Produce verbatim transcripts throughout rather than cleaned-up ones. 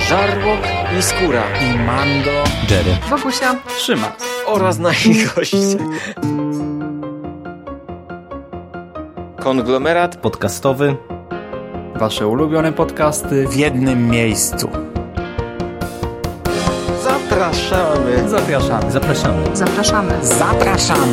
Żarłok i Skóra i Mando, Jerry, Wokusia, Szymas oraz nasi goście. Konglomerat podcastowy. Wasze ulubione podcasty w jednym miejscu. Zapraszamy. Zapraszamy. Zapraszamy. zapraszamy. Zapraszamy.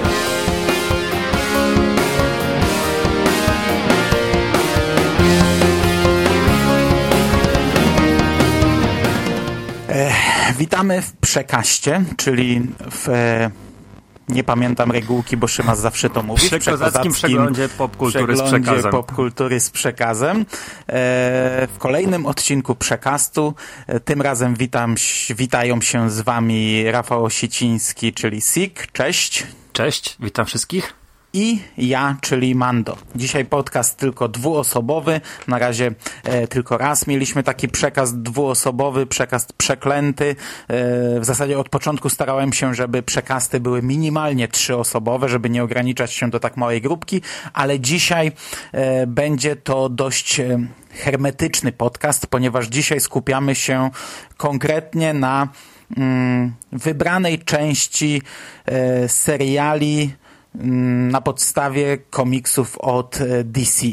E, witamy w Przekaście, czyli w... E, nie pamiętam regułki, bo Szymas zawsze to mówi. W przekozackim przeglądzie popkultury z przekazem. popkultury z przekazem. E, w kolejnym odcinku Przekastu e, tym razem witam, witają się z wami Rafał Osieciński, czyli Sik. Cześć. Cześć, witam wszystkich. I ja, czyli Mando. Dzisiaj podcast tylko dwuosobowy. Na razie e, tylko raz mieliśmy taki przekaz dwuosobowy, przekaz przeklęty. E, w zasadzie od początku starałem się, żeby przekasty były minimalnie trzyosobowe, żeby nie ograniczać się do tak małej grupki, ale dzisiaj e, będzie to dość e, hermetyczny podcast, ponieważ dzisiaj skupiamy się konkretnie na mm, wybranej części e, seriali na podstawie komiksów od D C.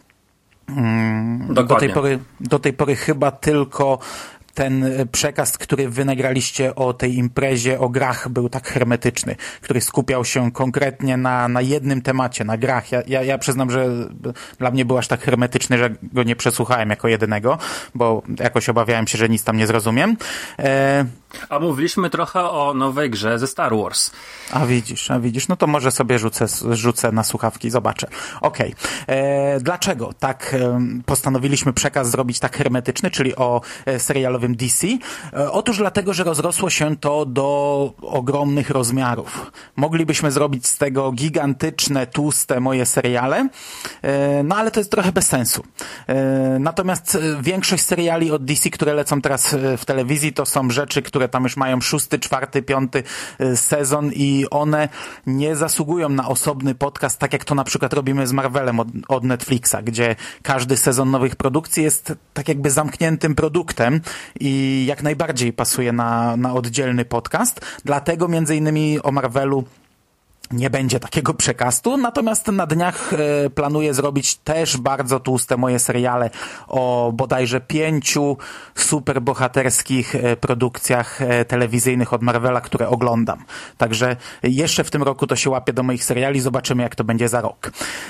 Dokładnie. Do tej pory, do tej pory chyba tylko ten przekaz, który wy nagraliście o tej imprezie, o grach, był tak hermetyczny, który skupiał się konkretnie na, na jednym temacie, na grach. Ja, ja, ja przyznam, że dla mnie był aż tak hermetyczny, że go nie przesłuchałem jako jedynego, bo jakoś obawiałem się, że nic tam nie zrozumiem. E... A mówiliśmy trochę o nowej grze ze Star Wars. A widzisz, a widzisz, no to może sobie rzucę, rzucę na słuchawki, zobaczę. Okej. Okay. Dlaczego tak e, postanowiliśmy przekaz zrobić tak hermetyczny, czyli o e, serialowym D C? E, otóż dlatego, że rozrosło się to do ogromnych rozmiarów. Moglibyśmy zrobić z tego gigantyczne, tłuste moje seriale, e, no ale to jest trochę bez sensu. E, natomiast większość seriali od D C, które lecą teraz w telewizji, to są rzeczy, które tam już mają szósty, czwarty, piąty sezon i one nie zasługują na osobny podcast, tak jak to na przykład robimy z Marvelem od, od Netflixa, gdzie każdy sezon nowych produkcji jest tak jakby zamkniętym produktem i jak najbardziej pasuje na, na oddzielny podcast. Dlatego między innymi o Marvelu nie będzie takiego przekastu, natomiast na dniach e, planuję zrobić też bardzo tłuste moje seriale o bodajże pięciu superbohaterskich e, produkcjach e, telewizyjnych od Marvela, które oglądam. Także jeszcze w tym roku to się łapie do moich seriali, zobaczymy jak to będzie za rok.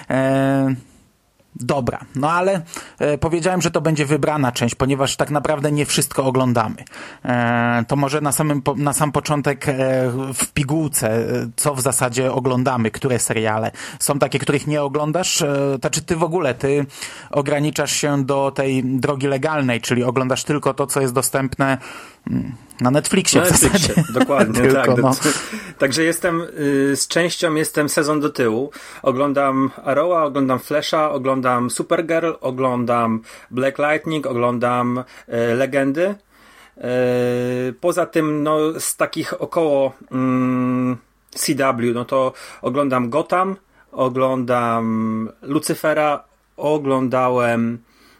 E, Dobra, no ale e, powiedziałem, że to będzie wybrana część, ponieważ tak naprawdę nie wszystko oglądamy. E, to może na samym po, na sam początek e, w pigułce, e, co w zasadzie oglądamy, które seriale. Są takie, których nie oglądasz? E, to czy ty w ogóle, ty ograniczasz się do tej drogi legalnej, czyli oglądasz tylko to, co jest dostępne na Netflixie. Na Netflixie, dokładnie. Tylko, tak. No. Także jestem y, z częścią, jestem sezon do tyłu. Oglądam Arrowa, oglądam Flasha, oglądam Supergirl, oglądam Black Lightning, oglądam y, Legendy. Y, poza tym, no, z takich około y, C W, no to oglądam Gotham, oglądam Lucyfera, oglądałem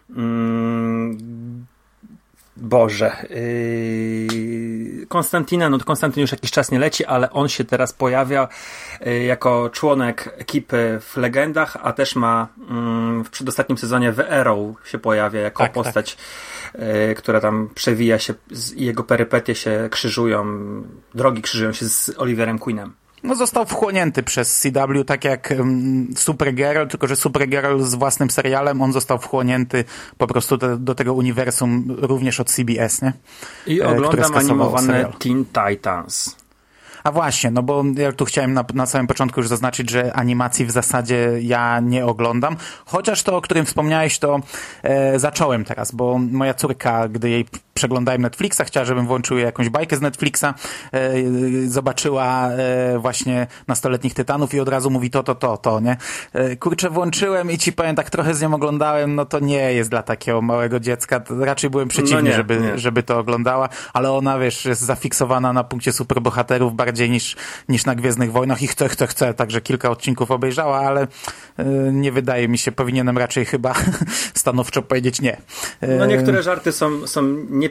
y, Boże. Yy... Konstantina, no to Konstantyn już jakiś czas nie leci, ale on się teraz pojawia yy, jako członek ekipy w Legendach, a też ma yy, w przedostatnim sezonie w Arrow się pojawia jako tak, postać, tak. Yy, która tam przewija się i jego perypetie się krzyżują, drogi krzyżują się z Oliverem Queenem. No został wchłonięty przez C W, tak jak um, Supergirl, tylko że Supergirl z własnym serialem, on został wchłonięty po prostu do, do tego uniwersum również od C B S, nie? I e, oglądam animowane Teen Titans. A właśnie, no bo ja tu chciałem na, na samym początku już zaznaczyć, że animacji w zasadzie ja nie oglądam, chociaż to, o którym wspomniałeś, to e, zacząłem teraz, bo moja córka, gdy jej przeglądałem Netflixa, chciała, żebym włączył jakąś bajkę z Netflixa, e, zobaczyła e, właśnie Nastoletnich Tytanów i od razu mówi to, to, to, to, nie? E, kurczę, włączyłem i ci powiem, tak trochę z nią oglądałem, no to nie jest dla takiego małego dziecka, to raczej byłem przeciwny, no nie, żeby, nie. żeby to oglądała, ale ona, wiesz, jest zafiksowana na punkcie superbohaterów bardziej niż, niż na Gwiezdnych Wojnach i chce, chce, chce, także kilka odcinków obejrzała, ale e, nie wydaje mi się, powinienem raczej chyba stanowczo powiedzieć nie. E, no niektóre żarty są, są nie,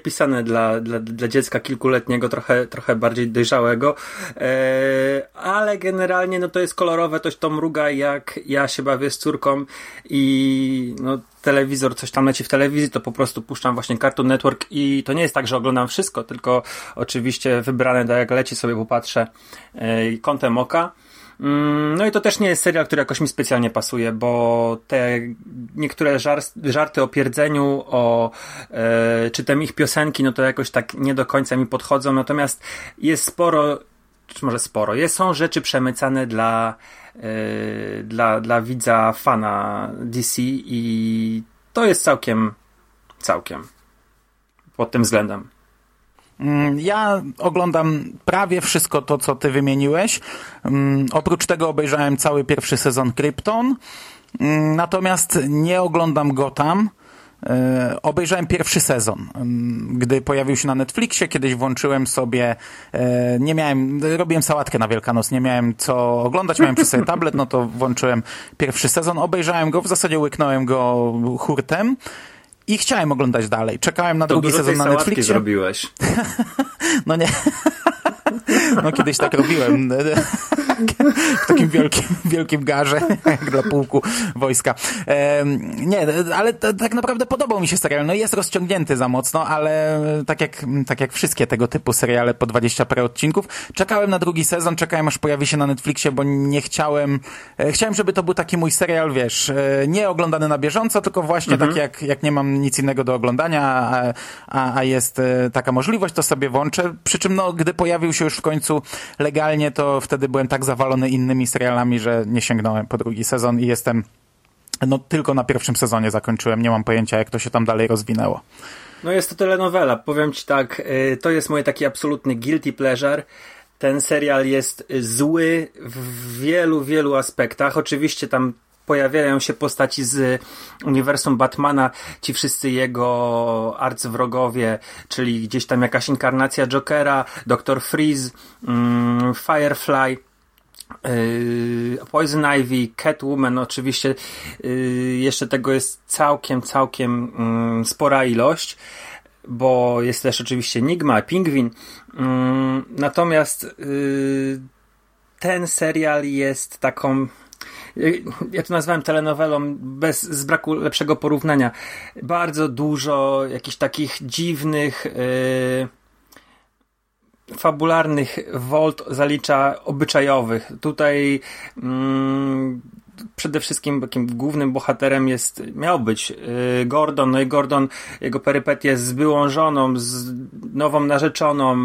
pisane dla, dla, dla dziecka kilkuletniego, trochę, trochę bardziej dojrzałego, e, ale generalnie no to jest kolorowe, to, to mruga, jak ja się bawię z córką i no telewizor, coś tam leci w telewizji, to po prostu puszczam właśnie Cartoon Network i to nie jest tak, że oglądam wszystko, tylko oczywiście wybrane, tak jak leci, sobie popatrzę e, kątem oka. No i to też nie jest serial, który jakoś mi specjalnie pasuje, bo te niektóre żar- żarty o pierdzeniu, o e, czy te ich piosenki, no to jakoś tak nie do końca mi podchodzą, natomiast jest sporo, czy może sporo, jest, są rzeczy przemycane dla, e, dla, dla widza, fana D C i to jest całkiem, całkiem pod tym względem. Ja oglądam prawie wszystko to, co ty wymieniłeś. Um, oprócz tego obejrzałem cały pierwszy sezon Krypton. Um, natomiast nie oglądam Gotham. Um, obejrzałem pierwszy sezon. Um, gdy pojawił się na Netflixie, kiedyś włączyłem sobie, um, nie miałem, robiłem sałatkę na Wielkanoc, nie miałem co oglądać, miałem przy sobie tablet, no to włączyłem pierwszy sezon, obejrzałem go, w zasadzie łyknąłem go hurtem. I chciałem oglądać dalej. Czekałem na to drugi sezon na Netflixie. Zrobiłeś. No nie. No kiedyś tak robiłem. W takim wielkim, wielkim garze, jak dla pułku wojska. Nie, ale t- tak naprawdę podobał mi się serial. No jest rozciągnięty za mocno, ale tak jak, tak jak wszystkie tego typu seriale po dwadzieścia parę odcinków. Czekałem na drugi sezon, czekałem aż pojawi się na Netflixie, bo nie chciałem, chciałem, żeby to był taki mój serial, wiesz, nie oglądany na bieżąco, tylko właśnie mhm. tak jak, jak nie mam nic innego do oglądania, a, a, a jest taka możliwość, to sobie włączę. Przy czym no, gdy pojawił się już w końcu legalnie, to wtedy byłem tak zawalony innymi serialami, że nie sięgnąłem po drugi sezon i jestem, no tylko na pierwszym sezonie zakończyłem, nie mam pojęcia, jak to się tam dalej rozwinęło. No jest to telenowela, powiem ci tak, to jest moje taki absolutny guilty pleasure. Ten serial jest zły w wielu, wielu aspektach. Oczywiście tam pojawiają się postaci z uniwersum Batmana, ci wszyscy jego arcywrogowie, czyli gdzieś tam jakaś inkarnacja Jokera, doktor Freeze, mm, Firefly, Yy, Poison Ivy, Catwoman, oczywiście yy, jeszcze tego jest całkiem, całkiem yy, spora ilość, bo jest też oczywiście Enigma, Pingwin. Yy, natomiast yy, ten serial jest taką, ja to nazwałem telenowelą bez, z braku lepszego porównania. Bardzo dużo jakichś takich dziwnych yy, fabularnych wolt zalicza obyczajowych. Tutaj mm, przede wszystkim takim głównym bohaterem jest, miał być yy, Gordon, no i Gordon, jego perypetie z byłą żoną, z nową narzeczoną,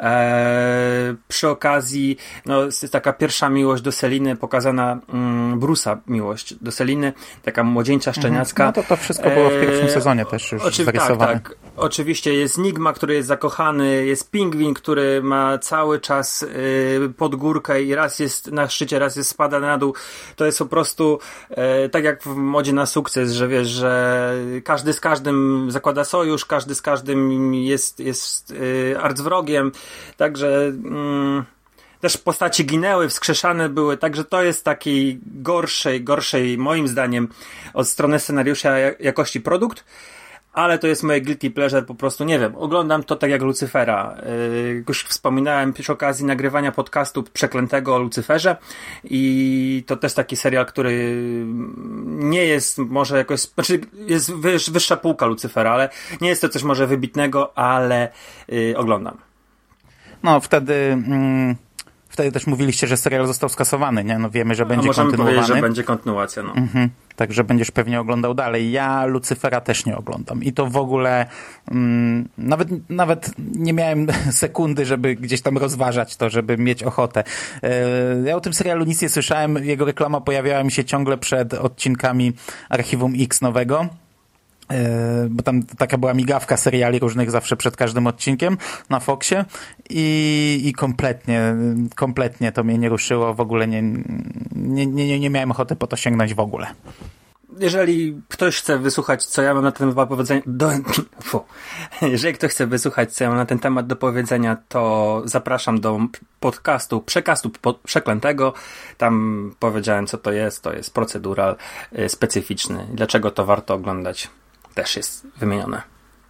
e, przy okazji no, jest taka pierwsza miłość do Seliny, pokazana mm, Bruce'a miłość do Seliny, taka młodzieńcza, szczeniacka. No to to wszystko było w pierwszym sezonie też już Oczy- zarysowane. Tak, tak. Oczywiście jest Enigma, który jest zakochany, jest Pingwin, który ma cały czas y, pod górkę i raz jest na szczycie, raz jest spada na dół. To jest po prostu y, tak jak w modzie na sukces, że wiesz, że każdy z każdym zakłada sojusz, każdy z każdym jest, jest y, arcwrogiem. Także y, też postaci ginęły, wskrzeszane były, także to jest taki gorszej, gorszej moim zdaniem od strony scenariusza jakości produkt. Ale to jest moje guilty pleasure, po prostu nie wiem, oglądam to tak jak Lucyfera. Yy, już wspominałem przy okazji nagrywania podcastu Przeklętego o Lucyferze i to też taki serial, który nie jest może jakoś, znaczy jest wyż, wyższa półka Lucyfera, ale nie jest to coś może wybitnego, ale yy, oglądam. No wtedy... Mm... Wtedy też mówiliście, że serial został skasowany, nie? No wiemy, że będzie A możemy kontynuowany. powiedzieć, że będzie kontynuacja, no. Mhm. Także będziesz pewnie oglądał dalej. Ja Lucyfera też nie oglądam. I to w ogóle mm, nawet, nawet nie miałem sekundy, żeby gdzieś tam rozważać to, żeby mieć ochotę. Yy, ja o tym serialu nic nie słyszałem. Jego reklama pojawiała mi się ciągle przed odcinkami Archiwum X nowego. Bo tam taka była migawka seriali różnych zawsze przed każdym odcinkiem na Foxie i, i kompletnie, kompletnie to mnie nie ruszyło, w ogóle nie, nie, nie, nie miałem ochoty po to sięgnąć w ogóle. Jeżeli ktoś chce wysłuchać, co ja mam na ten temat do powiedzenia, do, fu. Jeżeli ktoś chce wysłuchać, co ja mam na ten temat do powiedzenia, to zapraszam do podcastu, przekastu po, przeklętego. Tam powiedziałem, co to jest. To jest procedural y, specyficzny. Dlaczego to warto oglądać? Też jest wymienione.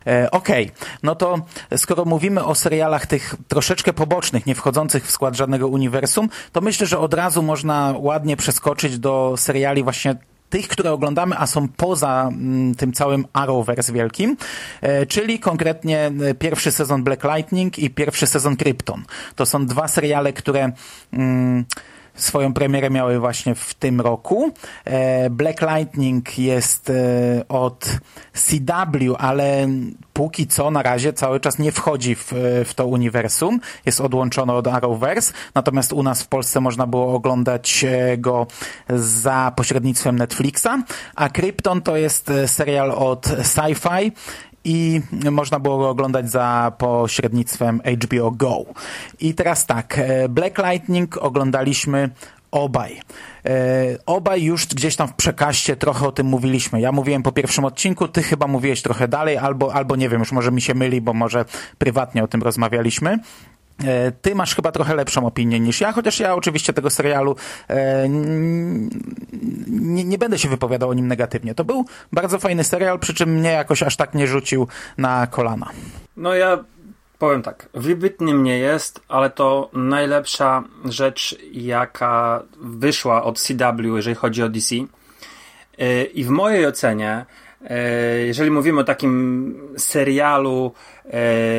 E, Okej, okay. No to skoro mówimy o serialach tych troszeczkę pobocznych, nie wchodzących w skład żadnego uniwersum, to myślę, że od razu można ładnie przeskoczyć do seriali właśnie tych, które oglądamy, a są poza m, tym całym Arrowverse wielkim, e, czyli konkretnie pierwszy sezon Black Lightning i pierwszy sezon Krypton. To są dwa seriale, które mm, swoją premierę miały właśnie w tym roku. E, Black Lightning jest e, od C W, ale póki co na razie cały czas nie wchodzi w, w to uniwersum. Jest odłączony od Arrowverse. Natomiast u nas w Polsce można było oglądać go za pośrednictwem Netflixa. A Krypton to jest serial od Sci-Fi i można było go oglądać za pośrednictwem H B O Go. I teraz tak, Black Lightning oglądaliśmy obaj. E, obaj już gdzieś tam w przekaście trochę o tym mówiliśmy. Ja mówiłem po pierwszym odcinku, ty chyba mówiłeś trochę dalej, albo, albo nie wiem, już może mi się myli, bo może prywatnie o tym rozmawialiśmy. Ty masz chyba trochę lepszą opinię niż ja, chociaż ja oczywiście tego serialu e, nie, nie będę się wypowiadał o nim negatywnie. To był bardzo fajny serial, przy czym mnie jakoś aż tak nie rzucił na kolana. No ja powiem tak, wybitny mnie jest, ale to najlepsza rzecz, jaka wyszła od C W, jeżeli chodzi o D C. I w mojej ocenie, jeżeli mówimy o takim serialu e,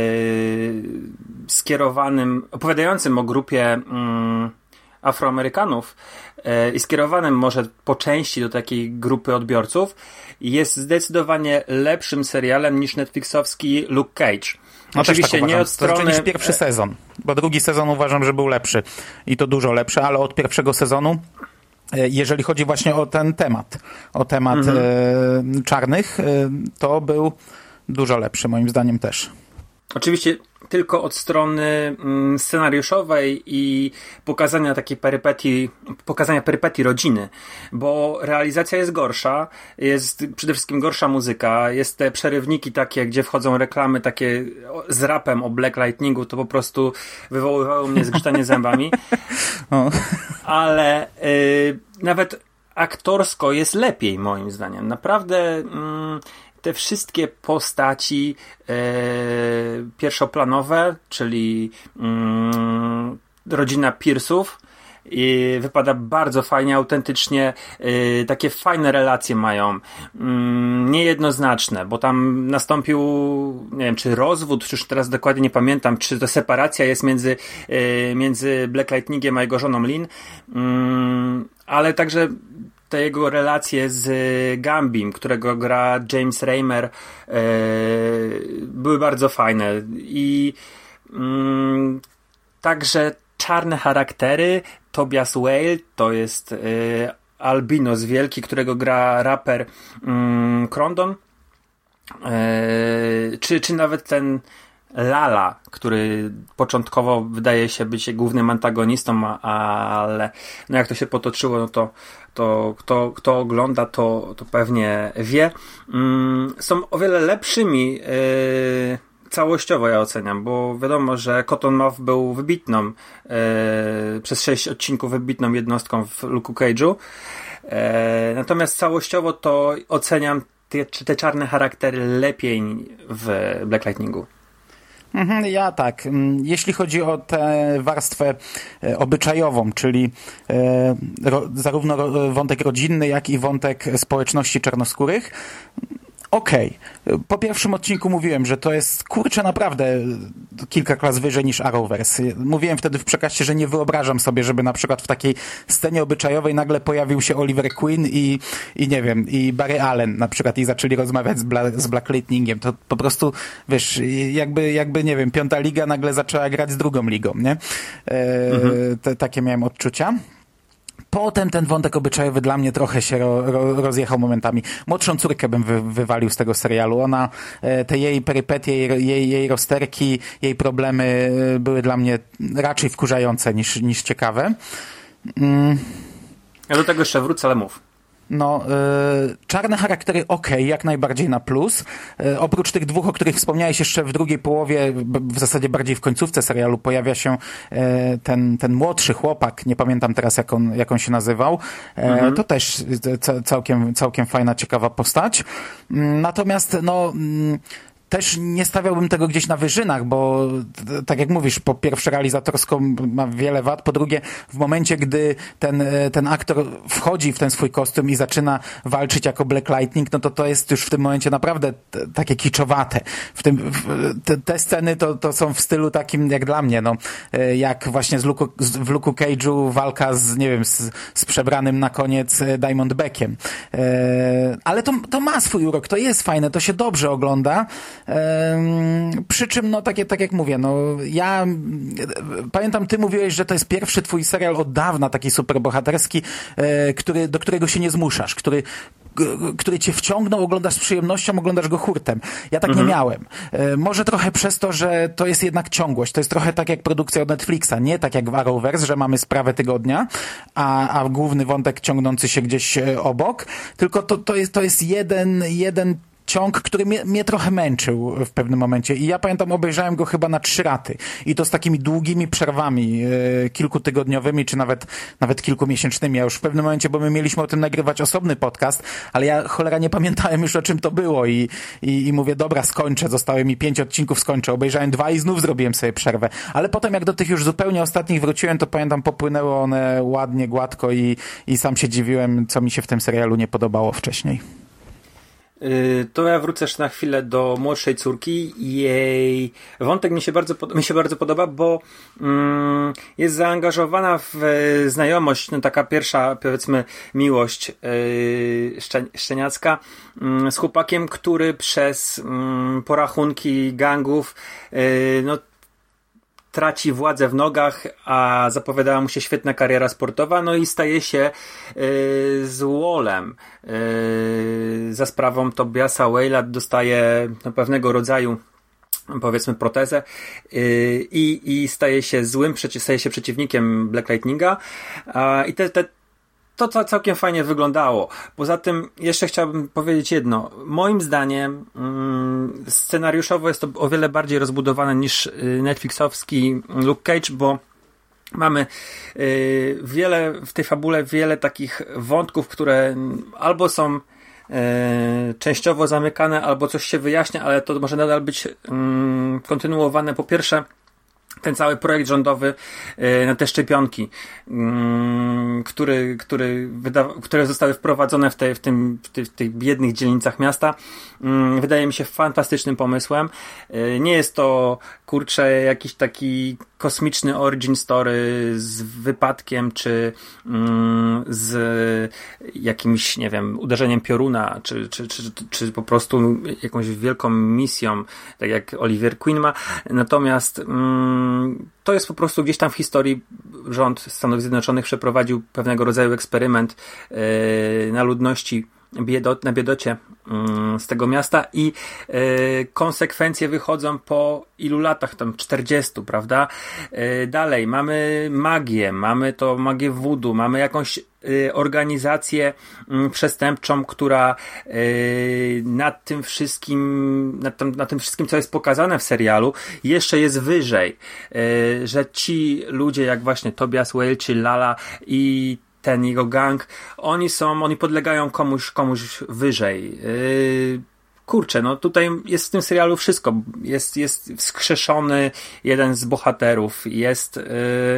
skierowanym, opowiadającym o grupie mm, Afroamerykanów e, i skierowanym może po części do takiej grupy odbiorców, jest zdecydowanie lepszym serialem niż netflixowski Luke Cage. No oczywiście tak nie od strony... To znaczy niż pierwszy sezon, bo drugi sezon uważam, że był lepszy i to dużo lepszy, ale od pierwszego sezonu, jeżeli chodzi właśnie o ten temat, o temat mhm. e, czarnych, e, to był dużo lepszy, moim zdaniem też. Oczywiście tylko od strony mm, scenariuszowej i pokazania takiej perypetii, pokazania perypetii rodziny, bo realizacja jest gorsza, jest przede wszystkim gorsza muzyka, jest te przerywniki takie, gdzie wchodzą reklamy takie z rapem o Black Lightningu, to po prostu wywoływało mnie zgrzytanie zębami. O. Ale y, nawet aktorsko jest lepiej, moim zdaniem. Naprawdę mm, te wszystkie postaci e, pierwszoplanowe, czyli mm, rodzina Pierce'ów, i wypada bardzo fajnie, autentycznie, y, takie fajne relacje mają, y, niejednoznaczne, bo tam nastąpił, nie wiem, czy rozwód, czy już teraz dokładnie nie pamiętam, czy to separacja jest między, y, między Black Lightningiem a jego żoną Lynn, y, ale także te jego relacje z Gambim, którego gra James Remar, y, były bardzo fajne i y, także czarne charaktery. Tobias Whale to jest y, albinos wielki, którego gra raper y, Crondon. Y, czy, czy nawet ten Lala, który początkowo wydaje się być głównym antagonistą, ale no jak to się potoczyło, no to, to kto, kto ogląda, to, to pewnie wie. Y, są o wiele lepszymi y, całościowo ja oceniam, bo wiadomo, że Cottonmouth był wybitną, e, przez sześć odcinków wybitną jednostką w Luke'u Cage'u. E, natomiast całościowo to oceniam te, te czarne charaktery lepiej w Black Lightningu. Ja tak. Jeśli chodzi o tę warstwę obyczajową, czyli e, ro, zarówno wątek rodzinny, jak i wątek społeczności czarnoskórych, okej. Okay. Po pierwszym odcinku mówiłem, że to jest, kurczę, naprawdę kilka klas wyżej niż Arrowverse. Mówiłem wtedy w przekaście, że nie wyobrażam sobie, żeby na przykład w takiej scenie obyczajowej nagle pojawił się Oliver Queen i, i nie wiem, i Barry Allen na przykład i zaczęli rozmawiać z, Bla, z Black Lightningiem. To po prostu, wiesz, jakby, jakby, nie wiem, piąta liga nagle zaczęła grać z drugą ligą, nie? E, mhm. te, takie miałem odczucia. Potem ten wątek obyczajowy dla mnie trochę się ro, ro, rozjechał momentami. Młodszą córkę bym wy, wywalił z tego serialu. Ona, te jej perypetie, jej, jej, jej rozterki, jej problemy były dla mnie raczej wkurzające niż, niż ciekawe. Mm. Ja do tego jeszcze wrócę, ale mów. No, y, czarne charaktery okej, okay, jak najbardziej na plus. Y, oprócz tych dwóch, o których wspomniałeś jeszcze w drugiej połowie, w zasadzie bardziej w końcówce serialu, pojawia się y, ten, ten młodszy chłopak, nie pamiętam teraz jak on, jak on się nazywał. Y, mhm. To też c- całkiem, całkiem fajna, ciekawa postać. Y, natomiast no... Y, też nie stawiałbym tego gdzieś na wyżynach, bo t- tak jak mówisz, po pierwsze realizatorsko ma wiele wad, po drugie w momencie, gdy ten, ten aktor wchodzi w ten swój kostium i zaczyna walczyć jako Black Lightning, no to to jest już w tym momencie naprawdę t- takie kiczowate. W tym, w, te, te sceny to, to są w stylu takim jak dla mnie, no, jak właśnie z Luke, z, w Luke'u Cage'u walka z, nie wiem, z, z przebranym na koniec Diamondbackiem. E, ale to, to ma swój urok, to jest fajne, to się dobrze ogląda. E, przy czym, no, tak, tak jak mówię, no, ja pamiętam, ty mówiłeś, że to jest pierwszy twój serial od dawna, taki superbohaterski, e, który, do którego się nie zmuszasz, który który cię wciągnął, oglądasz z przyjemnością, oglądasz go hurtem. Ja tak mhm. nie miałem. E, może trochę przez to, że to jest jednak ciągłość. To jest trochę tak jak produkcja od Netflixa, nie tak jak w Arrowverse, że mamy sprawę tygodnia, a, a główny wątek ciągnący się gdzieś obok, tylko to, to, jest, to jest jeden, jeden ciąg, który mnie, mnie trochę męczył w pewnym momencie i ja pamiętam, obejrzałem go chyba na trzy raty i to z takimi długimi przerwami, e, kilkutygodniowymi, czy nawet nawet kilkumiesięcznymi. Ja już w pewnym momencie, bo my mieliśmy o tym nagrywać osobny podcast, ale ja cholera nie pamiętałem już, o czym to było i, i, i mówię, dobra, skończę, zostały mi pięć odcinków, skończę. Obejrzałem dwa i znów zrobiłem sobie przerwę. Ale potem jak do tych już zupełnie ostatnich wróciłem, to pamiętam, popłynęły one ładnie, gładko i, i sam się dziwiłem, co mi się w tym serialu nie podobało wcześniej. To ja wrócę jeszcze na chwilę do młodszej córki. Jej wątek mi się bardzo, mi się bardzo podoba, bo mm, jest zaangażowana w znajomość, no taka pierwsza, powiedzmy, miłość yy, szczen, szczeniacka yy, z chłopakiem, który przez yy, porachunki gangów yy, no traci władzę w nogach, a zapowiadała mu się świetna kariera sportowa, no i staje się yy, z Wallem. Yy, za sprawą Tobiasa Whale'a dostaje no, pewnego rodzaju, powiedzmy, protezę yy, i, i staje się złym, przeci- staje się przeciwnikiem Black Lightninga. Yy, I te, te To, co całkiem fajnie wyglądało. Poza tym jeszcze chciałbym powiedzieć jedno. Moim zdaniem mm, scenariuszowo jest to o wiele bardziej rozbudowane niż netflixowski Luke Cage, bo mamy y, wiele w tej fabule, wiele takich wątków, które albo są y, częściowo zamykane, albo coś się wyjaśnia, ale to może nadal być y, kontynuowane. Po pierwsze, ten cały projekt rządowy yy, na te szczepionki, yy, który, który wyda- które zostały wprowadzone w, te, w, tym, w, ty, w tych biednych dzielnicach miasta, yy, wydaje mi się fantastycznym pomysłem. Yy, nie jest to, kurczę, jakiś taki kosmiczny origin story z wypadkiem, czy yy, z jakimś, nie wiem, uderzeniem pioruna, czy, czy, czy, czy, czy po prostu jakąś wielką misją, tak jak Oliver Queen ma. Natomiast yy, to jest po prostu gdzieś tam w historii rząd Stanów Zjednoczonych przeprowadził pewnego rodzaju eksperyment yy, na ludności biedot, na biedocie yy, z tego miasta i yy, konsekwencje wychodzą po ilu latach, tam czterdziestu, prawda? Yy, dalej, mamy magię, mamy to magię voodoo, mamy jakąś yy, organizację yy, przestępczą, która yy, nad tym wszystkim, nad tym, nad tym wszystkim, co jest pokazane w serialu, jeszcze jest wyżej, yy, że ci ludzie, jak właśnie Tobias Whale czy Lala i ten jego gang, oni są, oni podlegają komuś, komuś wyżej. Yy, kurczę, no tutaj jest w tym serialu wszystko. Jest, jest wskrzeszony jeden z bohaterów, jest yy,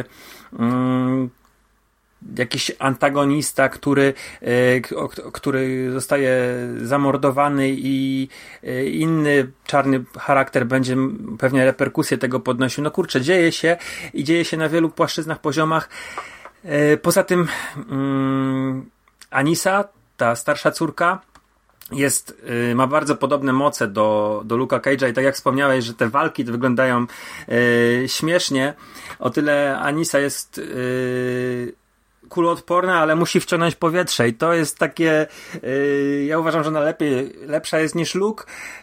yy, jakiś antagonista, który, yy, który zostaje zamordowany i yy, inny czarny charakter będzie pewnie reperkusje tego podnosił. No kurczę, dzieje się i dzieje się na wielu płaszczyznach, poziomach. Poza tym um, Anissa, ta starsza córka, jest, y, ma bardzo podobne moce do, do Luke'a Cage'a i tak jak wspomniałeś, że te walki to wyglądają y, śmiesznie, o tyle Anissa jest y, kuloodporna, ale musi wciągnąć powietrze i to jest takie, yy, ja uważam, że ona lepiej, lepsza jest niż Luke,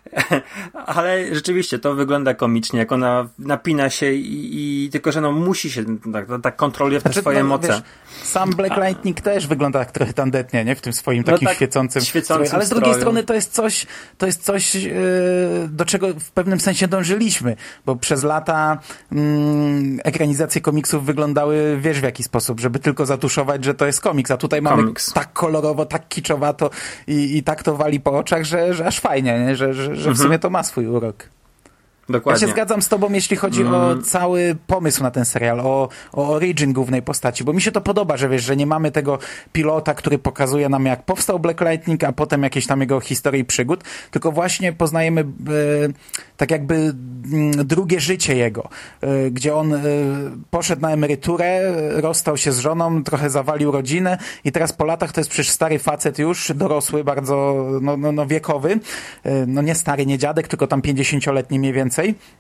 ale rzeczywiście to wygląda komicznie, jak ona napina się i, i tylko, że no musi się, tak, tak kontroluje w te znaczy, swoje no, moce. Wiesz, sam Black Lightning A. też wygląda tak trochę tandetnie, nie? W tym swoim takim no tak, świecącym, świecącym stroju. Ale z stroju. drugiej strony to jest coś, to jest coś, yy, do czego w pewnym sensie dążyliśmy, bo przez lata yy, ekranizacje komiksów wyglądały, wiesz w jaki sposób, żeby tylko zatuszować zatuszować, że to jest komiks, a tutaj mamy Komiks. tak kolorowo, tak kiczowato i, i tak to wali po oczach, że, że aż fajnie, nie? Że, że, że w Mhm. sumie to ma swój urok. Dokładnie. Ja się zgadzam z tobą, jeśli chodzi mm. o cały pomysł na ten serial, o, o origin głównej postaci, bo mi się to podoba, że wiesz, że nie mamy tego pilota, który pokazuje nam, jak powstał Black Lightning, a potem jakieś tam jego historii i przygód, tylko właśnie poznajemy e, tak jakby m, drugie życie jego, e, gdzie on e, poszedł na emeryturę, rozstał się z żoną, trochę zawalił rodzinę i teraz po latach to jest przecież stary facet już, dorosły, bardzo no, no, no wiekowy, e, no nie stary, nie dziadek, tylko tam pięćdziesięcioletni mniej więcej.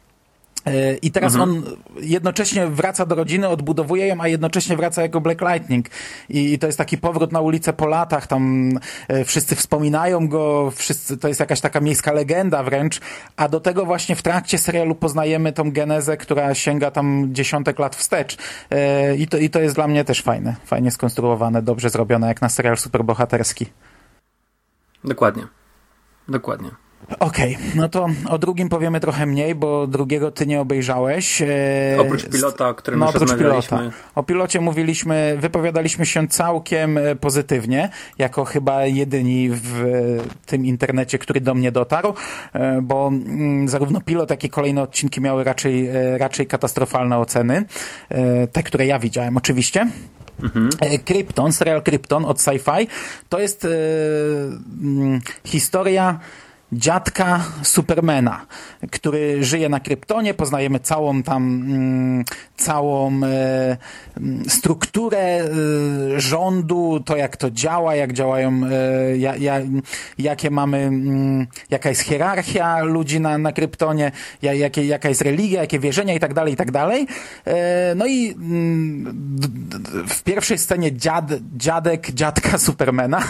I teraz mhm. on jednocześnie wraca do rodziny, odbudowuje ją, a jednocześnie wraca jako Black Lightning. I to jest taki powrót na ulicę po latach, tam wszyscy wspominają go, wszyscy, to jest jakaś taka miejska legenda wręcz, a do tego właśnie w trakcie serialu poznajemy tą genezę, która sięga tam dziesiątek lat wstecz. I to, i to jest dla mnie też fajne, fajnie skonstruowane, dobrze zrobione, jak na serial superbohaterski. Dokładnie. Dokładnie. Okej, okay, no to o drugim powiemy trochę mniej, bo drugiego ty nie obejrzałeś. Oprócz pilota, o którym no, już oprócz pilota. rozmawialiśmy. O pilocie mówiliśmy, wypowiadaliśmy się całkiem pozytywnie, jako chyba jedyni w tym internecie, który do mnie dotarł, bo zarówno pilot, jak i kolejne odcinki miały raczej, raczej katastrofalne oceny. Te, które ja widziałem oczywiście. Mhm. Krypton, serial Krypton od Sci-Fi, to jest yy, historia dziadka Supermana, który żyje na Kryptonie, poznajemy całą tam mm, całą e, strukturę e, rządu, to jak to działa, jak działają, e, ja, ja, jakie mamy, mm, jaka jest hierarchia ludzi na, na Kryptonie, ja, jakie, jaka jest religia, jakie wierzenia i tak dalej, i tak dalej. E, no i mm, d, d, w pierwszej scenie dziad, dziadek, dziadka Supermana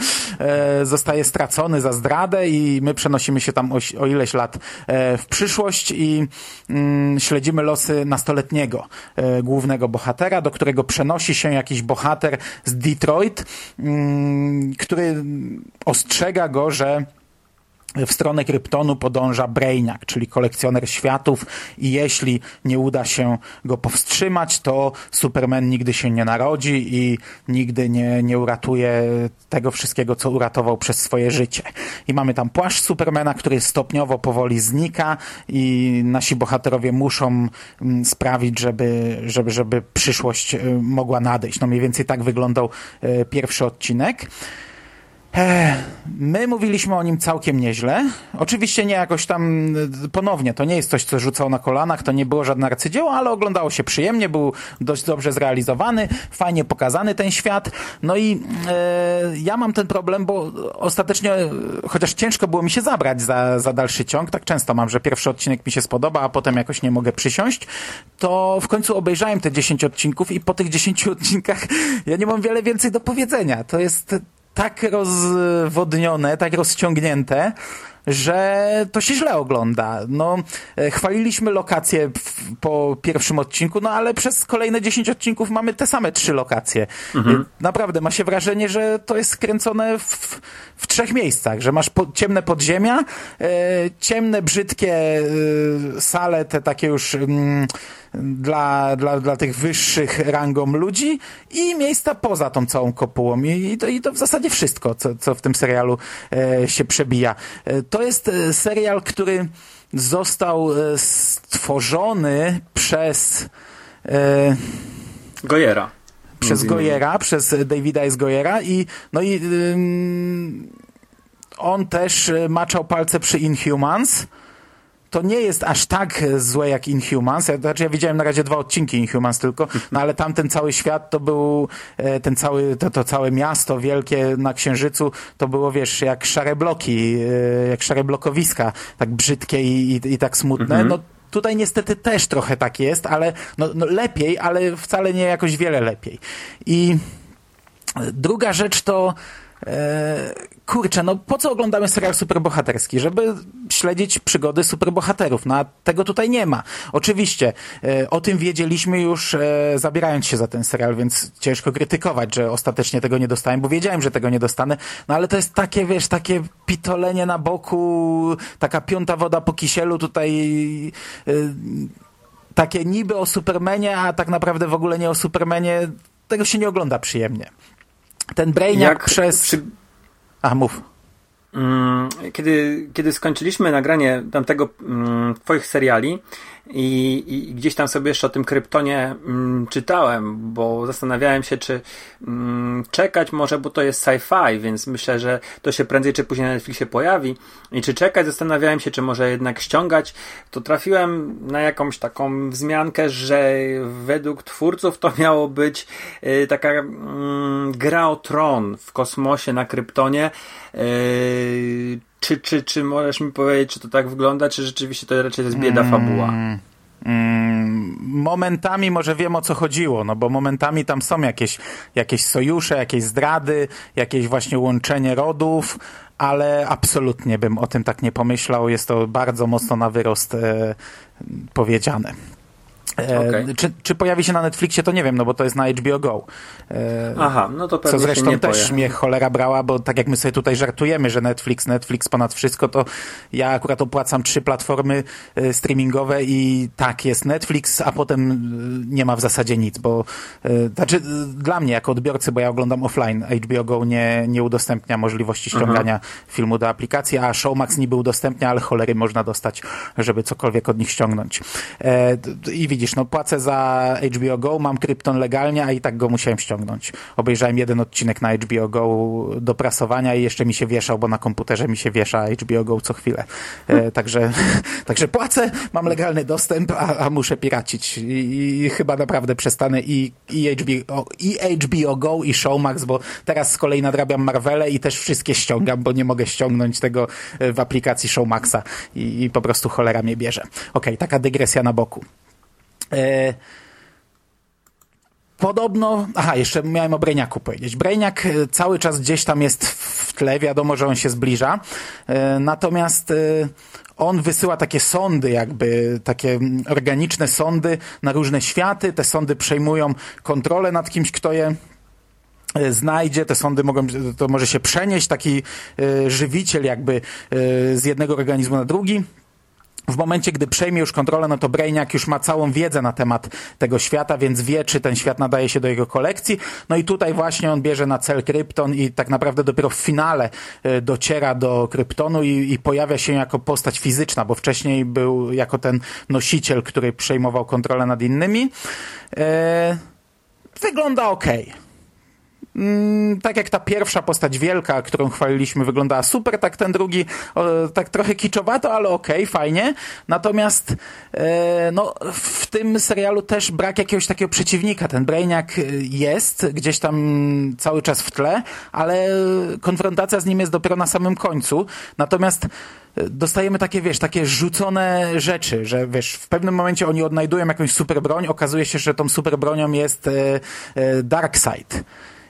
e, zostaje stracony za zdradę i my przenosimy się tam o, o ileś lat e, w przyszłość i mm, śledzimy losy nastoletniego e, głównego bohatera, do którego przenosi się jakiś bohater z Detroit, mm, który ostrzega go, że w stronę Kryptonu podąża Brainiac, czyli kolekcjoner światów i jeśli nie uda się go powstrzymać, to Superman nigdy się nie narodzi i nigdy nie, nie uratuje tego wszystkiego, co uratował przez swoje życie. I mamy tam płaszcz Supermana, który stopniowo powoli znika i nasi bohaterowie muszą sprawić, żeby, żeby, żeby przyszłość mogła nadejść. No mniej więcej tak wyglądał pierwszy odcinek. My mówiliśmy o nim całkiem nieźle. Oczywiście nie jakoś tam ponownie, to nie jest coś, co rzucał na kolanach, to nie było żadne arcydzieło, ale oglądało się przyjemnie, był dość dobrze zrealizowany, fajnie pokazany ten świat. No i e, ja mam ten problem, bo ostatecznie, chociaż ciężko było mi się zabrać za, za dalszy ciąg, tak często mam, że pierwszy odcinek mi się spodoba, a potem jakoś nie mogę przysiąść, to w końcu obejrzałem te dziesięć odcinków i po tych dziesięciu odcinkach ja nie mam wiele więcej do powiedzenia. To jest tak rozwodnione, tak rozciągnięte, że to się źle ogląda. No, chwaliliśmy lokacje w, po pierwszym odcinku, no ale przez kolejne dziesięć odcinków mamy te same trzy lokacje. Mhm. Naprawdę ma się wrażenie, że to jest skręcone w, w trzech miejscach, że masz po, ciemne podziemia, e, ciemne, brzydkie e, sale, te takie już mm, dla, dla, dla tych wyższych rangą ludzi i miejsca poza tą całą kopułą. I, i, to, i to w zasadzie wszystko, co, co w tym serialu e, się przebija. E, to jest serial, który został e, stworzony przez e, Goyera. Przez Goyera, przez Davida S. Goyera i no i ym, on też maczał palce przy Inhumans. To nie jest aż tak złe jak Inhumans. Ja, znaczy ja widziałem na razie dwa odcinki Inhumans tylko, no ale tamten cały świat to był, ten cały, to, to całe miasto wielkie na Księżycu, to było, wiesz, jak szare bloki, jak szare blokowiska, tak brzydkie i, i, i tak smutne. Mhm. No tutaj niestety też trochę tak jest, ale no, no lepiej, ale wcale nie jakoś wiele lepiej. I druga rzecz to E, kurczę, no po co oglądamy serial superbohaterski? Żeby śledzić przygody superbohaterów. No a tego tutaj nie ma. Oczywiście e, o tym wiedzieliśmy już e, zabierając się za ten serial, więc ciężko krytykować, że ostatecznie tego nie dostałem, bo wiedziałem, że tego nie dostanę. No ale to jest takie, wiesz, takie pitolenie na boku, taka piąta woda po kisielu tutaj e, takie niby o Supermanie, a tak naprawdę w ogóle nie o Supermanie. tego się nie ogląda przyjemnie. Ten Brainiac Jak przez... Przy... A, mów. Kiedy, kiedy skończyliśmy nagranie tamtego mm, twoich seriali i, i gdzieś tam sobie jeszcze o tym Kryptonie mm, czytałem, bo zastanawiałem się, czy mm, czekać może, bo to jest sci-fi, więc myślę, że to się prędzej czy później na Netflixie pojawi i czy czekać, zastanawiałem się, czy może jednak ściągać, to trafiłem na jakąś taką wzmiankę, że według twórców to miało być y, taka mm, gra o tron w kosmosie na Kryptonie. Yy, czy, czy, czy możesz mi powiedzieć, czy to tak wygląda, czy rzeczywiście to raczej jest bieda fabuła? Mm, mm, momentami może wiem, o co chodziło, no bo momentami tam są jakieś, jakieś sojusze, jakieś zdrady, jakieś właśnie łączenie rodów, ale absolutnie bym o tym tak nie pomyślał. Jest to bardzo mocno na wyrost e, powiedziane. Okay. Czy, czy pojawi się na Netflixie, to nie wiem, no bo to jest na H B O Go. E, Aha, no to pewnie co zresztą się nie też pojawi. mnie cholera brała, bo tak jak my sobie tutaj żartujemy, że Netflix, Netflix ponad wszystko, to ja akurat opłacam trzy platformy e, streamingowe i tak, jest Netflix, a potem e, nie ma w zasadzie nic, bo e, znaczy e, dla mnie jako odbiorcy, bo ja oglądam offline, H B O Go nie, nie udostępnia możliwości ściągania Aha. filmu do aplikacji, a Showmax niby udostępnia, ale cholery można dostać, żeby cokolwiek od nich ściągnąć. E, I widzisz, no płacę za H B O Go, mam Krypton legalnie, a i tak go musiałem ściągnąć. Obejrzałem jeden odcinek na H B O Go do prasowania i jeszcze mi się wieszał, bo na komputerze mi się wiesza H B O Go co chwilę. E, także, także płacę, mam legalny dostęp, a, a muszę piracić. I, i chyba naprawdę przestanę i, i, H B O, i H B O Go i Showmax, bo teraz z kolei nadrabiam Marvele i też wszystkie ściągam, bo nie mogę ściągnąć tego w aplikacji Showmaxa i, i po prostu cholera mnie bierze. Okej, okay, taka dygresja na boku. E, podobno, aha, jeszcze miałem o Brainiacu powiedzieć. Brainiac cały czas gdzieś tam jest w tle, wiadomo, że on się zbliża, e, natomiast e, on wysyła takie sondy, jakby takie organiczne sondy na różne światy, te sondy przejmują kontrolę nad kimś, kto je znajdzie, te sondy mogą, to może się przenieść, taki e, żywiciel jakby e, z jednego organizmu na drugi. W momencie, gdy przejmie już kontrolę, no to Brainiac już ma całą wiedzę na temat tego świata, więc wie, czy ten świat nadaje się do jego kolekcji. No i tutaj właśnie on bierze na cel Krypton i tak naprawdę dopiero w finale dociera do Kryptonu i, i pojawia się jako postać fizyczna, bo wcześniej był jako ten nosiciel, który przejmował kontrolę nad innymi. Eee, wygląda okej. Mm, tak jak ta pierwsza postać wielka, którą chwaliliśmy, wyglądała super, tak ten drugi o, tak trochę kiczowato, ale okej, okay, fajnie. Natomiast e, no, w tym serialu też brak jakiegoś takiego przeciwnika. Ten Brainiac jest gdzieś tam cały czas w tle, ale konfrontacja z nim jest dopiero na samym końcu. Natomiast dostajemy takie, wiesz, takie rzucone rzeczy, że wiesz, w pewnym momencie oni odnajdują jakąś super broń, okazuje się, że tą super bronią jest e, e, Darkseid.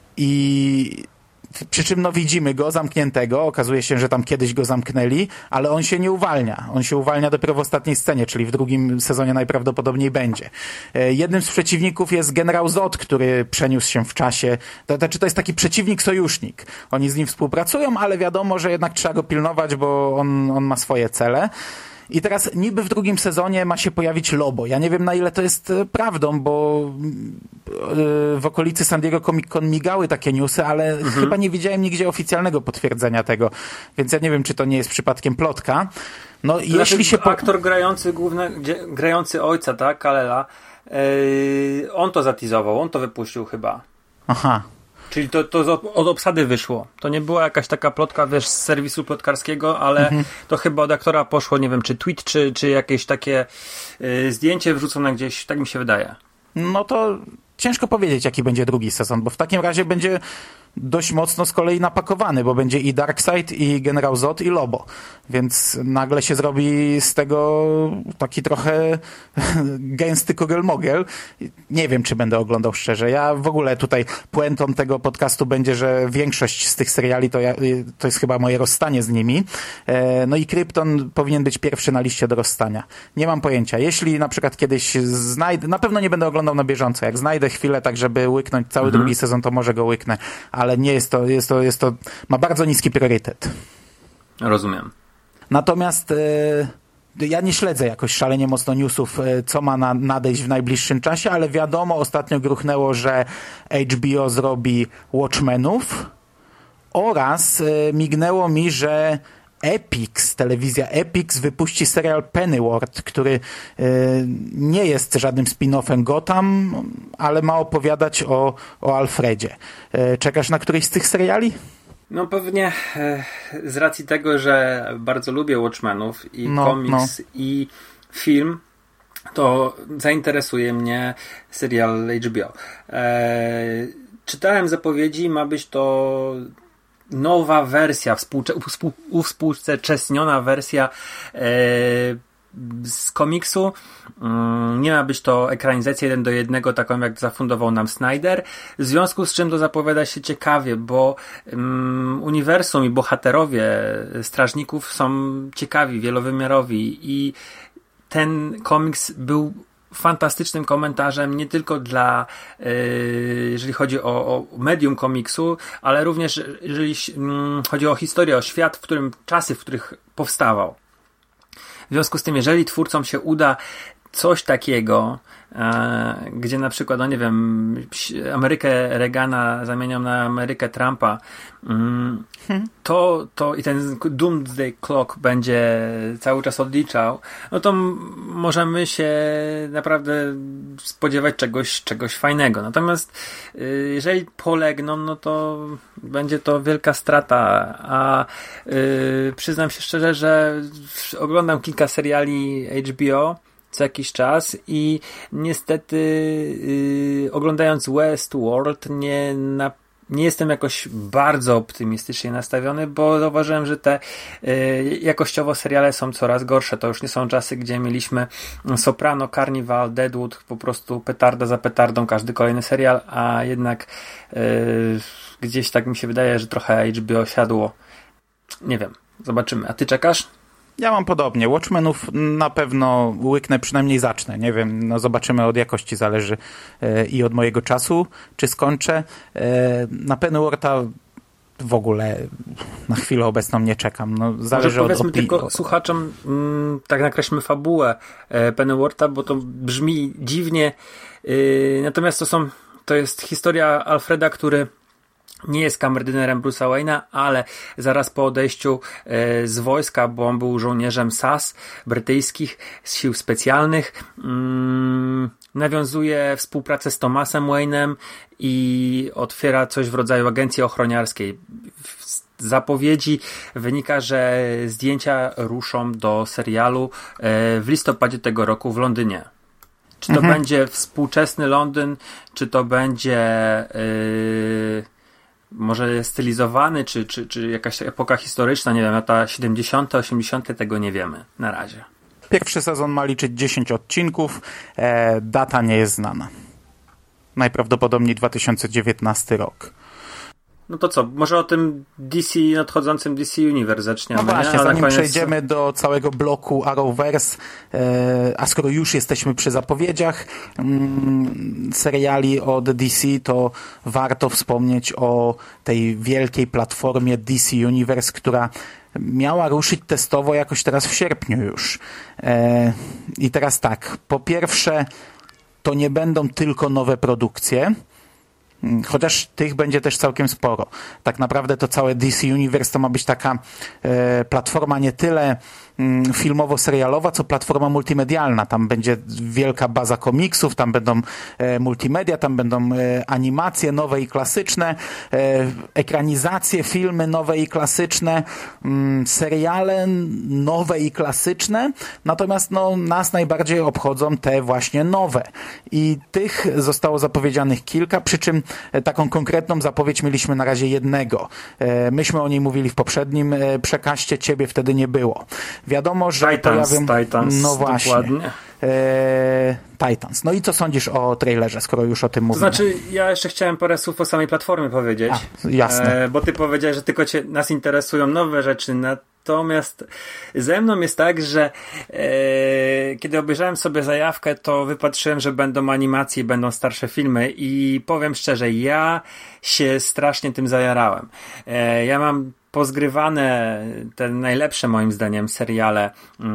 I przy czym no widzimy go zamkniętego, okazuje się, że tam kiedyś go zamknęli, ale on się nie uwalnia. On się uwalnia dopiero w ostatniej scenie, czyli w drugim sezonie najprawdopodobniej będzie. Jednym z przeciwników jest generał Zod, który przeniósł się w czasie. To znaczy to jest taki przeciwnik-sojusznik. Oni z nim współpracują, ale wiadomo, że jednak trzeba go pilnować, bo on, on ma swoje cele. I teraz niby w drugim sezonie ma się pojawić Lobo. Ja nie wiem, na ile to jest prawdą, bo w okolicy San Diego Comic Con migały takie newsy, ale mhm. chyba nie widziałem nigdzie oficjalnego potwierdzenia tego. Więc ja nie wiem, czy to nie jest przypadkiem plotka. No i znaczy, jeśli się... Po... Aktor grający główne, grający ojca, tak, Kal-Ela, yy, on to zatizował, on to wypuścił chyba. Aha. Czyli to, to od obsady wyszło. To nie była jakaś taka plotka, wiesz, z serwisu plotkarskiego, ale mhm. to chyba od aktora poszło, nie wiem, czy tweet, czy, czy jakieś takie y, zdjęcie wrzucone gdzieś, tak mi się wydaje. No to ciężko powiedzieć, jaki będzie drugi sezon, bo w takim razie będzie dość mocno z kolei napakowany, bo będzie i Darkseid, i Generał Zod, i Lobo. Więc nagle się zrobi z tego taki trochę gęsty kogel-mogel. Nie wiem, czy będę oglądał szczerze. Ja w ogóle tutaj puentą tego podcastu będzie, że większość z tych seriali to, ja, to jest chyba moje rozstanie z nimi. No i Krypton powinien być pierwszy na liście do rozstania. Nie mam pojęcia. Jeśli na przykład kiedyś znajdę, na pewno nie będę oglądał na bieżąco. Jak znajdę chwilę tak, żeby łyknąć cały mhm. drugi sezon, to może go łyknę. Ale nie jest to, jest to, jest to, ma bardzo niski priorytet. Rozumiem. Natomiast e, ja nie śledzę jakoś szalenie mocno newsów, co ma na, nadejść w najbliższym czasie, ale wiadomo, ostatnio gruchnęło, że H B O zrobi Watchmenów oraz mignęło mi, że Epix, telewizja Epix wypuści serial Pennyworth, który y, nie jest żadnym spin-offem Gotham, ale ma opowiadać o, o Alfredzie. Y, czekasz na któryś z tych seriali? No pewnie e, z racji tego, że bardzo lubię Watchmenów i no, komiks no. i film, to zainteresuje mnie serial H B O. E, czytałem zapowiedzi, ma być to nowa wersja, współcze- współ- uwspółczesniona wersja e, z komiksu. Mm, nie ma być to ekranizacja jeden do jednego, taką jak zafundował nam Snyder. W związku z czym to zapowiada się ciekawie, bo mm, uniwersum i bohaterowie Strażników są ciekawi, wielowymiarowi i ten komiks był fantastycznym komentarzem nie tylko dla, yy, jeżeli chodzi o, o medium komiksu, ale również jeżeli yy, chodzi o historię, o świat, w którym, czasy, w których powstawał. W związku z tym, jeżeli twórcom się uda coś takiego, e, gdzie na przykład, no nie wiem, Amerykę Reagana zamienią na Amerykę Trumpa, mm, hmm. to, to i ten Doomsday Clock będzie cały czas odliczał, no to m- możemy się naprawdę spodziewać czegoś, czegoś fajnego. Natomiast y, jeżeli polegną, no to będzie to wielka strata, a y, przyznam się szczerze, że oglądam kilka seriali H B O co jakiś czas i niestety yy, oglądając Westworld nie, na, nie jestem jakoś bardzo optymistycznie nastawiony, bo zauważyłem, że te yy, jakościowo seriale są coraz gorsze. To już nie są czasy, gdzie mieliśmy Soprano, Carnival, Deadwood, po prostu petarda za petardą każdy kolejny serial, a jednak yy, gdzieś tak mi się wydaje, że trochę H B O siadło. Nie wiem, zobaczymy. A ty czekasz? Ja mam podobnie. Watchmenów na pewno łyknę, przynajmniej zacznę. Nie wiem, no zobaczymy, od jakości zależy e, i od mojego czasu, czy skończę. E, na Pennywortha w ogóle na chwilę obecną nie czekam. No, zależy Może powiedzmy od tylko opinii. słuchaczom, mm, tak nakreślmy fabułę e, Pennywortha, bo to brzmi dziwnie. E, natomiast to są, to jest historia Alfreda, który nie jest kamerdynerem Bruce'a Wayne'a, ale zaraz po odejściu e, z wojska, bo on był żołnierzem S A S brytyjskich, z sił specjalnych, mm, nawiązuje współpracę z Thomasem Wayne'em i otwiera coś w rodzaju agencji ochroniarskiej. Z zapowiedzi wynika, że zdjęcia ruszą do serialu e, w listopadzie tego roku w Londynie. Czy to mhm. będzie współczesny Londyn, czy to będzie yy, może stylizowany, czy, czy, czy jakaś epoka historyczna, nie wiem, lata siedemdziesiąte, osiemdziesiąte, tego nie wiemy na razie. Pierwszy sezon ma liczyć dziesięć odcinków, e, data nie jest znana. Najprawdopodobniej dwa tysiące dziewiętnasty rok. No to co, może o tym D C, nadchodzącym D C Universe zaczniemy. No właśnie, nie? zanim koniec... przejdziemy do całego bloku Arrowverse, e, a skoro już jesteśmy przy zapowiedziach mm, seriali od D C, to warto wspomnieć o tej wielkiej platformie D C Universe, która miała ruszyć testowo jakoś teraz w sierpniu już. E, I teraz tak, po pierwsze, to nie będą tylko nowe produkcje, chociaż tych będzie też całkiem sporo. Tak naprawdę to całe D C Universe to ma być taka e, platforma nie tyle mm, filmowo-serialowa, co platforma multimedialna. Tam będzie wielka baza komiksów, tam będą e, multimedia, tam będą e, animacje nowe i klasyczne, e, ekranizacje, filmy nowe i klasyczne, mm, seriale nowe i klasyczne. Natomiast no, nas najbardziej obchodzą te właśnie nowe. I tych zostało zapowiedzianych kilka, przy czym taką konkretną zapowiedź mieliśmy na razie jednego. Myśmy o niej mówili w poprzednim przekaście, ciebie wtedy nie było. Wiadomo, że Titans, pojawią... Titans, no właśnie. dokładnie. E... Titans. No i co sądzisz o trailerze, skoro już o tym mówimy? To znaczy, ja jeszcze chciałem parę słów o samej platformie powiedzieć. A, jasne. E, bo ty powiedziałeś, że tylko cię, nas interesują nowe rzeczy, natomiast ze mną jest tak, że e, kiedy obejrzałem sobie zajawkę, to wypatrzyłem, że będą animacje, będą starsze filmy i powiem szczerze, ja się strasznie tym zajarałem. E, ja mam pozgrywane te najlepsze moim zdaniem seriale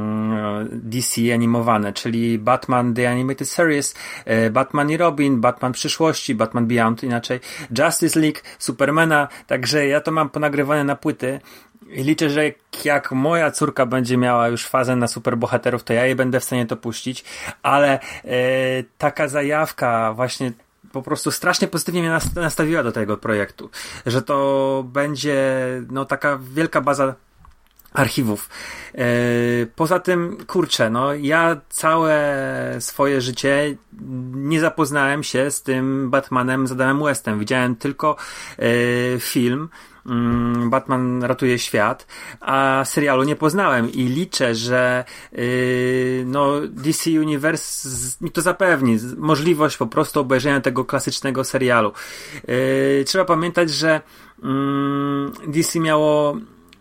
D C animowane, czyli Batman The Animated Series, Batman i Robin, Batman przyszłości, Batman Beyond inaczej, Justice League, Supermana, także ja to mam ponagrywane na płyty i liczę, że jak moja córka będzie miała już fazę na superbohaterów, to ja jej będę w stanie to puścić, ale e, taka zajawka właśnie po prostu strasznie pozytywnie mnie nastawiła do tego projektu, że to będzie no taka wielka baza archiwów. Yy, poza tym, kurczę, no ja całe swoje życie nie zapoznałem się z tym Batmanem z Adamem Westem. Widziałem tylko yy, film yy, Batman ratuje świat, a serialu nie poznałem i liczę, że yy, no D C Universe mi to zapewni możliwość po prostu obejrzenia tego klasycznego serialu. Yy, trzeba pamiętać, że yy, D C miało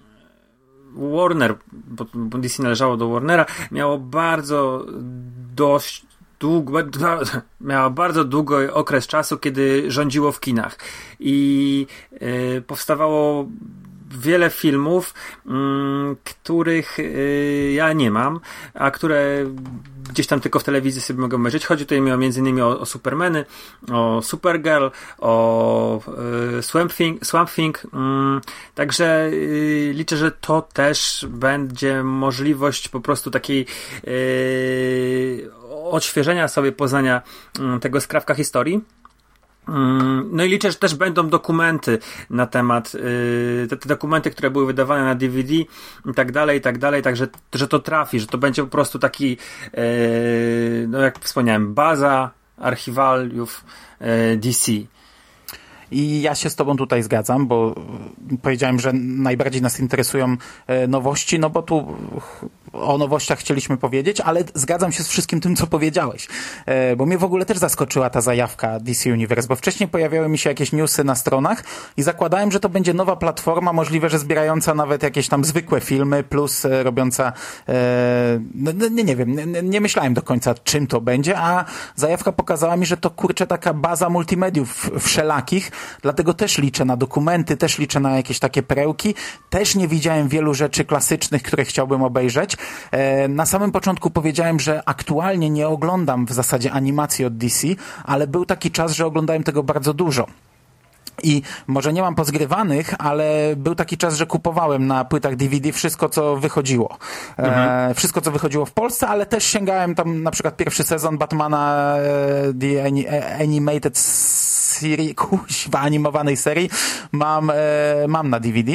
Warner, bo D C należało do Warnera, miało bardzo dość długo, miało bardzo długi okres czasu, kiedy rządziło w kinach i y, powstawało wiele filmów, y, których y, ja nie mam, a które gdzieś tam tylko w telewizji sobie mogę obejrzeć. Chodzi tutaj mi o, między innymi o, o Supermany, o Supergirl, o y, Swamp Thing, Swamp Thing. Y, także y, liczę, że to też będzie możliwość po prostu takiej y, odświeżenia sobie poznania y, tego skrawka historii. No i liczę, że też będą dokumenty na temat, yy, te, te dokumenty, które były wydawane na D V D i tak dalej, i tak dalej, także że to trafi, że to będzie po prostu taki, yy, no jak wspomniałem, baza archiwaliów yy, D C. I ja się z tobą tutaj zgadzam, bo powiedziałem, że najbardziej nas interesują nowości, no bo tu o nowościach chcieliśmy powiedzieć, ale zgadzam się z wszystkim tym, co powiedziałeś. Bo mnie w ogóle też zaskoczyła ta zajawka D C Universe, bo wcześniej pojawiały mi się jakieś newsy na stronach i zakładałem, że to będzie nowa platforma, możliwe, że zbierająca nawet jakieś tam zwykłe filmy, plus robiąca, no, nie, nie wiem, nie, nie myślałem do końca, czym to będzie, a zajawka pokazała mi, że to kurczę taka baza multimediów wszelakich, dlatego też liczę na dokumenty, też liczę na jakieś takie perełki. Też nie widziałem wielu rzeczy klasycznych, które chciałbym obejrzeć. Na samym początku powiedziałem, że aktualnie nie oglądam w zasadzie animacji od D C, ale był taki czas, że oglądałem tego bardzo dużo. I może nie mam pozgrywanych, ale był taki czas, że kupowałem na płytach D V D wszystko, co wychodziło. Mhm. E, wszystko, co wychodziło w Polsce, ale też sięgałem tam na przykład pierwszy sezon Batmana e, The Animated Series, kuźwa, animowanej serii mam, e, mam na D V D.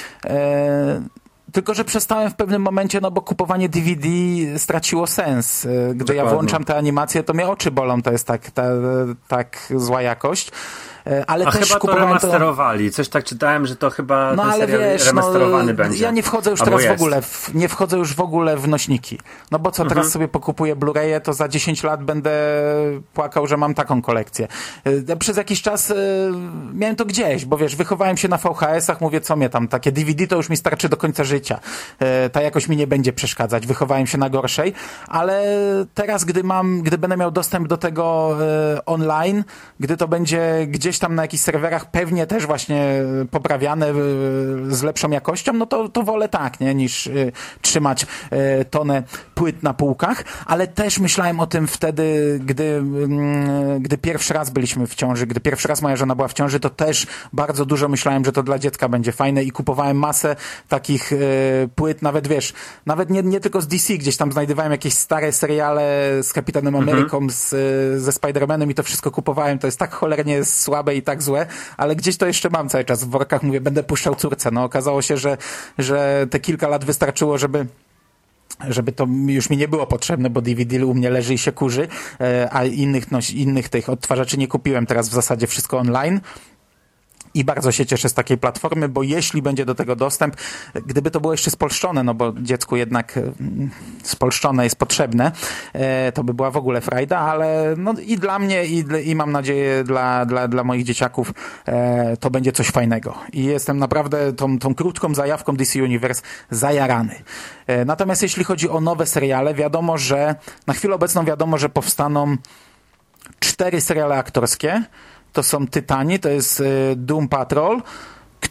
E, Tylko że przestałem w pewnym momencie, no bo kupowanie D V D straciło sens. Gdy Dokładnie. ja włączam te animacje, to mnie oczy bolą, to jest tak, ta, tak zła jakość. Ale A też chyba to remasterowali. To... Coś tak czytałem, że to chyba no, ten ale serial wiesz, remasterowany no, będzie. Ja nie wchodzę już Albo teraz jest. w ogóle w, nie wchodzę już w ogóle w nośniki. No bo co, mhm. teraz sobie pokupuję Blu-raye, to za dziesięć lat będę płakał, że mam taką kolekcję. Przez jakiś czas y, miałem to gdzieś, bo wiesz, wychowałem się na V H S-ach, mówię, co mnie tam, takie D V D to już mi starczy do końca życia. Y, ta jakość mi nie będzie przeszkadzać. Wychowałem się na gorszej, ale teraz, gdy mam, gdy będę miał dostęp do tego y, online, gdy to będzie gdzieś tam na jakichś serwerach pewnie też właśnie poprawiane z lepszą jakością, no to, to wolę tak, nie, niż y, trzymać y, tonę płyt na półkach, ale też myślałem o tym wtedy, gdy, y, gdy pierwszy raz byliśmy w ciąży, gdy pierwszy raz moja żona była w ciąży, to też bardzo dużo myślałem, że to dla dziecka będzie fajne i kupowałem masę takich y, płyt, nawet wiesz, nawet nie, nie tylko z D C, gdzieś tam znajdowałem jakieś stare seriale z Kapitanem Ameryką, mhm. z, ze Spider-Manem i to wszystko kupowałem, to jest tak cholernie słabe i tak złe, ale gdzieś to jeszcze mam cały czas w workach, mówię, będę puszczał córce. No okazało się, że, że te kilka lat wystarczyło, żeby żeby to już mi nie było potrzebne, bo D V D u mnie leży i się kurzy, a innych, no, innych tych odtwarzaczy nie kupiłem, teraz w zasadzie wszystko online. I bardzo się cieszę z takiej platformy, bo jeśli będzie do tego dostęp, gdyby to było jeszcze spolszczone, no bo dziecku jednak spolszczone jest potrzebne, to by była w ogóle frajda, ale no i dla mnie i, i mam nadzieję dla, dla, dla moich dzieciaków to będzie coś fajnego. I jestem naprawdę tą, tą krótką zajawką D C Universe zajarany. Natomiast jeśli chodzi o nowe seriale, wiadomo, że na chwilę obecną wiadomo, że powstaną cztery seriale aktorskie. To są Tytani, to jest Doom Patrol,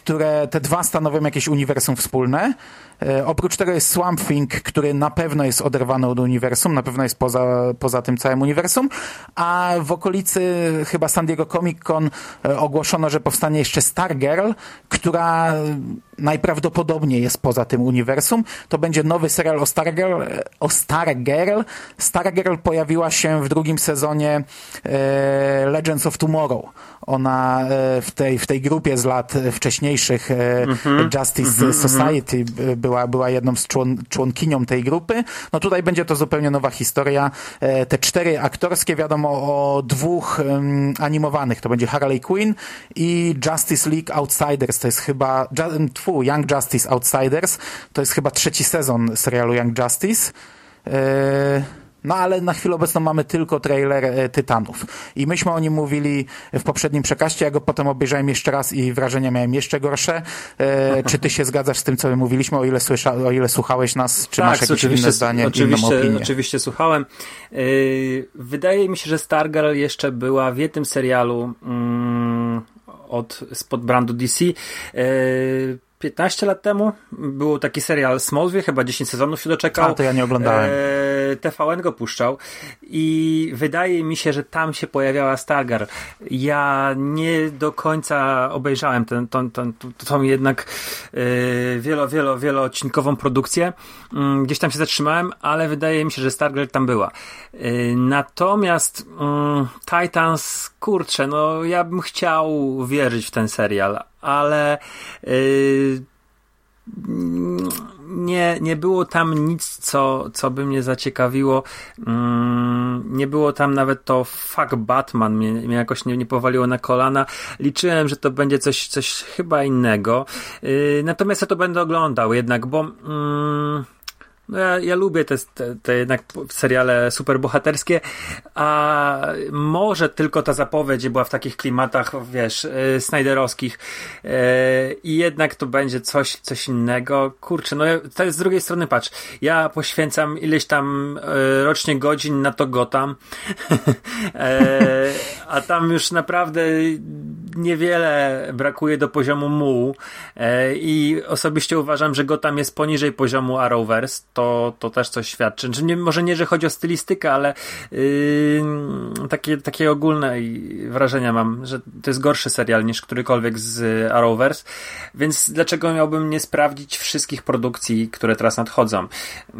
które te dwa stanowią jakieś uniwersum wspólne. E, oprócz tego jest Swamp Thing, który na pewno jest oderwany od uniwersum, na pewno jest poza, poza tym całym uniwersum, a w okolicy chyba San Diego Comic Con e, ogłoszono, że powstanie jeszcze Stargirl, która najprawdopodobniej jest poza tym uniwersum. To będzie nowy serial o Stargirl. O Stargirl. Stargirl pojawiła się w drugim sezonie e, Legends of Tomorrow. Ona e, w, tej, w tej grupie z lat wcześniejszych e, mm-hmm. Justice mm-hmm. Society była, była jedną z człon, członkinią tej grupy. No tutaj będzie to zupełnie nowa historia. E, te cztery aktorskie, wiadomo o dwóch um, animowanych. To będzie Harley Quinn i Justice League Outsiders. To jest chyba Tfu, Young Justice Outsiders. To jest chyba trzeci sezon serialu Young Justice. E, No ale na chwilę obecną mamy tylko trailer e, Tytanów. I myśmy o nim mówili w poprzednim przekaście, ja go potem obejrzałem jeszcze raz i wrażenia miałem jeszcze gorsze. E, czy ty się zgadzasz z tym, co my mówiliśmy, o ile, słysza, o ile słuchałeś nas, czy tak, masz jakieś inne zdanie, oczywiście, inną opinię? Oczywiście słuchałem. Yy, wydaje mi się, że Stargirl jeszcze była w jednym serialu mm, od, spod brandu D C. Yy, piętnaście lat temu był taki serial Smallville, chyba dziesięć sezonów się doczekał. A, to ja nie oglądałem. E, T V N go puszczał i wydaje mi się, że tam się pojawiała Stargirl. Ja nie do końca obejrzałem tę tą, tą, tą, tą jednak e, wielo, wielo, wieloodcinkową produkcję. Mm, gdzieś tam się zatrzymałem, ale wydaje mi się, że Stargirl tam była. E, natomiast mm, Titans, kurczę, no ja bym chciał wierzyć w ten serial, ale yy, nie, nie było tam nic, co, co by mnie zaciekawiło. Yy, nie było tam nawet to fuck Batman, mnie, mnie jakoś nie, nie powaliło na kolana. Liczyłem, że to będzie coś, coś chyba innego. Yy, natomiast ja to będę oglądał jednak, bo yy, no ja, ja lubię te, te, te jednak seriale superbohaterskie, a może tylko ta zapowiedź była w takich klimatach, wiesz, yy, snajderowskich yy, i jednak to będzie coś, coś innego. Kurczę, no to jest z drugiej strony, patrz, ja poświęcam ileś tam yy, rocznie godzin na to Gotham, yy, a tam już naprawdę niewiele brakuje do poziomu mułu yy, i osobiście uważam, że Gotham jest poniżej poziomu Arrowverse. To, to też coś świadczy. Znaczy nie, może nie, że chodzi o stylistykę, ale yy, takie, takie ogólne wrażenia mam, że to jest gorszy serial niż którykolwiek z Arrowverse, więc dlaczego miałbym nie sprawdzić wszystkich produkcji, które teraz nadchodzą? Yy,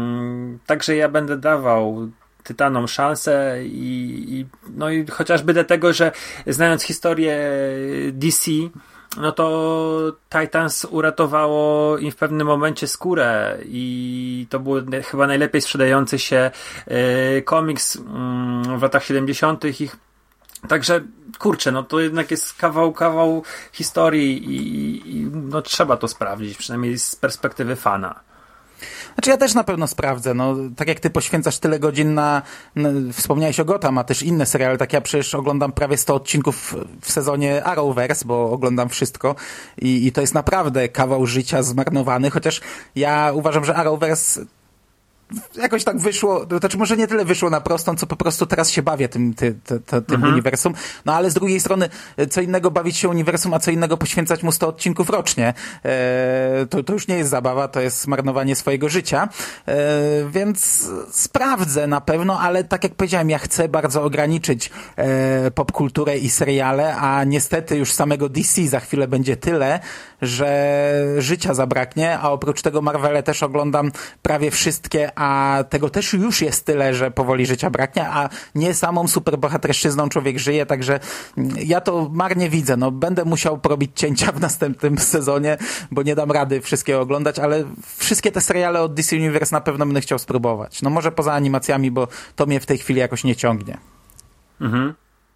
także ja będę dawał Tytanom szansę i, i, no i chociażby dlatego, że znając historię D C, no to Titans uratowało im w pewnym momencie skórę i to był chyba najlepiej sprzedający się y, komiks y, w latach siedemdziesiątych ich. Także kurczę, no to jednak jest kawał, kawał historii i, i no trzeba to sprawdzić, przynajmniej z perspektywy fana. Znaczy ja też na pewno sprawdzę, no tak jak ty poświęcasz tyle godzin na, na wspomniałeś o Gotham, a też inne seriale, tak ja przecież oglądam prawie sto odcinków w sezonie Arrowverse, bo oglądam wszystko i, i to jest naprawdę kawał życia zmarnowany, chociaż ja uważam, że Arrowverse jakoś tak wyszło, to znaczy może nie tyle wyszło na prostą, co po prostu teraz się bawię tym, ty, ty, ty, tym mhm. uniwersum, no ale z drugiej strony co innego bawić się uniwersum, a co innego poświęcać mu sto odcinków rocznie. E, to, to już nie jest zabawa, to jest marnowanie swojego życia, e, więc sprawdzę na pewno, ale tak jak powiedziałem, ja chcę bardzo ograniczyć e, popkulturę i seriale, a niestety już samego D C za chwilę będzie tyle, że życia zabraknie, a oprócz tego Marvele też oglądam prawie wszystkie, a tego też już jest tyle, że powoli życia braknie, a nie samą superbohaterszczyzną człowiek żyje, także ja to marnie widzę. No, będę musiał porobić cięcia w następnym sezonie, bo nie dam rady wszystkiego oglądać, ale wszystkie te seriale od D C Universe na pewno będę chciał spróbować. No może poza animacjami, bo to mnie w tej chwili jakoś nie ciągnie. Mhm.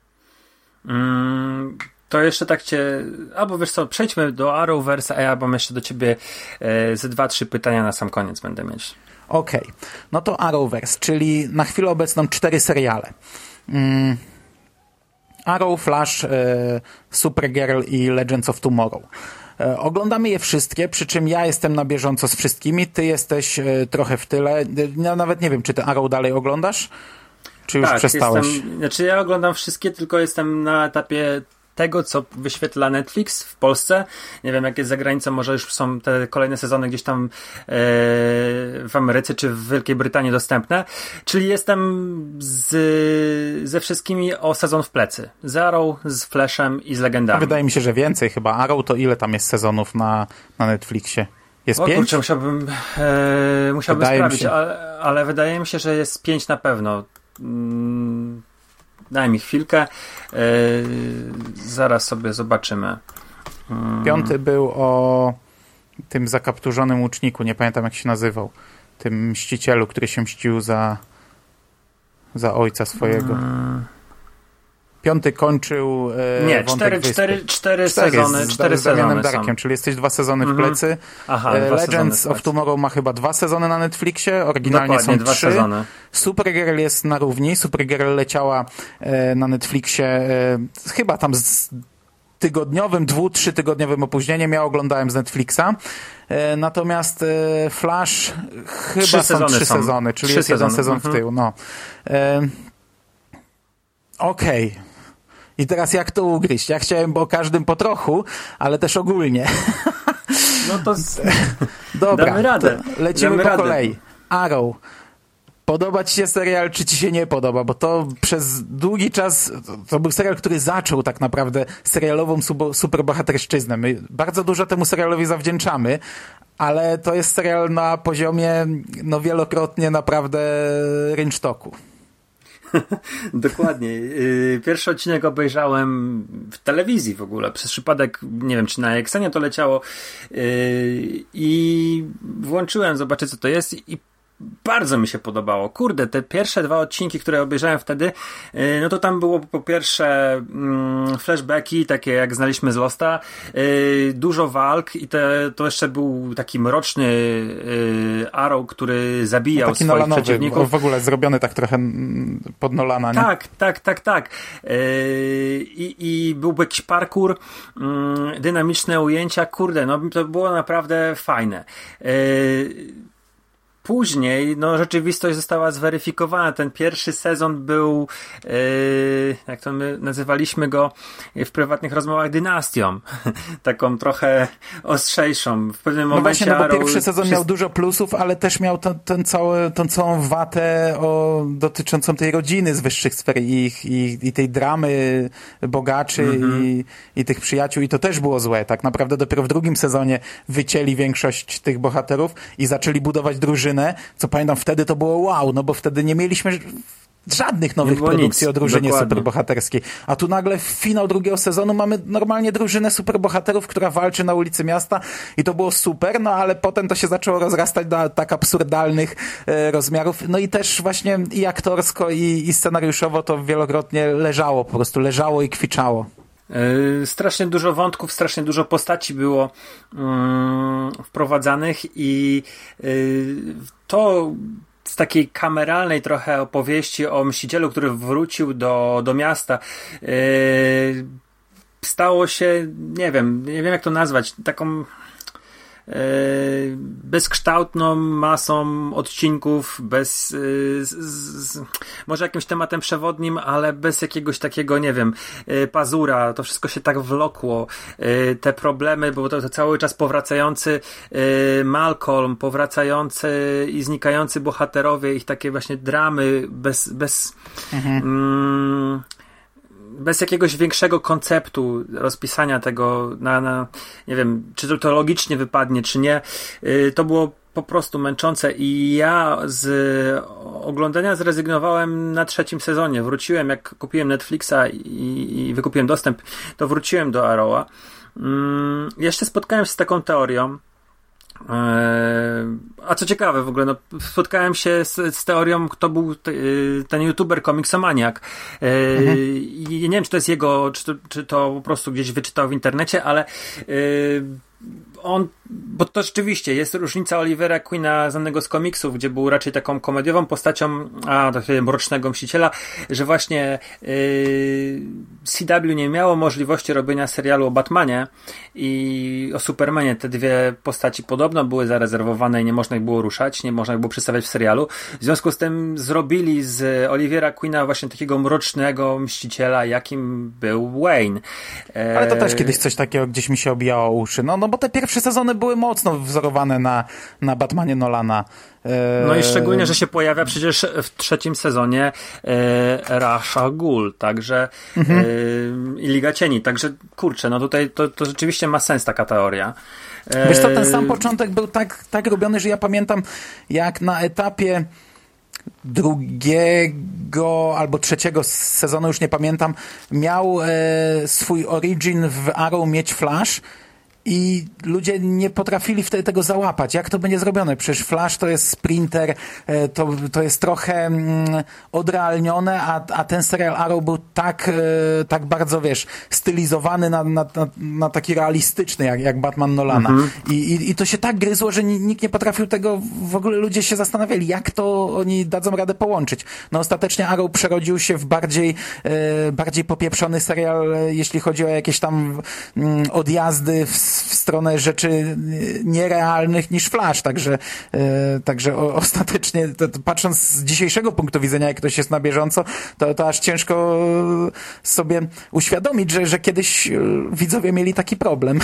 Mm. To jeszcze tak cię... Albo wiesz co, przejdźmy do Arrowverse, a ja mam jeszcze do ciebie e, ze dwa, trzy pytania na sam koniec będę mieć. Okej. Okay. No to Arrowverse, czyli na chwilę obecną cztery seriale. Mm. Arrow, Flash, e, Supergirl i Legends of Tomorrow. E, oglądamy je wszystkie, przy czym ja jestem na bieżąco z wszystkimi, ty jesteś e, trochę w tyle. Ja nawet nie wiem, czy ty Arrow dalej oglądasz? Czy już tak, przestałeś? Jestem, znaczy ja oglądam wszystkie, tylko jestem na etapie tego, co wyświetla Netflix w Polsce. Nie wiem, jak jest za granicą, może już są te kolejne sezony gdzieś tam e, w Ameryce czy w Wielkiej Brytanii dostępne. Czyli jestem z, ze wszystkimi o sezon w plecy. Z Arrow, z Flashem i z Legendami. Wydaje mi się, że więcej chyba. Arrow to ile tam jest sezonów na, na Netflixie? Jest o pięć? Kurczę, musiałbym, e, musiałbym Wydaje sprawdzić, mi się... ale, ale wydaje mi się, że jest pięć na pewno. Mm, daj mi chwilkę. E, zaraz sobie zobaczymy. Mm. Piąty był o tym zakapturzonym łuczniku, nie pamiętam jak się nazywał. Tym mścicielu, który się mścił za za ojca swojego. Mm. Piąty kończył e, Nie, cztery, cztery, cztery sezony. Z, cztery z Damianem sezony Darkiem, są. czyli jesteś dwa sezony w Mm-hmm. plecy. Aha, e, dwa Legends sezony of Tomorrow ma chyba dwa sezony na Netflixie, oryginalnie Dokładnie, są dwa trzy. sezony. Supergirl jest na równi. Supergirl leciała e, na Netflixie e, chyba tam z tygodniowym, dwu, trzytygodniowym opóźnieniem. Ja oglądałem z Netflixa. E, natomiast e, Flash chyba trzy są sezony trzy są. sezony, czyli trzy jest jeden sezony. sezon Mm-hmm. w tył. No. E, Okej. Okay. I teraz jak to ugryźć? Ja chciałem o każdym po trochu, ale też ogólnie. No to z... Dobra, damy radę. lecimy damy po radę. kolei. Arrow. Podoba ci się serial, czy ci się nie podoba? Bo to przez długi czas, to był serial, który zaczął tak naprawdę serialową superbohaterszczyznę. My bardzo dużo temu serialowi zawdzięczamy, ale to jest serial na poziomie no wielokrotnie naprawdę rynsztoku. Dokładnie. Pierwszy odcinek obejrzałem w telewizji w ogóle. Przez przypadek, nie wiem, czy na Exenie to leciało i włączyłem, zobaczyć co to jest i bardzo mi się podobało. Kurde, te pierwsze dwa odcinki, które obejrzałem wtedy, no to tam było po pierwsze mm, flashbacki, takie jak znaliśmy z Losta, yy, dużo walk i te, to jeszcze był taki mroczny yy, Arrow, który zabijał no taki swoich Nolanowy, przeciwników. w ogóle zrobiony tak trochę pod Nolana, nie? Tak, tak, tak, tak. Yy, i, I był jakiś parkour, yy, dynamiczne ujęcia, kurde, no to było naprawdę fajne. Yy, Później, no rzeczywistość została zweryfikowana. Ten pierwszy sezon był, yy, jak to my nazywaliśmy go w prywatnych rozmowach, dynastią. Taką trochę ostrzejszą. W pewnym no momencie... właśnie, no bo Arrow pierwszy sezon przez... miał dużo plusów, ale też miał ten, ten cały, tą całą watę o, dotyczącą tej rodziny z wyższych sfer i, ich, i, i tej dramy bogaczy mm-hmm. i, i tych przyjaciół i to też było złe. Tak naprawdę dopiero w drugim sezonie wycięli większość tych bohaterów i zaczęli budować drużynę, co pamiętam wtedy to było wow, no bo wtedy nie mieliśmy żadnych nowych produkcji nic, o drużynie dokładnie. superbohaterskiej. A tu nagle w finał drugiego sezonu mamy normalnie drużynę superbohaterów, która walczy na ulicy miasta i to było super, no ale potem to się zaczęło rozrastać do tak absurdalnych e, rozmiarów. No i też właśnie i aktorsko i, i scenariuszowo to wielokrotnie leżało, po prostu leżało i kwiczało. Yy, strasznie dużo wątków, strasznie dużo postaci było yy, wprowadzanych i yy, to z takiej kameralnej trochę opowieści o mścicielu, który wrócił do, do miasta, yy, stało się, nie wiem, nie wiem jak to nazwać, taką bezkształtną masą odcinków, bez z, z, może jakimś tematem przewodnim, ale bez jakiegoś takiego, nie wiem, pazura. To wszystko się tak wlokło. Te problemy, bo to, to cały czas powracający Malcolm, powracający i znikający bohaterowie, ich takie właśnie dramy bez bez mhm. mm, bez jakiegoś większego konceptu rozpisania tego na, na nie wiem, czy to, to logicznie wypadnie, czy nie. Yy, to było po prostu męczące i ja z oglądania zrezygnowałem na trzecim sezonie. Wróciłem, jak kupiłem Netflixa i, i wykupiłem dostęp, to wróciłem do Arrowa. Yy, jeszcze spotkałem się z taką teorią, a co ciekawe w ogóle, no, spotkałem się z, z teorią, kto był te, ten youtuber Komiksomaniak. Mhm. I nie wiem, czy to jest jego, czy to, czy to po prostu gdzieś wyczytał w internecie, ale on bo to rzeczywiście jest różnica Olivera Queena znanego z komiksów, gdzie był raczej taką komediową postacią, a takiego mrocznego mściciela, że właśnie yy, C W nie miało możliwości robienia serialu o Batmanie i o Supermanie. Te dwie postaci podobno były zarezerwowane i nie można ich było ruszać, nie można ich było przedstawiać w serialu. W związku z tym zrobili z Olivera Queena właśnie takiego mrocznego mściciela, jakim był Wayne. E... Ale to też kiedyś coś takiego gdzieś mi się obijało uszy. No, no bo te pierwsze sezony były mocno wzorowane na, na Batmanie Nolana. E... No i szczególnie, że się pojawia przecież w trzecim sezonie e, Ra's al Ghul, także mhm. e, i Liga Cieni, także kurczę, no tutaj to, to rzeczywiście ma sens taka teoria. E... Wiesz co, ten sam początek był tak, tak robiony, że ja pamiętam, jak na etapie drugiego albo trzeciego sezonu, już nie pamiętam, miał e, swój origin w Arrow mieć Flash i ludzie nie potrafili wtedy tego załapać. Jak to będzie zrobione? Przecież Flash to jest sprinter, e, to, to jest trochę mm, odrealnione, a, a ten serial Arrow był tak, e, tak bardzo, wiesz, stylizowany na, na, na, na taki realistyczny, jak, jak Batman Nolana. Mhm. I, i, I to się tak gryzło, że nikt nie potrafił tego, w ogóle ludzie się zastanawiali, jak to oni dadzą radę połączyć. No ostatecznie Arrow przerodził się w bardziej, e, bardziej popieprzony serial, e, jeśli chodzi o jakieś tam mm, odjazdy w w stronę rzeczy nierealnych niż Flash, także, e, także o, ostatecznie to, to patrząc z dzisiejszego punktu widzenia, jak ktoś jest na bieżąco, to, to aż ciężko sobie uświadomić, że, że kiedyś widzowie mieli taki problem.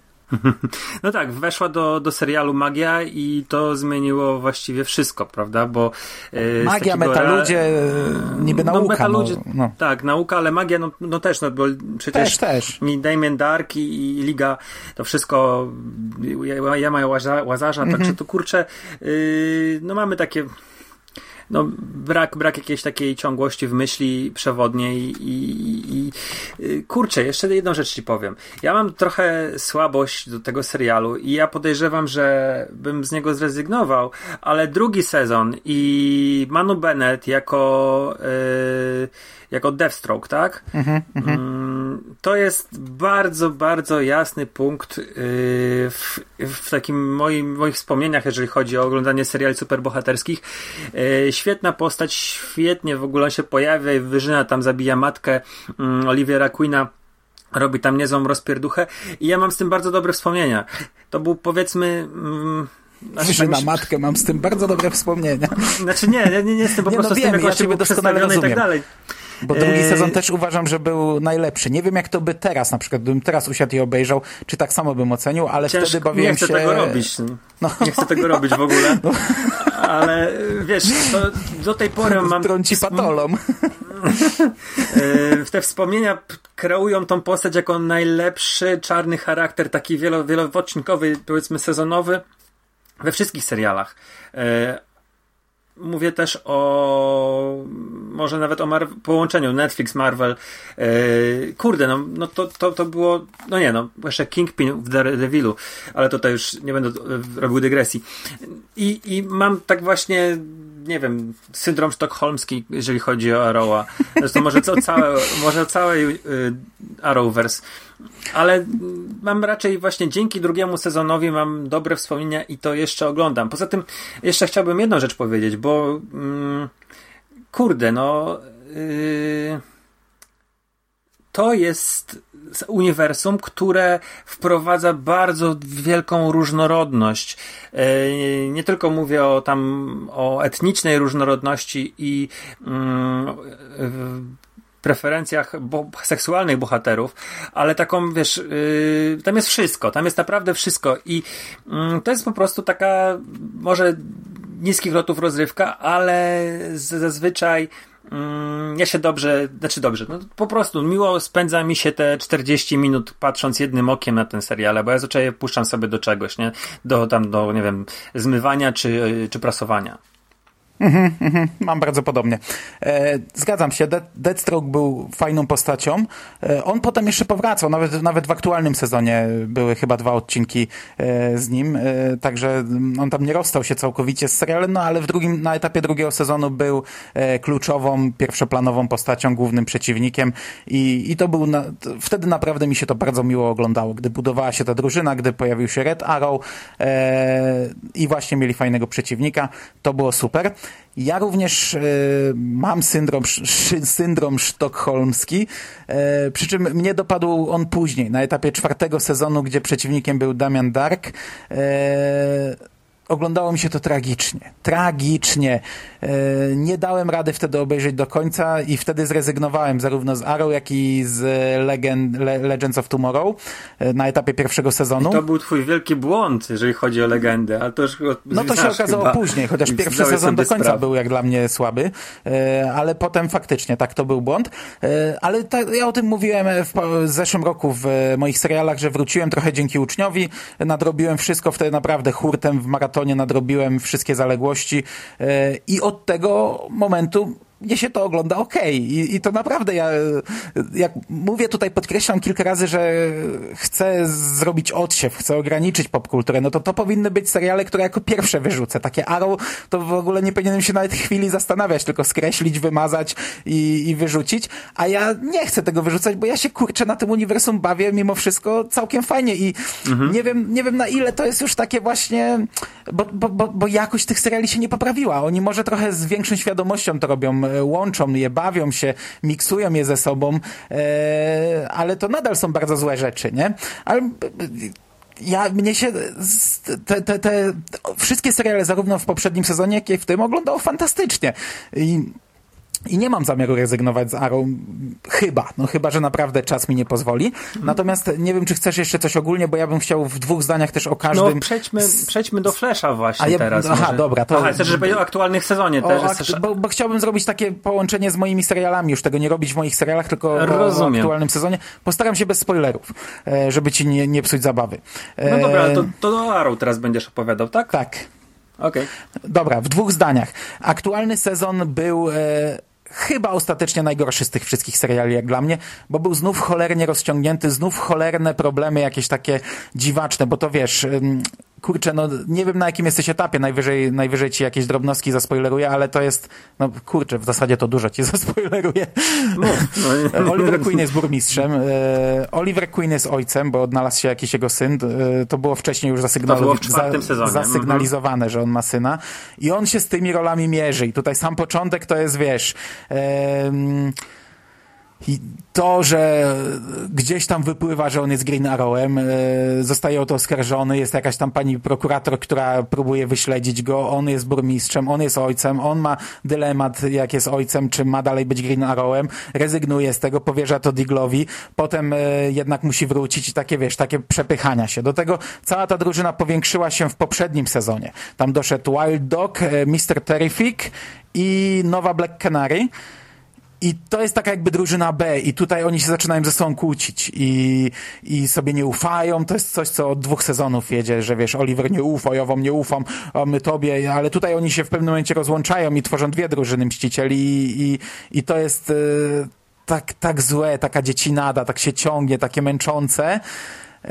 No tak, weszła do, do serialu magia i to zmieniło właściwie wszystko, prawda? Bo e, magia, metaludzie, ra... niby nauka. No, metaludzie, no, no. Tak, nauka, ale magia no, no też, no bo przecież też, też. Mi Damien Dark i, i Liga, to wszystko ja mają Łazarza, mm-hmm. także to kurczę, yy, no mamy takie no brak, brak jakiejś takiej ciągłości w myśli przewodniej i, i, i kurczę, jeszcze jedną rzecz ci powiem. Ja mam trochę słabość do tego serialu i ja podejrzewam, że bym z niego zrezygnował, ale drugi sezon i Manu Bennett jako yy, jako Deathstroke, tak? Mm-hmm, mm, to jest bardzo, bardzo jasny punkt yy, w, w takim moim, moich wspomnieniach, jeżeli chodzi o oglądanie seriali superbohaterskich. Yy, świetna postać, świetnie w ogóle się pojawia i wyżyna tam, zabija matkę yy, Olivera Queena, robi tam niezłą rozpierduchę i ja mam z tym bardzo dobre wspomnienia. To był powiedzmy... Yy, Znaczy, na matkę mam z tym bardzo dobre wspomnienia. Znaczy nie, nie, nie, nie z tym po nie, prostu no z tym, wiem, jak ja ciebie doskonale rozumiem. I tak dalej. Bo drugi sezon też uważam, że był najlepszy. Nie wiem, jak to by teraz, na przykład, gdybym teraz usiadł i obejrzał, czy tak samo bym ocenił, ale Ciężko, wtedy bawiłem się... Nie chcę tego robić. No. Nie chcę tego robić w ogóle. No. Ale wiesz, to do tej pory mam... Trąci patolom. Te wspomnienia kreują tą postać jako najlepszy czarny charakter, taki wielo, wieloodcinkowy, powiedzmy sezonowy, we wszystkich serialach. Mówię też o może nawet o Mar- połączeniu Netflix, Marvel. Yy, kurde, no, no to, to, to było, no nie no, jeszcze Kingpin w Daredevilu, ale tutaj już nie będę robił dygresji. I, i mam tak właśnie, nie wiem, syndrom sztokholmski, jeżeli chodzi o Arrowa. Zresztą może co, całe, może całe yy, Arrowverse. Ale mam raczej właśnie dzięki drugiemu sezonowi mam dobre wspomnienia i to jeszcze oglądam. Poza tym jeszcze chciałbym jedną rzecz powiedzieć, bo mm, kurde, no yy, to jest uniwersum, które wprowadza bardzo wielką różnorodność. Yy, nie tylko mówię o tam o etnicznej różnorodności i yy, yy, preferencjach bo- seksualnych bohaterów, ale taką, wiesz, yy, tam jest wszystko, tam jest naprawdę wszystko i yy, to jest po prostu taka może niskich lotów rozrywka, ale z- zazwyczaj yy, ja się dobrze, znaczy dobrze, no po prostu miło spędza mi się te czterdzieści minut patrząc jednym okiem na ten serial, bo ja zazwyczaj puszczam sobie do czegoś, nie? Do tam, do, nie wiem, zmywania czy, czy prasowania. Mhm, mhm, mam bardzo podobnie. E, zgadzam się, De- Deathstroke był fajną postacią. E, on potem jeszcze powracał, nawet, nawet w aktualnym sezonie były chyba dwa odcinki e, z nim, e, także on tam nie rozstał się całkowicie z serialem, no ale w drugim, na etapie drugiego sezonu był e, kluczową, pierwszoplanową postacią, głównym przeciwnikiem i, i to był, na, to, wtedy naprawdę mi się to bardzo miło oglądało, gdy budowała się ta drużyna, gdy pojawił się Red Arrow e, i właśnie mieli fajnego przeciwnika, to było super. Ja również e, mam syndrom, sz, syndrom sztokholmski, e, przy czym mnie dopadł on później, na etapie czwartego sezonu, gdzie przeciwnikiem był Damian Dark. E, Oglądało mi się to tragicznie. Tragicznie. E, nie dałem rady wtedy obejrzeć do końca i wtedy zrezygnowałem zarówno z Arrow, jak i z Legend, Le, Legends of Tomorrow e, na etapie pierwszego sezonu. I to był twój wielki błąd, jeżeli chodzi o legendę, ale to już No to się okazało chyba później, chociaż pierwszy sezon do końca sprawę. był jak dla mnie słaby, e, ale potem faktycznie tak to był błąd. E, ale ta, ja o tym mówiłem w, w zeszłym roku w moich serialach, że wróciłem trochę dzięki uczniowi, nadrobiłem wszystko wtedy naprawdę hurtem w maratonie, nadrobiłem wszystkie zaległości i od tego momentu mnie się to ogląda okej. Okay. I, I to naprawdę ja, jak mówię tutaj, podkreślam kilka razy, że chcę zrobić odsiew, chcę ograniczyć popkulturę, no to to powinny być seriale, które jako pierwsze wyrzucę. Takie Arrow to w ogóle nie powinienem się nawet chwili zastanawiać, tylko skreślić, wymazać i, i wyrzucić. A ja nie chcę tego wyrzucać, bo ja się kurczę na tym uniwersum bawię mimo wszystko całkiem fajnie i mhm. nie wiem, nie wiem na ile to jest już takie właśnie, bo, bo, bo, bo jakość tych seriali się nie poprawiła. Oni może trochę z większą świadomością to robią, łączą je, bawią się, miksują je ze sobą, e, ale to nadal są bardzo złe rzeczy, nie? Ale ja, mnie się te, te, te wszystkie seriale zarówno w poprzednim sezonie, jak i w tym oglądało fantastycznie. I I nie mam zamiaru rezygnować z Arrow, chyba, no chyba, że naprawdę czas mi nie pozwoli. Natomiast nie wiem, czy chcesz jeszcze coś ogólnie, bo ja bym chciał w dwóch zdaniach też o każdym... No przejdźmy, przejdźmy do Flasha właśnie ja, teraz. Aha, może. dobra. To... Aha, chcesz, żeby powiedzieć o aktualnym sezonie o, też. akt, jest... bo, bo chciałbym zrobić takie połączenie z moimi serialami, już tego nie robić w moich serialach, tylko Rozumiem. o aktualnym sezonie. Postaram się bez spoilerów, żeby ci nie, nie psuć zabawy. No dobra, ale to, to do Arrow teraz będziesz opowiadał, tak? Tak. Okej. Okay. Dobra, w dwóch zdaniach. Aktualny sezon był... E, chyba ostatecznie najgorszy z tych wszystkich seriali jak dla mnie, bo był znów cholernie rozciągnięty, znów cholerne problemy jakieś takie dziwaczne, bo to wiesz... Kurczę, no nie wiem na jakim jesteś etapie, najwyżej, najwyżej ci jakieś drobnostki zaspoileruję, ale to jest, no kurczę, w zasadzie to dużo ci zaspoileruję. No, no Oliver Queen jest burmistrzem, e, Oliver Queen jest ojcem, bo odnalazł się jakiś jego syn, e, to było wcześniej już zasygnalizowane, za, zasygnalizowane mm-hmm. że on ma syna i on się z tymi rolami mierzy i tutaj sam początek to jest, wiesz... E, I to, że gdzieś tam wypływa, że on jest Green Arrowem, zostaje o to oskarżony, jest jakaś tam pani prokurator, która próbuje wyśledzić go, on jest burmistrzem, on jest ojcem, on ma dylemat, jak jest ojcem, czy ma dalej być Green Arrowem, rezygnuje z tego, powierza to Digglowi, potem jednak musi wrócić i takie, wiesz, takie przepychania się. Do tego cała ta drużyna powiększyła się w poprzednim sezonie. Tam doszedł Wild Dog, mister Terrific i nowa Black Canary. I to jest taka jakby drużyna B i tutaj oni się zaczynają ze sobą kłócić i, i sobie nie ufają. To jest coś, co od dwóch sezonów jedzie, że wiesz, Oliver nie ufa, ja wam nie ufam, a my tobie, ale tutaj oni się w pewnym momencie rozłączają i tworzą dwie drużyny mścicieli i, i, i to jest y, tak, tak złe, taka dziecinada, tak się ciągnie, takie męczące. Y,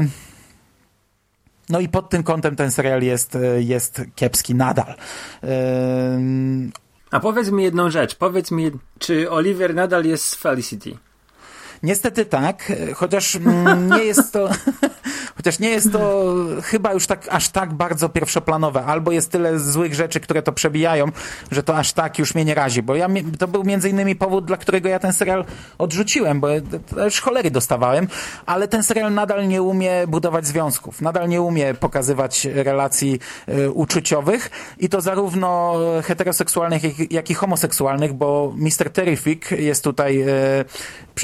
No i pod tym kątem ten serial jest, jest kiepski nadal. Yy... A powiedz mi jedną rzecz. Powiedz mi, czy Oliver nadal jest z Felicity? Niestety tak, chociaż mm, nie jest to chociaż nie jest to chyba już tak aż tak bardzo pierwszoplanowe. Albo jest tyle złych rzeczy, które to przebijają, że to aż tak już mnie nie razi. Bo ja, to był między innymi powód, dla którego ja ten serial odrzuciłem, bo już cholery dostawałem, ale ten serial nadal nie umie budować związków. Nadal nie umie pokazywać relacji y, uczuciowych i to zarówno heteroseksualnych, jak, jak i homoseksualnych, bo mister Terrific jest tutaj y, przedstawicielem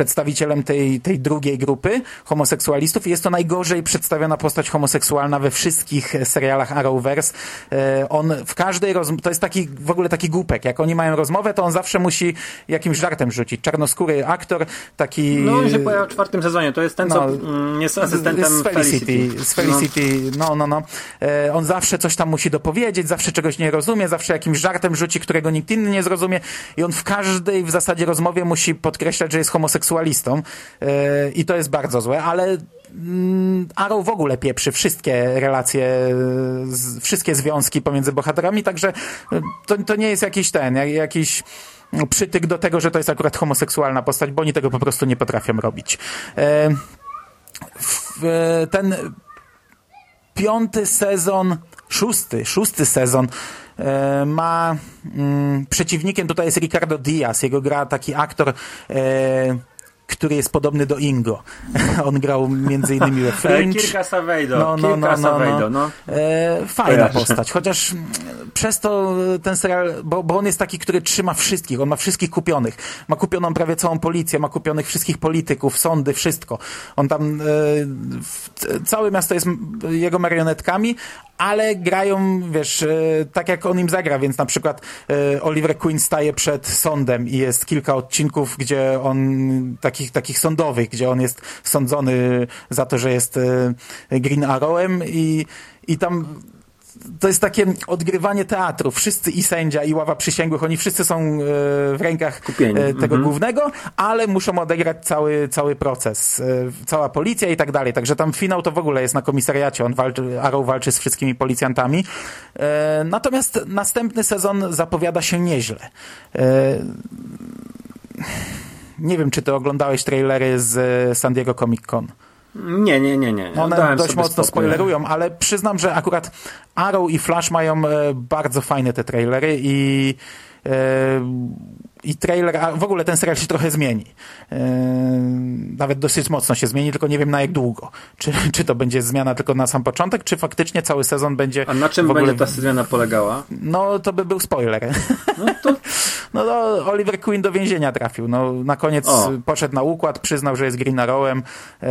przedstawicielem tej, tej drugiej grupy homoseksualistów i jest to najgorzej przedstawiona postać homoseksualna we wszystkich serialach Arrowverse. On w każdej rozmowie, to jest taki w ogóle taki głupek, jak oni mają rozmowę, to on zawsze musi jakimś żartem rzucić. Czarnoskóry aktor, taki... No on się pojawia w czwartym sezonie, to jest ten, no, co mm, jest asystentem z Felicity. Felicity. Z Felicity, no, no, no. E, on zawsze coś tam musi dopowiedzieć, zawsze czegoś nie rozumie, zawsze jakimś żartem rzuci, którego nikt inny nie zrozumie i on w każdej w zasadzie rozmowie musi podkreślać, że jest homoseksualistą e, i to jest bardzo złe, ale mm, Arrow w ogóle pieprzy wszystkie relacje, z, wszystkie związki pomiędzy bohaterami, także to, to nie jest jakiś ten, jak, jakiś przytyk do tego, że to jest akurat homoseksualna postać, bo oni tego po prostu nie potrafią robić. E, w, ten piąty sezon, szósty, szósty sezon e, ma mm, przeciwnikiem tutaj jest Ricardo Diaz. Jego gra taki aktor, e, który jest podobny do Ingo. On grał między innymi we Fringe. Kirka Saveido. No, no, Kirka no, no, Saveido, no. E, fajna postać, chociaż przez to ten serial, bo, bo on jest taki, który trzyma wszystkich, on ma wszystkich kupionych. Ma kupioną prawie całą policję, ma kupionych wszystkich polityków, sądy, wszystko. On tam, e, w, całe miasto jest jego marionetkami, ale grają, wiesz, e, tak jak on im zagra, więc na przykład e, Oliver Queen staje przed sądem i jest kilka odcinków, gdzie on, takich, takich sądowych, gdzie on jest sądzony za to, że jest e, Green Arrowem i, i tam to jest takie odgrywanie teatru. Wszyscy i sędzia, i ława przysięgłych, oni wszyscy są e, w rękach Kupieni. e, tego Mhm. głównego, ale muszą odegrać cały, cały proces. E, cała policja i tak dalej. Także tam finał to w ogóle jest na komisariacie. On walczy, Arrow walczy z wszystkimi policjantami. E, natomiast następny sezon zapowiada się nieźle. E, nie wiem, czy ty oglądałeś trailery z San Diego Comic Con. Nie, nie, nie, nie. One Dałem dość sobie mocno spokój. spoilerują, ale przyznam, że akurat Arrow i Flash mają e, bardzo fajne te trailery i e, i trailer, a w ogóle ten serial się trochę zmieni. E, nawet dosyć mocno się zmieni, tylko nie wiem na jak długo. Czy, czy to będzie zmiana tylko na sam początek, czy faktycznie cały sezon będzie... A na czym w ogóle... będzie ta zmiana polegała? No, to by był spoiler. No to... No, no Oliver Queen do więzienia trafił. No, na koniec O. poszedł na układ, przyznał, że jest Green Arrowem,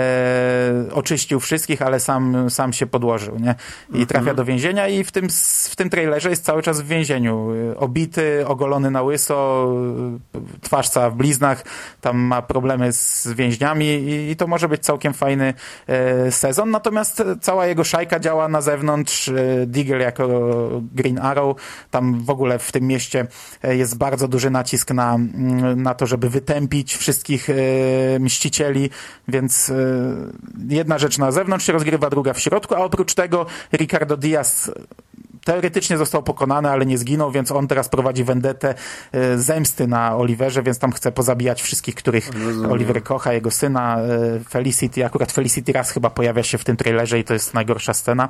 e, oczyścił wszystkich, ale sam, sam się podłożył, nie? I Mhm. trafia do więzienia i w tym, w tym trailerze jest cały czas w więzieniu. Obity, ogolony na łyso, twarz cała w bliznach, tam ma problemy z więźniami i, i to może być całkiem fajny e, sezon. Natomiast cała jego szajka działa na zewnątrz. E, Deagle jako Green Arrow. Tam w ogóle w tym mieście e, jest bardzo duży nacisk na, na to, żeby wytępić wszystkich e, mścicieli, więc e, jedna rzecz na zewnątrz się rozgrywa, druga w środku, a oprócz tego Ricardo Diaz teoretycznie został pokonany, ale nie zginął, więc on teraz prowadzi vendetę e, zemsty na Oliverze, więc tam chce pozabijać wszystkich, których Rozumiem. Oliver kocha, jego syna, e, Felicity. Akurat Felicity raz chyba pojawia się w tym trailerze i to jest najgorsza scena.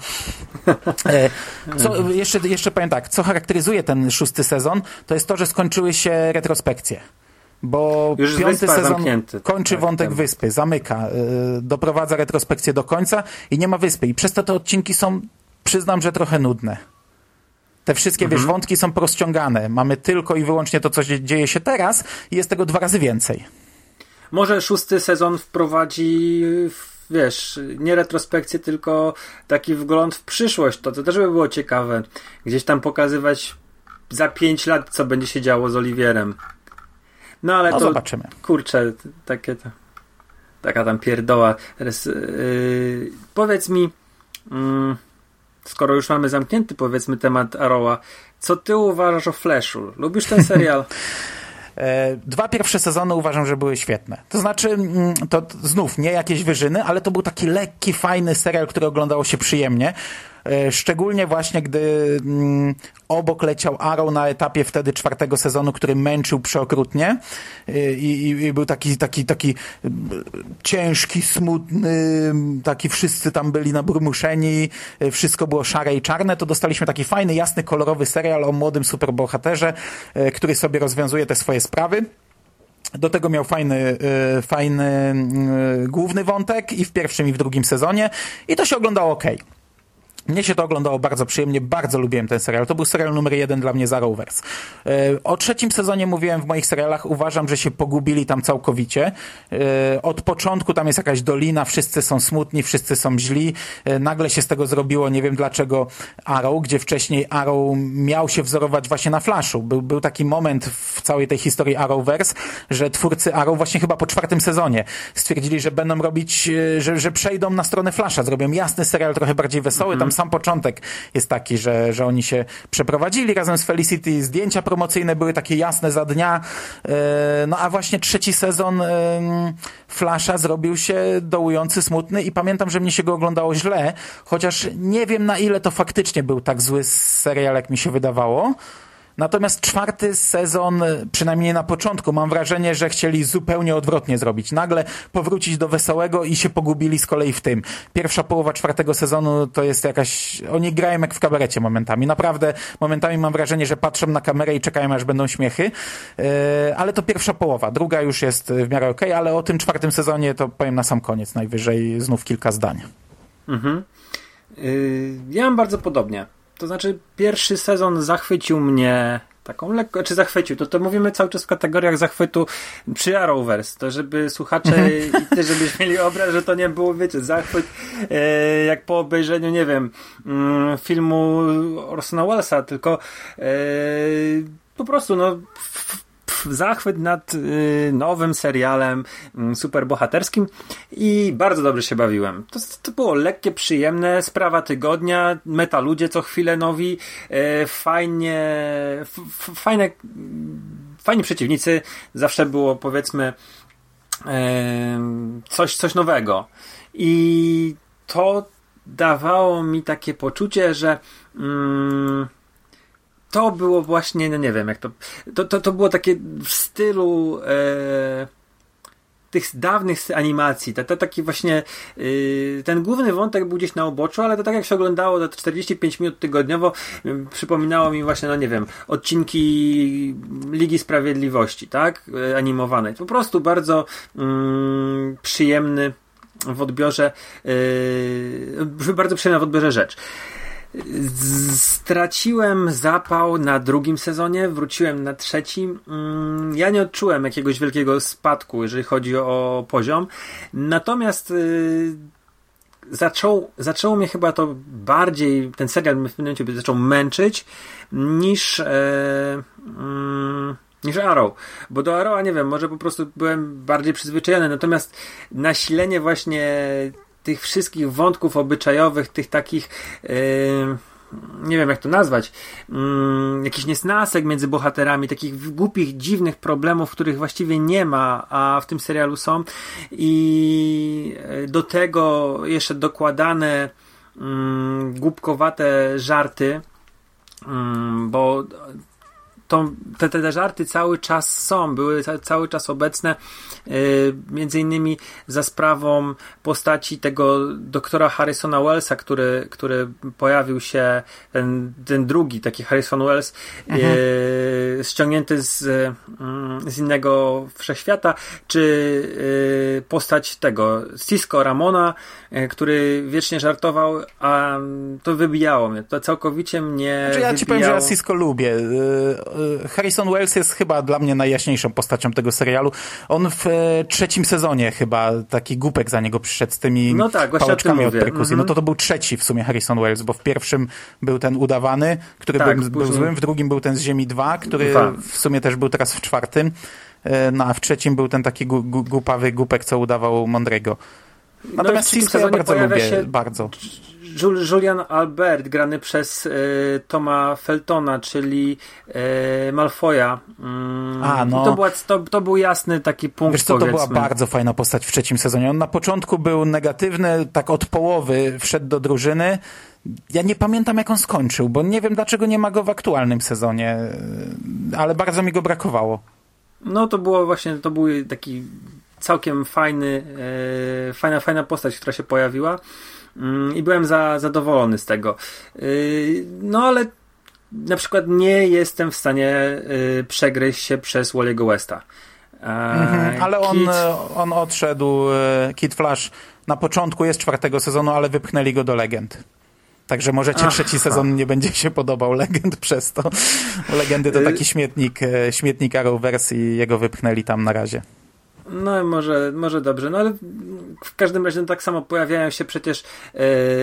E, co, jeszcze, jeszcze powiem tak, co charakteryzuje ten szósty sezon, to jest to, że skończyły się retrospekcje. Bo Już piąty wyspa sezon zamknięty. kończy Tak, wątek tak. wyspy, zamyka, y, doprowadza retrospekcję do końca i nie ma wyspy. I przez to te odcinki są, przyznam, że trochę nudne. Te wszystkie, Mhm. wiesz, wątki są porozciągane. Mamy tylko i wyłącznie to, co się dzieje się teraz i jest tego dwa razy więcej. Może szósty sezon wprowadzi, wiesz, nie retrospekcję, tylko taki wgląd w przyszłość. To, to też by było ciekawe. Gdzieś tam pokazywać za pięć lat, co będzie się działo z Oliwierem. No ale No to, zobaczymy. kurczę, takie to, taka tam pierdoła. Teraz, yy, powiedz mi, yy, skoro już mamy zamknięty, powiedzmy, temat Arrowa, co ty uważasz o Flashu? Lubisz ten serial? E, Dwa pierwsze sezony uważam, że były świetne. To znaczy, mm, to t- znów nie jakieś wyżyny, ale to był taki lekki, fajny serial, który oglądało się przyjemnie. E, Szczególnie właśnie, gdy mm, obok leciał Arrow na etapie wtedy czwartego sezonu, który męczył przeokrutnie E, i, i, i był taki, taki, taki mm, ciężki, smutny, taki wszyscy tam byli nabrumuszeni, e, wszystko było szare i czarne, to dostaliśmy taki fajny, jasny, kolorowy serial o młodym superbohaterze, e, który sobie rozwiązuje te swoje sprawy. Do tego miał fajny, y, fajny y, główny wątek i w pierwszym i w drugim sezonie i to się oglądało okej. Mnie się to oglądało bardzo przyjemnie, bardzo lubiłem ten serial. To był serial numer jeden dla mnie za Arrowverse. O trzecim sezonie mówiłem w moich serialach, uważam, że się pogubili tam całkowicie. Od początku tam jest jakaś dolina, wszyscy są smutni, wszyscy są źli. Nagle się z tego zrobiło, nie wiem dlaczego, Arrow, gdzie wcześniej Arrow miał się wzorować właśnie na Flashu. Był, był taki moment w całej tej historii Arrowverse, że twórcy Arrow właśnie chyba po czwartym sezonie stwierdzili, że będą robić, że, że przejdą na stronę Flasha, zrobią jasny serial, trochę bardziej wesoły. Tam sam początek jest taki, że, że oni się przeprowadzili razem z Felicity, zdjęcia promocyjne były takie jasne za dnia, no a właśnie trzeci sezon Flasha zrobił się dołujący, smutny i pamiętam, że mnie się go oglądało źle, chociaż nie wiem na ile to faktycznie był tak zły serial, jak mi się wydawało. Natomiast czwarty sezon, przynajmniej na początku, mam wrażenie, że chcieli zupełnie odwrotnie zrobić. Nagle powrócić do wesołego i się pogubili z kolei w tym. Pierwsza połowa czwartego sezonu to jest jakaś... Oni grają jak w kabarecie momentami. Naprawdę momentami mam wrażenie, że patrzą na kamerę i czekają, aż będą śmiechy. Yy, ale to pierwsza połowa. Druga już jest w miarę okej, ale o tym czwartym sezonie to powiem na sam koniec. Najwyżej znów kilka zdań. Mhm. Yy, ja mam bardzo podobnie. To znaczy, pierwszy sezon zachwycił mnie taką lekko, czy zachwycił, to, to mówimy cały czas w kategoriach zachwytu przy Arrowverse, to żeby słuchacze i ty, żebyśmy mieli obraz, że to nie było, wiecie, zachwyt e, jak po obejrzeniu, nie wiem, mm, filmu Orsona Wellesa, tylko e, po prostu, no w, zachwyt nad y, nowym serialem y, superbohaterskim i bardzo dobrze się bawiłem. To, to było lekkie, przyjemne, sprawa tygodnia, meta ludzie co chwilę nowi, y, fajnie f, f, fajne fajni przeciwnicy, zawsze było powiedzmy y, coś, coś nowego i to dawało mi takie poczucie, że mm, to było właśnie, no nie wiem, jak to. To, to, to było takie w stylu e, tych dawnych animacji. To, to taki właśnie. E, ten główny wątek był gdzieś na uboczu, ale to tak jak się oglądało to czterdzieści pięć minut tygodniowo, e, przypominało mi właśnie, no nie wiem, odcinki Ligi Sprawiedliwości, tak? E, animowanej. Po prostu bardzo mm, przyjemny w odbiorze. E, bardzo przyjemna w odbiorze rzecz. Straciłem zapał na drugim sezonie, wróciłem na trzecim. Ja nie odczułem jakiegoś wielkiego spadku, jeżeli chodzi o poziom. Natomiast yy, zaczął, zaczęło mnie chyba to bardziej, ten serial mnie w pewnym momencie zaczął męczyć niż yy, yy, niż Arrow, bo do Arrowa nie wiem, może po prostu byłem bardziej przyzwyczajony, natomiast nasilenie właśnie tych wszystkich wątków obyczajowych, tych takich yy, nie wiem jak to nazwać, yy, jakichś niesnasek między bohaterami, takich głupich, dziwnych problemów, których właściwie nie ma, a w tym serialu są i do tego jeszcze dokładane yy, głupkowate żarty, yy, bo To, te, te żarty cały czas są, były ca, cały czas obecne, yy, między innymi za sprawą postaci tego doktora Harrisona Wellesa, który, który pojawił się, ten, ten drugi taki Harrison Wells, mhm. yy, ściągnięty z, yy, z innego wszechświata, czy yy, postać tego Cisco Ramona, yy, który wiecznie żartował, a to wybijało mnie, to całkowicie mnie znaczy, ja wybijało. ci powiem, że ja Cisco lubię. Yy, Harrison Wells jest chyba dla mnie najjaśniejszą postacią tego serialu. On w e, trzecim sezonie chyba taki głupek za niego przyszedł z tymi no tak, pałeczkami od perkusji. Mm-hmm. No to to był trzeci w sumie Harrison Wells, bo w pierwszym był ten udawany, który tak, był, był złym, w drugim był ten z Ziemi dwa, który dwa. w sumie też był teraz w czwartym, e, no a w trzecim był ten taki gu, gu, głupawy głupek, co udawał mądrego. Natomiast no, Cisco ja bardzo lubię, się... bardzo. Julian Albert, grany przez y, Toma Feltona, czyli y, Malfoya. Mm, A, no. to, była, to, to był jasny taki punkt, Wiesz co, to powiedzmy. była bardzo fajna postać w trzecim sezonie. On na początku był negatywny, tak od połowy wszedł do drużyny. Ja nie pamiętam, jak on skończył, bo nie wiem, dlaczego nie ma go w aktualnym sezonie, ale bardzo mi go brakowało. No to było właśnie, to był taki całkiem fajny, y, fajna, fajna postać, która się pojawiła. I byłem za, zadowolony z tego. No ale na przykład nie jestem w stanie przegryźć się przez Wally'ego Westa. Mhm, ale on, Kid... on odszedł, Kid Flash na początku jest czwartego sezonu, ale wypchnęli go do legend. Także może cię trzeci sezon nie będzie się podobał Legend przez to. Legendy to taki śmietnik, śmietnik Arrowverse i jego wypchnęli tam na razie. No może, może dobrze, no ale w każdym razie no, tak samo pojawiają się przecież yy,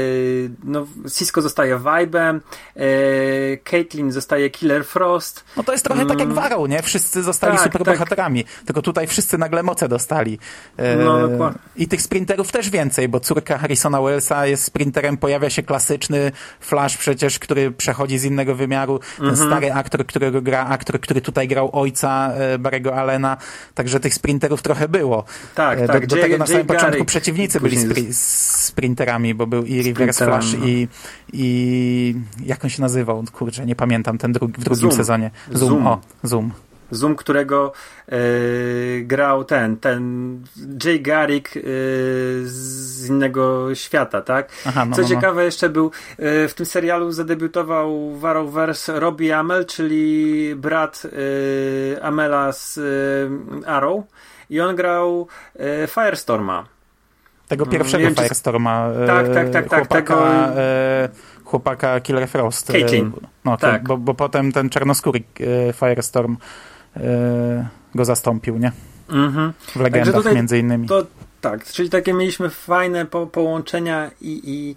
no Cisco zostaje Vibe'em, yy, Caitlyn zostaje Killer Frost. No to jest trochę mm. tak jak w Arrow, nie? Wszyscy zostali tak, superbohaterami, tak. Tylko tutaj wszyscy nagle moce dostali. Yy, no dokładnie. I tych sprinterów też więcej, bo córka Harrisona Wellsa jest sprinterem, pojawia się klasyczny Flash przecież, który przechodzi z innego wymiaru, ten mm-hmm. stary aktor, którego gra aktor, który tutaj grał ojca yy, Barry'ego Allena, także tych sprinterów trochę było. Tak, do, tak. do Jay, tego na samym Jay początku Garrick przeciwnicy byli spri- sprinterami, bo był i Reverse Flash no. i, i jak on się nazywał? Kurczę, nie pamiętam, ten drugi, w drugim Zoom. sezonie. Zoom. Zoom. O, Zoom. Zoom, którego yy, grał ten, ten Jay Garrick yy, z innego świata, tak? Aha, no, Co no, ciekawe, no. jeszcze był yy, w tym serialu zadebiutował w Arrowverse Robbie Amell, czyli brat yy, Amela z yy, Arrow i on grał yy, Firestorma. Tego pierwszego wiem, Firestorma. Czy... Tak, tak, tak. Chłopaka, tak tego... e, chłopaka Killer Frost. Caitlyn. No, tak. bo, bo potem ten czarnoskóry e, Firestorm e, go zastąpił, nie? Mhm. W Legendach tutaj, między innymi. To, tak, czyli takie mieliśmy fajne po, połączenia i, i,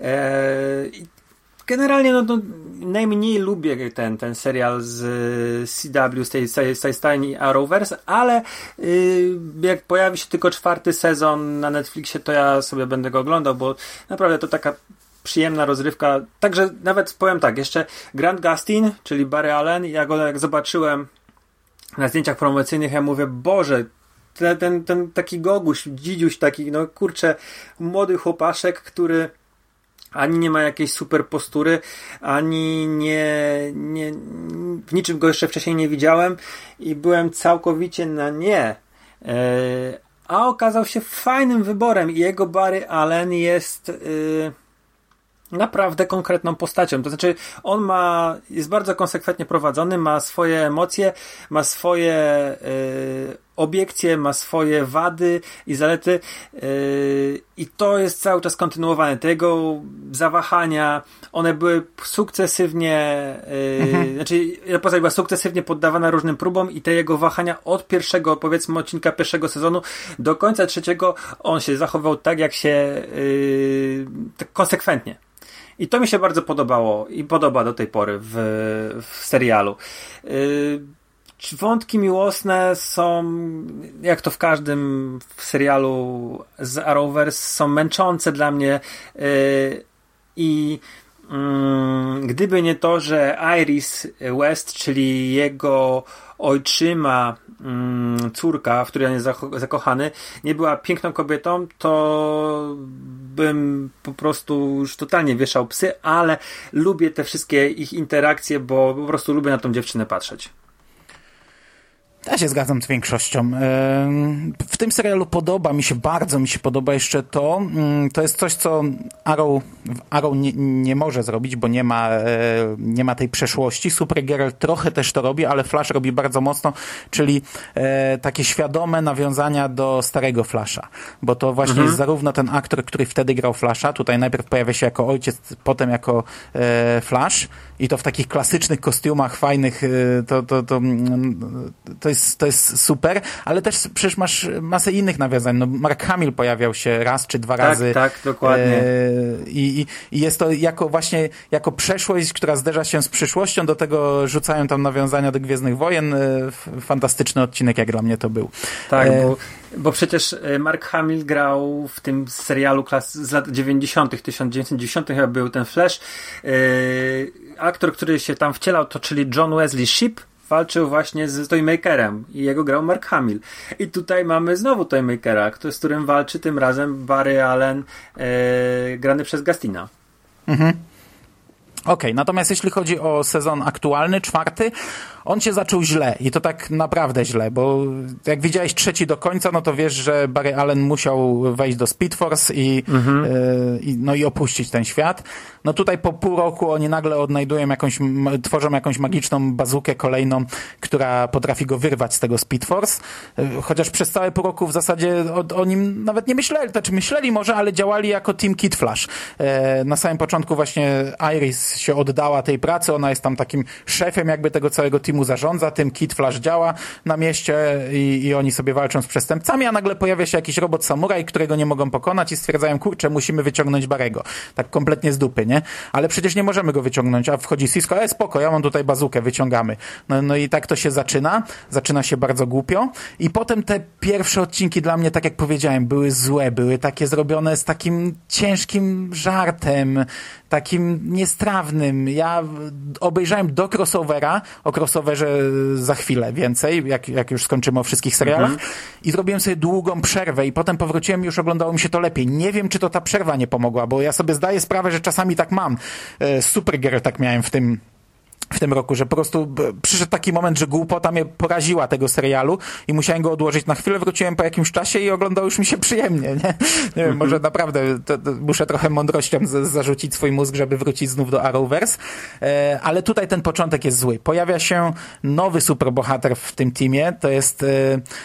e, i generalnie no, no, najmniej lubię ten, ten serial z C W, z tej, z tej stajni Arrowverse, ale y, jak pojawi się tylko czwarty sezon na Netflixie, to ja sobie będę go oglądał, bo naprawdę to taka przyjemna rozrywka. Także nawet powiem tak, jeszcze Grant Gustin, czyli Barry Allen, ja go jak zobaczyłem na zdjęciach promocyjnych, ja mówię, Boże, ten, ten, ten taki goguś, dzidziuś taki, no kurczę, młody chłopaszek, który ani nie ma jakiejś super postury, ani nie, nie w niczym go jeszcze wcześniej nie widziałem i byłem całkowicie na nie. Yy, a okazał się fajnym wyborem i jego Barry Allen jest yy, naprawdę konkretną postacią. To znaczy on ma, jest bardzo konsekwentnie prowadzony, ma swoje emocje, ma swoje yy, obiekcje, ma swoje wady i zalety yy, i to jest cały czas kontynuowane. Te jego zawahania, one były sukcesywnie yy, mhm. znaczy postać była sukcesywnie poddawana różnym próbom i te jego wahania od pierwszego, powiedzmy odcinka pierwszego sezonu do końca trzeciego on się zachował tak, jak się yy, tak konsekwentnie. I to mi się bardzo podobało i podoba do tej pory w, w serialu. Yy, wątki miłosne są, jak to w każdym w serialu z Arrowverse, są męczące dla mnie yy, i yy, gdyby nie to, że Iris West, czyli jego ojczyma mm, córka, w której on jest zako- zakochany, nie była piękną kobietą, to bym po prostu już totalnie wieszał psy, ale lubię te wszystkie ich interakcje, bo po prostu lubię na tą dziewczynę patrzeć. Ja się zgadzam z większością. W tym serialu podoba mi się, bardzo mi się podoba jeszcze to. To jest coś, co Arrow, Arrow nie, nie może zrobić, bo nie ma, nie ma tej przeszłości. Supergirl trochę też to robi, ale Flash robi bardzo mocno, czyli takie świadome nawiązania do starego Flasha. Bo to właśnie mhm. jest zarówno ten aktor, który wtedy grał Flasha, tutaj najpierw pojawia się jako ojciec, potem jako Flash i to w takich klasycznych kostiumach fajnych, to, to, to, to jest to jest super, ale też przecież masz masę innych nawiązań. No, Mark Hamill pojawiał się raz czy dwa tak, razy. Tak, dokładnie. E, i, I jest to jako właśnie, jako przeszłość, która zderza się z przyszłością, do tego rzucają tam nawiązania do Gwiezdnych Wojen. E, fantastyczny odcinek, jak dla mnie to był. Tak, e, bo, bo przecież Mark Hamill grał w tym serialu klas z lat dziewięćdziesiątych, tysiąc dziewięćset dziewięćdziesiątych chyba był ten Flash. E, aktor, który się tam wcielał, to czyli John Wesley Shipp, walczył właśnie z Toymakerem i jego grał Mark Hamill. I tutaj mamy znowu Toymakera, z którym walczy tym razem Barry Allen, e, grany przez Gustina. Mhm. Okej, okay, natomiast jeśli chodzi o sezon aktualny, czwarty, on się zaczął źle i to tak naprawdę źle, bo jak widziałeś trzeci do końca, no to wiesz, że Barry Allen musiał wejść do Speed Force i, mhm. y, i, no i opuścić ten świat. No tutaj po pół roku oni nagle odnajdują jakąś, tworzą jakąś magiczną bazukę kolejną, która potrafi go wyrwać z tego Speed Force, chociaż przez całe pół roku w zasadzie o, o nim nawet nie myśleli, znaczy myśleli może, ale działali jako Team Kid Flash. E, na samym początku właśnie Iris się oddała tej pracy, ona jest tam takim szefem jakby tego całego teamu, zarządza tym, Kid Flash działa na mieście i, i oni sobie walczą z przestępcami, a nagle pojawia się jakiś robot samuraj, którego nie mogą pokonać i stwierdzają, kurczę, musimy wyciągnąć Barego. Tak kompletnie z dupy, nie? Ale przecież nie możemy go wyciągnąć, a wchodzi Cisco, e spoko, ja mam tutaj bazukę, wyciągamy. No, no i tak to się zaczyna, zaczyna się bardzo głupio i potem te pierwsze odcinki dla mnie, tak jak powiedziałem, były złe, były takie zrobione z takim ciężkim żartem, takim niestrawnym. Ja obejrzałem do crossovera, o crossoverze za chwilę więcej, jak, jak już skończymy o wszystkich serialach mhm. i zrobiłem sobie długą przerwę i potem powróciłem i już oglądało mi się to lepiej. Nie wiem, czy to ta przerwa nie pomogła, bo ja sobie zdaję sprawę, że czasami tak mam. Supergirl tak miałem w tym w tym roku, że po prostu przyszedł taki moment, że głupota mnie poraziła tego serialu i musiałem go odłożyć na chwilę, wróciłem po jakimś czasie i oglądał już mi się przyjemnie, nie? Nie wiem, może naprawdę to, to muszę trochę mądrością z, zarzucić swój mózg, żeby wrócić znów do Arrowverse, e, ale tutaj ten początek jest zły. Pojawia się nowy superbohater w tym teamie, to jest e,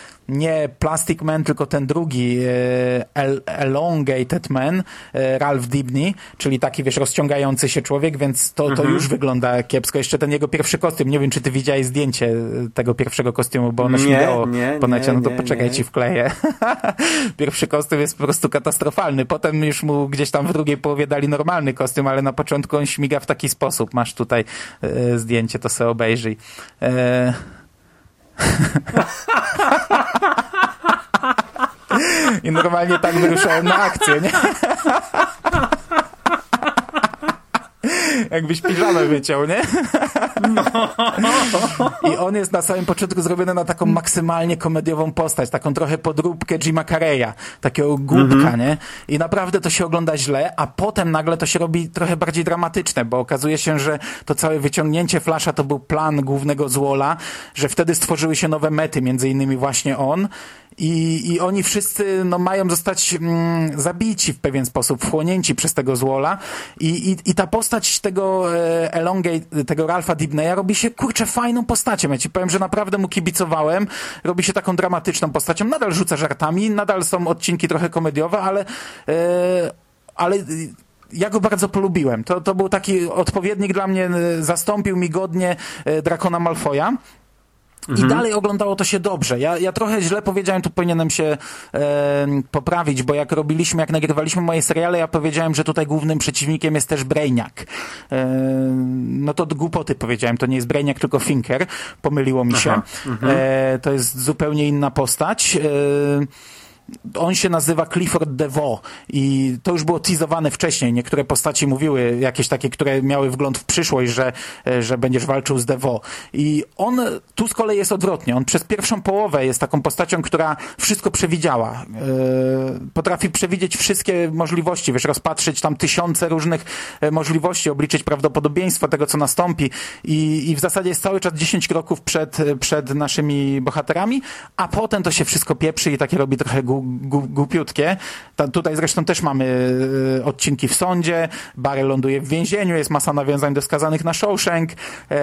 nie Plastic Man, tylko ten drugi El- Elongated Man, Ralph Dibny, czyli taki, wiesz, rozciągający się człowiek, więc to, to mhm. już wygląda kiepsko. Jeszcze ten jego pierwszy kostium, nie wiem, czy ty widziałeś zdjęcie tego pierwszego kostiumu, bo ono śmigało po necie, no to poczekaj, ci wkleję. Pierwszy kostium jest po prostu katastrofalny. Potem już mu gdzieś tam w drugiej połowie dali normalny kostium, ale na początku on śmiga w taki sposób. Masz tutaj e, zdjęcie, to sobie obejrzyj. E... I normalnie tak wyruszałem na akcję, nie? Jakbyś piżamę wyciął, nie? No. I on jest na samym początku zrobiony na taką maksymalnie komediową postać, taką trochę podróbkę Jima Carreya, takiego głupka, mm-hmm. nie? I naprawdę to się ogląda źle, a potem nagle to się robi trochę bardziej dramatyczne, bo okazuje się, że to całe wyciągnięcie Flasha to był plan głównego złola, że wtedy stworzyły się nowe mety, między innymi właśnie on. I, i oni wszyscy no, mają zostać mm, zabici w pewien sposób, wchłonięci przez tego złola i, i, i ta postać tego e, Elongate, tego Ralpha Dibneya robi się, kurczę, fajną postacią. Ja ci powiem, że naprawdę mu kibicowałem, robi się taką dramatyczną postacią, nadal rzuca żartami, nadal są odcinki trochę komediowe, ale e, ale ja go bardzo polubiłem. To, to był taki odpowiednik dla mnie, zastąpił mi godnie Drakona Malfoya. I mhm. dalej oglądało to się dobrze. Ja, ja trochę źle powiedziałem, tu powinienem się e, poprawić, bo jak robiliśmy, jak nagrywaliśmy moje seriale, ja powiedziałem, że tutaj głównym przeciwnikiem jest też Brainiac. E, no to głupoty powiedziałem, to nie jest Brainiac, tylko Thinker. Pomyliło mi się. Aha, mhm. e, to jest zupełnie inna postać. E, On się nazywa Clifford DeVoe i to już było teasowane wcześniej. Niektóre postaci mówiły, jakieś takie, które miały wgląd w przyszłość, że, że będziesz walczył z DeVoe. I on tu z kolei jest odwrotnie. On przez pierwszą połowę jest taką postacią, która wszystko przewidziała. Yy, potrafi przewidzieć wszystkie możliwości, wiesz, rozpatrzyć tam tysiące różnych możliwości, obliczyć prawdopodobieństwo tego, co nastąpi. I, i w zasadzie jest cały czas dziesięć kroków przed, przed naszymi bohaterami, a potem to się wszystko pieprzy i takie robi trochę głupiutkie. Ta, tutaj zresztą też mamy y, odcinki w sądzie, Barry ląduje w więzieniu, jest masa nawiązań do Skazanych na Shawshank. E,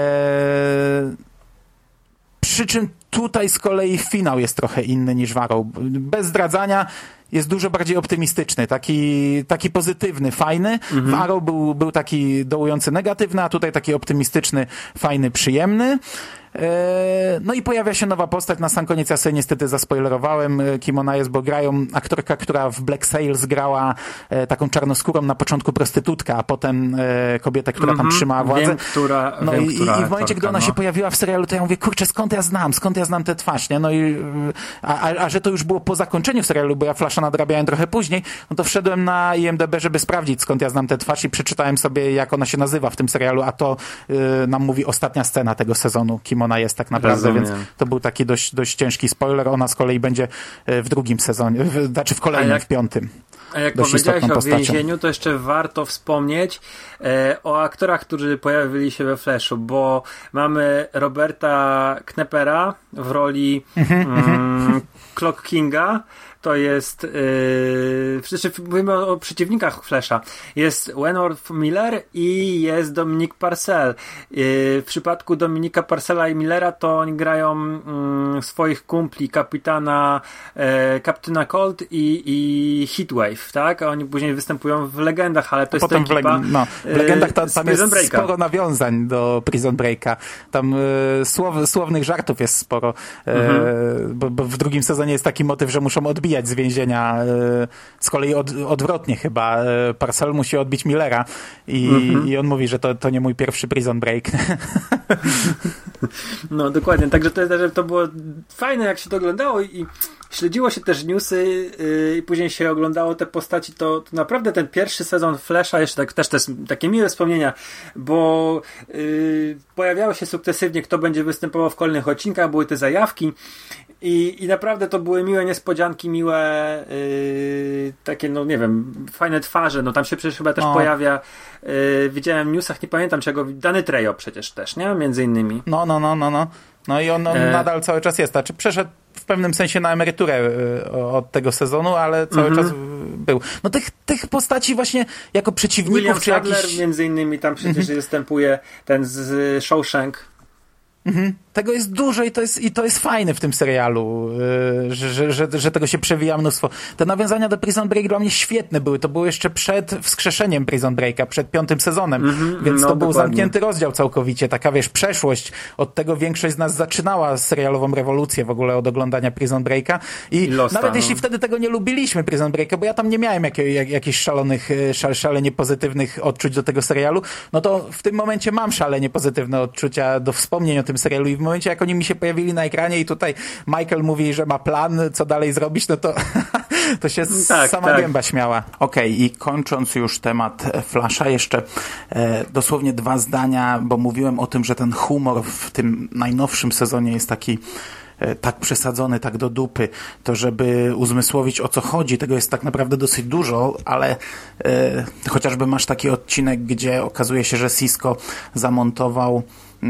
przy czym tutaj z kolei finał jest trochę inny niż w Arrow. Bez zdradzania jest dużo bardziej optymistyczny, taki, taki pozytywny, fajny. Mhm. W Arrow był, był taki dołujący negatywny, a tutaj taki optymistyczny, fajny, przyjemny. No i pojawia się nowa postać, na sam koniec ja sobie niestety zaspoilerowałem, kim ona jest, bo grają aktorka, która w Black Sails grała taką czarnoskórą na początku prostytutkę, a potem kobietę, która tam mm-hmm. trzymała władzę. Wiem, która, no wiem, i, która i w momencie, gdy ona no. się pojawiła w serialu, to ja mówię, kurczę, skąd ja znam, skąd ja znam tę twarz, nie? No i, a, a, a że to już było po zakończeniu serialu, bo ja Flasha nadrabiałem trochę później, no to wszedłem na I M D B, żeby sprawdzić, skąd ja znam tę twarz i przeczytałem sobie, jak ona się nazywa w tym serialu, a to y, nam mówi ostatnia scena tego sezonu, kim ona jest tak naprawdę. Rozumiem. Więc to był taki dość, dość ciężki spoiler. Ona z kolei będzie w drugim sezonie, w, znaczy w kolejnym, jak, w piątym. A jak dość powiedziałeś istotną o postacią. więzieniu, to jeszcze warto wspomnieć e, o aktorach, którzy pojawili się we Flashu, bo mamy Roberta Knepera w roli mm, Clock Kinga. To jest yy, przecież mówimy o, o przeciwnikach Flasha. Jest Wentworth Miller i jest Dominic Purcell. Yy, w przypadku Dominika Purcella i Millera to oni grają yy, swoich kumpli, kapitana yy, Kapitana Cold i, i Heatwave, tak? A oni później występują w Legendach, ale to jest Potem to ekipa, w, leg- no, w Legendach tam, yy, tam Prison jest Breaka. sporo nawiązań do Prison Breaka. Tam yy, słow, słownych żartów jest sporo, yy, Mhm. bo, bo w drugim sezonie jest taki motyw, że muszą odbijać z więzienia. Z kolei od, odwrotnie chyba. Purcell musi odbić Millera i, mm-hmm. i on mówi, że to, to nie mój pierwszy Prison Break. No dokładnie, także to, że to było fajne, jak się to oglądało i śledziło się też newsy yy, i później się oglądało te postaci, to, to naprawdę ten pierwszy sezon Flasha, jeszcze tak, też te takie miłe wspomnienia, bo yy, pojawiało się sukcesywnie, kto będzie występował w kolejnych odcinkach, były te zajawki i, i naprawdę to były miłe niespodzianki, miłe yy, takie, no nie wiem, fajne twarze, no tam się przecież chyba też no. pojawia, yy, widziałem w newsach, nie pamiętam czego, Danny Trejo przecież też, nie? Między innymi. No, no, no, no, no. No i on, on e... nadal cały czas jest. Znaczy przeszedł w pewnym sensie na emeryturę y, od tego sezonu, ale cały mm-hmm. czas y, był. No tych, tych postaci właśnie jako przeciwników William czy Sadler jakiś... między innymi tam przecież mm-hmm. występuje ten z Shawshank. Mhm. Tego jest dużo i to jest, i to jest fajne w tym serialu, yy, że, że, że, że tego się przewija mnóstwo. Te nawiązania do Prison Break dla mnie świetne były. To było jeszcze przed wskrzeszeniem Prison Breaka, przed piątym sezonem, mm-hmm, więc no, to był dokładnie. zamknięty rozdział całkowicie. Taka, wiesz, przeszłość. Od tego większość z nas zaczynała serialową rewolucję w ogóle od oglądania Prison Breaka i, I Losta, nawet no. jeśli wtedy tego nie lubiliśmy, Prison Breaka, bo ja tam nie miałem jakiej, jak, jakichś szalonych, szal, szalenie pozytywnych odczuć do tego serialu, no to w tym momencie mam szalenie pozytywne odczucia do wspomnień o tym serialu i w momencie, jak oni mi się pojawili na ekranie i tutaj Michael mówi, że ma plan, co dalej zrobić, no to, to się tak, sama tak. gęba śmiała. Okej, okay, i kończąc już temat Flasha, jeszcze e, dosłownie dwa zdania, bo mówiłem o tym, że ten humor w tym najnowszym sezonie jest taki tak przesadzony, tak do dupy, to żeby uzmysłowić, o co chodzi, tego jest tak naprawdę dosyć dużo, ale e, chociażby masz taki odcinek, gdzie okazuje się, że Cisco zamontował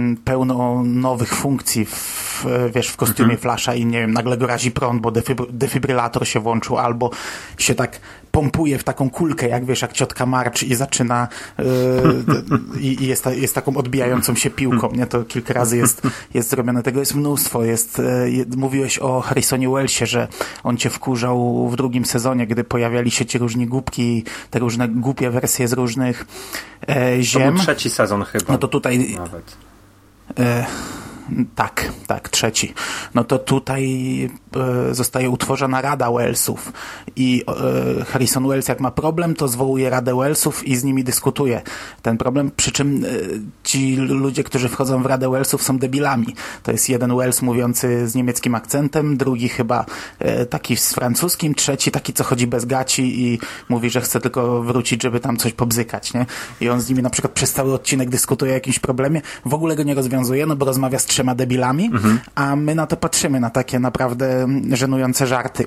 pełno nowych funkcji w, wiesz, w kostiumie mhm. Flasha i nie wiem, nagle go razi prąd, bo defibr- defibrylator się włączył, albo się tak pompuje w taką kulkę, jak wiesz, jak ciotka March i zaczyna yy, i, i jest, ta, jest taką odbijającą się piłką, nie? To kilka razy jest, jest zrobione. Tego jest mnóstwo. Jest, yy, mówiłeś o Harrisonie Wellesie, że on cię wkurzał w drugim sezonie, gdy pojawiali się ci różni głupki, te różne głupie wersje z różnych e, ziem. To był trzeci sezon chyba. No to tutaj nawet. E, tak, tak, trzeci. No to tutaj e, zostaje utworzona Rada Wellsów i e, Harrison Wells jak ma problem, to zwołuje Radę Wellsów i z nimi dyskutuje ten problem, przy czym e, ci ludzie, którzy wchodzą w Radę Wellsów są debilami. To jest jeden Wells mówiący z niemieckim akcentem, drugi chyba e, taki z francuskim, trzeci taki, co chodzi bez gaci i mówi, że chce tylko wrócić, żeby tam coś pobzykać, nie? I on z nimi na przykład przez cały odcinek dyskutuje o jakimś problemie, w ogóle go nie rozwiązuje, no bo rozmawia z trzema debilami, mhm. a my na to patrzymy, na takie naprawdę żenujące żarty.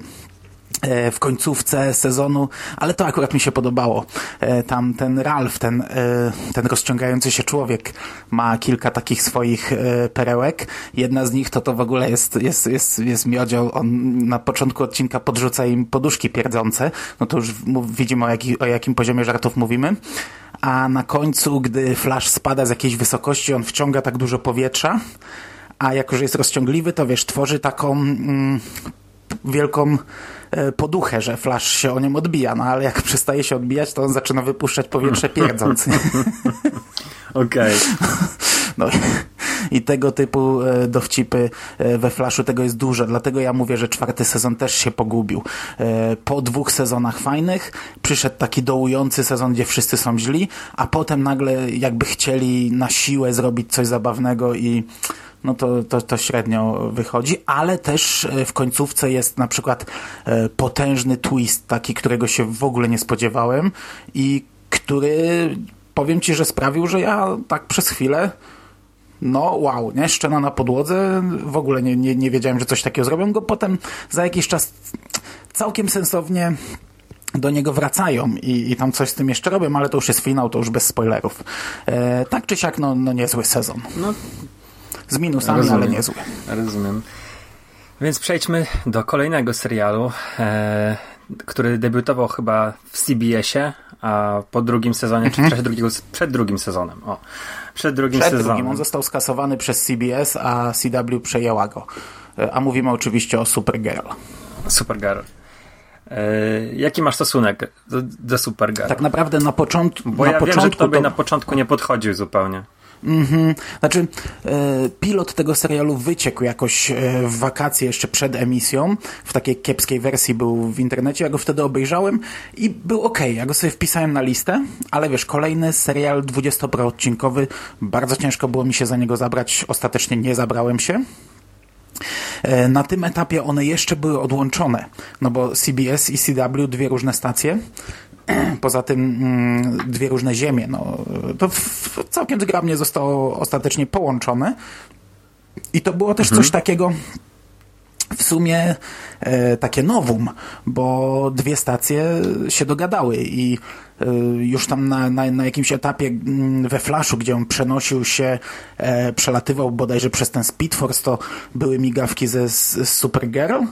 W końcówce sezonu, ale to akurat mi się podobało. Tam ten Ralph, ten, ten rozciągający się człowiek ma kilka takich swoich perełek. Jedna z nich to to w ogóle jest, jest, jest, jest miodzioł. On na początku odcinka podrzuca im poduszki pierdzące. No to już widzimy o, jaki, o jakim poziomie żartów mówimy. A na końcu, gdy Flash spada z jakiejś wysokości, on wciąga tak dużo powietrza, a jako, że jest rozciągliwy, to wiesz, tworzy taką mm, wielką e, poduchę, że Flash się o nią odbija, no ale jak przestaje się odbijać, to on zaczyna wypuszczać powietrze pierdząc. Okej. No i tego typu e, dowcipy e, we Flashu, tego jest dużo, dlatego ja mówię, że czwarty sezon też się pogubił. E, po dwóch sezonach fajnych przyszedł taki dołujący sezon, gdzie wszyscy są źli, a potem nagle jakby chcieli na siłę zrobić coś zabawnego i no to, to, to średnio wychodzi, ale też w końcówce jest na przykład e, potężny twist, taki, którego się w ogóle nie spodziewałem i który, powiem ci, że sprawił, że ja tak przez chwilę no wow, nie? Szczena na podłodze, w ogóle nie, nie, nie wiedziałem, że coś takiego zrobią, go potem za jakiś czas całkiem sensownie do niego wracają i, i tam coś z tym jeszcze robią, ale to już jest finał, to już bez spoilerów. E, tak czy siak, no, no niezły sezon. No, z minusami, rozumiem, ale niezły. Rozumiem. Więc przejdźmy do kolejnego serialu, e, który debiutował chyba w C B S-ie, a po drugim sezonie, mhm. czy przed, drugiego, przed drugim sezonem. O, przed drugim przed sezonem. Drugim. On został skasowany przez C B S, a C W przejęła go. A mówimy oczywiście o Supergirl. Supergirl. E, jaki masz stosunek do, do Supergirl? Tak naprawdę na, począt- Bo na ja początku... wiem, że tobie to... na początku nie podchodził zupełnie. Mhm. Znaczy, e, pilot tego serialu wyciekł jakoś e, w wakacje jeszcze przed emisją. W takiej kiepskiej wersji był w internecie. Ja go wtedy obejrzałem i był okej. Okay. Ja go sobie wpisałem na listę, ale wiesz, kolejny serial dwudziestoodcinkowy. Bardzo ciężko było mi się za niego zabrać. Ostatecznie nie zabrałem się. Na tym etapie one jeszcze były odłączone, no bo C B S i C W, dwie różne stacje, poza tym dwie różne ziemie, no to całkiem zgrabnie zostało ostatecznie połączone i to było też mhm. coś takiego w sumie e, takie nowum, bo dwie stacje się dogadały i e, już tam na, na, na jakimś etapie m, we Flashu, gdzie on przenosił się, e, przelatywał bodajże przez ten Speed Force, to były migawki ze z, z Supergirl.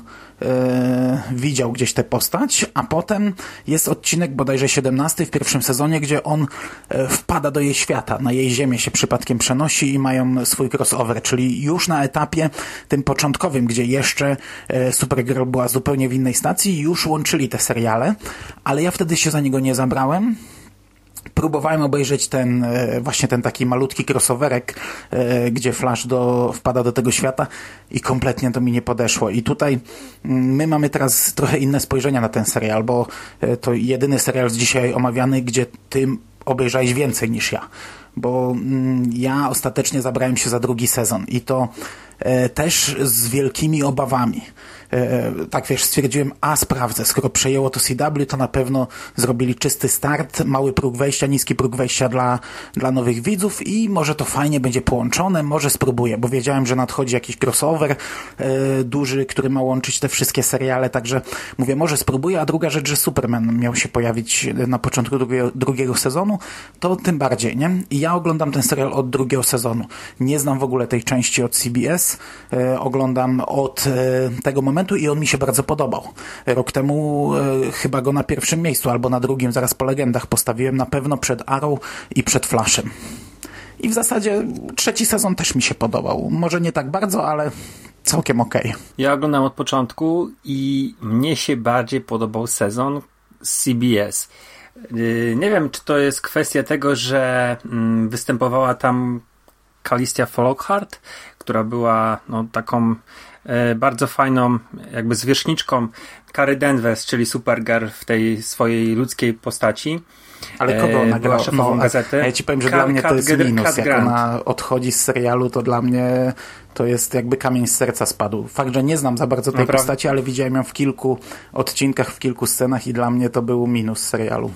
E, widział gdzieś tę postać, a potem jest odcinek bodajże siedemnasty w pierwszym sezonie, gdzie on e, wpada do jej świata, na jej ziemię się przypadkiem przenosi i mają swój crossover, czyli już na etapie tym początkowym, gdzie jeszcze e, Supergirl była zupełnie w innej stacji, już łączyli te seriale, ale ja wtedy się za niego nie zabrałem. Próbowałem obejrzeć ten właśnie ten taki malutki crossoverek, gdzie Flash do, wpada do tego świata i kompletnie to mi nie podeszło. I tutaj my mamy teraz trochę inne spojrzenia na ten serial, bo to jedyny serial z dzisiaj omawiany, gdzie ty obejrzałeś więcej niż ja. Bo ja ostatecznie zabrałem się za drugi sezon i to też z wielkimi obawami. Tak wiesz, stwierdziłem, a sprawdzę, skoro przejęło to C W, to na pewno zrobili czysty start, mały próg wejścia, niski próg wejścia dla, dla nowych widzów i może to fajnie będzie połączone, może spróbuję, bo wiedziałem, że nadchodzi jakiś crossover e, duży, który ma łączyć te wszystkie seriale, także mówię, może spróbuję, a druga rzecz, że Superman miał się pojawić na początku drugiego, drugiego sezonu, to tym bardziej, nie? I ja oglądam ten serial od drugiego sezonu. Nie znam w ogóle tej części od C B S, e, oglądam od e, tego momentu i on mi się bardzo podobał. Rok temu e, chyba go na pierwszym miejscu albo na drugim, zaraz po legendach postawiłem, na pewno przed Arrow i przed Flashem. I w zasadzie trzeci sezon też mi się podobał. Może nie tak bardzo, ale całkiem okej. Okay. Ja oglądam od początku i mnie się bardziej podobał sezon z C B S. Nie wiem, czy to jest kwestia tego, że występowała tam Calistia Flockhart, która była no, taką e, bardzo fajną jakby zwierzchniczką Kary Danvers, czyli Supergirl w tej swojej ludzkiej postaci. Ale kogo ona grała? Szefową no, gazety. Ja ci powiem, że Kat, dla mnie to Kat, jest Kat, minus. Kat Jak Grant. ona odchodzi z serialu, to dla mnie to jest jakby kamień z serca spadł. Fakt, że nie znam za bardzo tej Naprawdę? postaci, ale widziałem ją w kilku odcinkach, w kilku scenach i dla mnie to był minus serialu.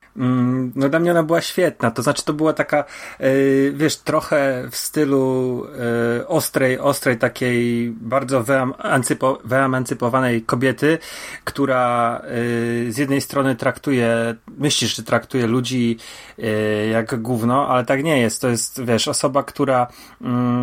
No dla mnie ona była świetna, to znaczy to była taka yy, wiesz, trochę w stylu yy, ostrej, ostrej takiej bardzo wyemancypo, wyemancypowanej kobiety, która yy, z jednej strony traktuje, myślisz, że traktuje ludzi yy, jak gówno, ale tak nie jest, to jest, wiesz, osoba, która yy,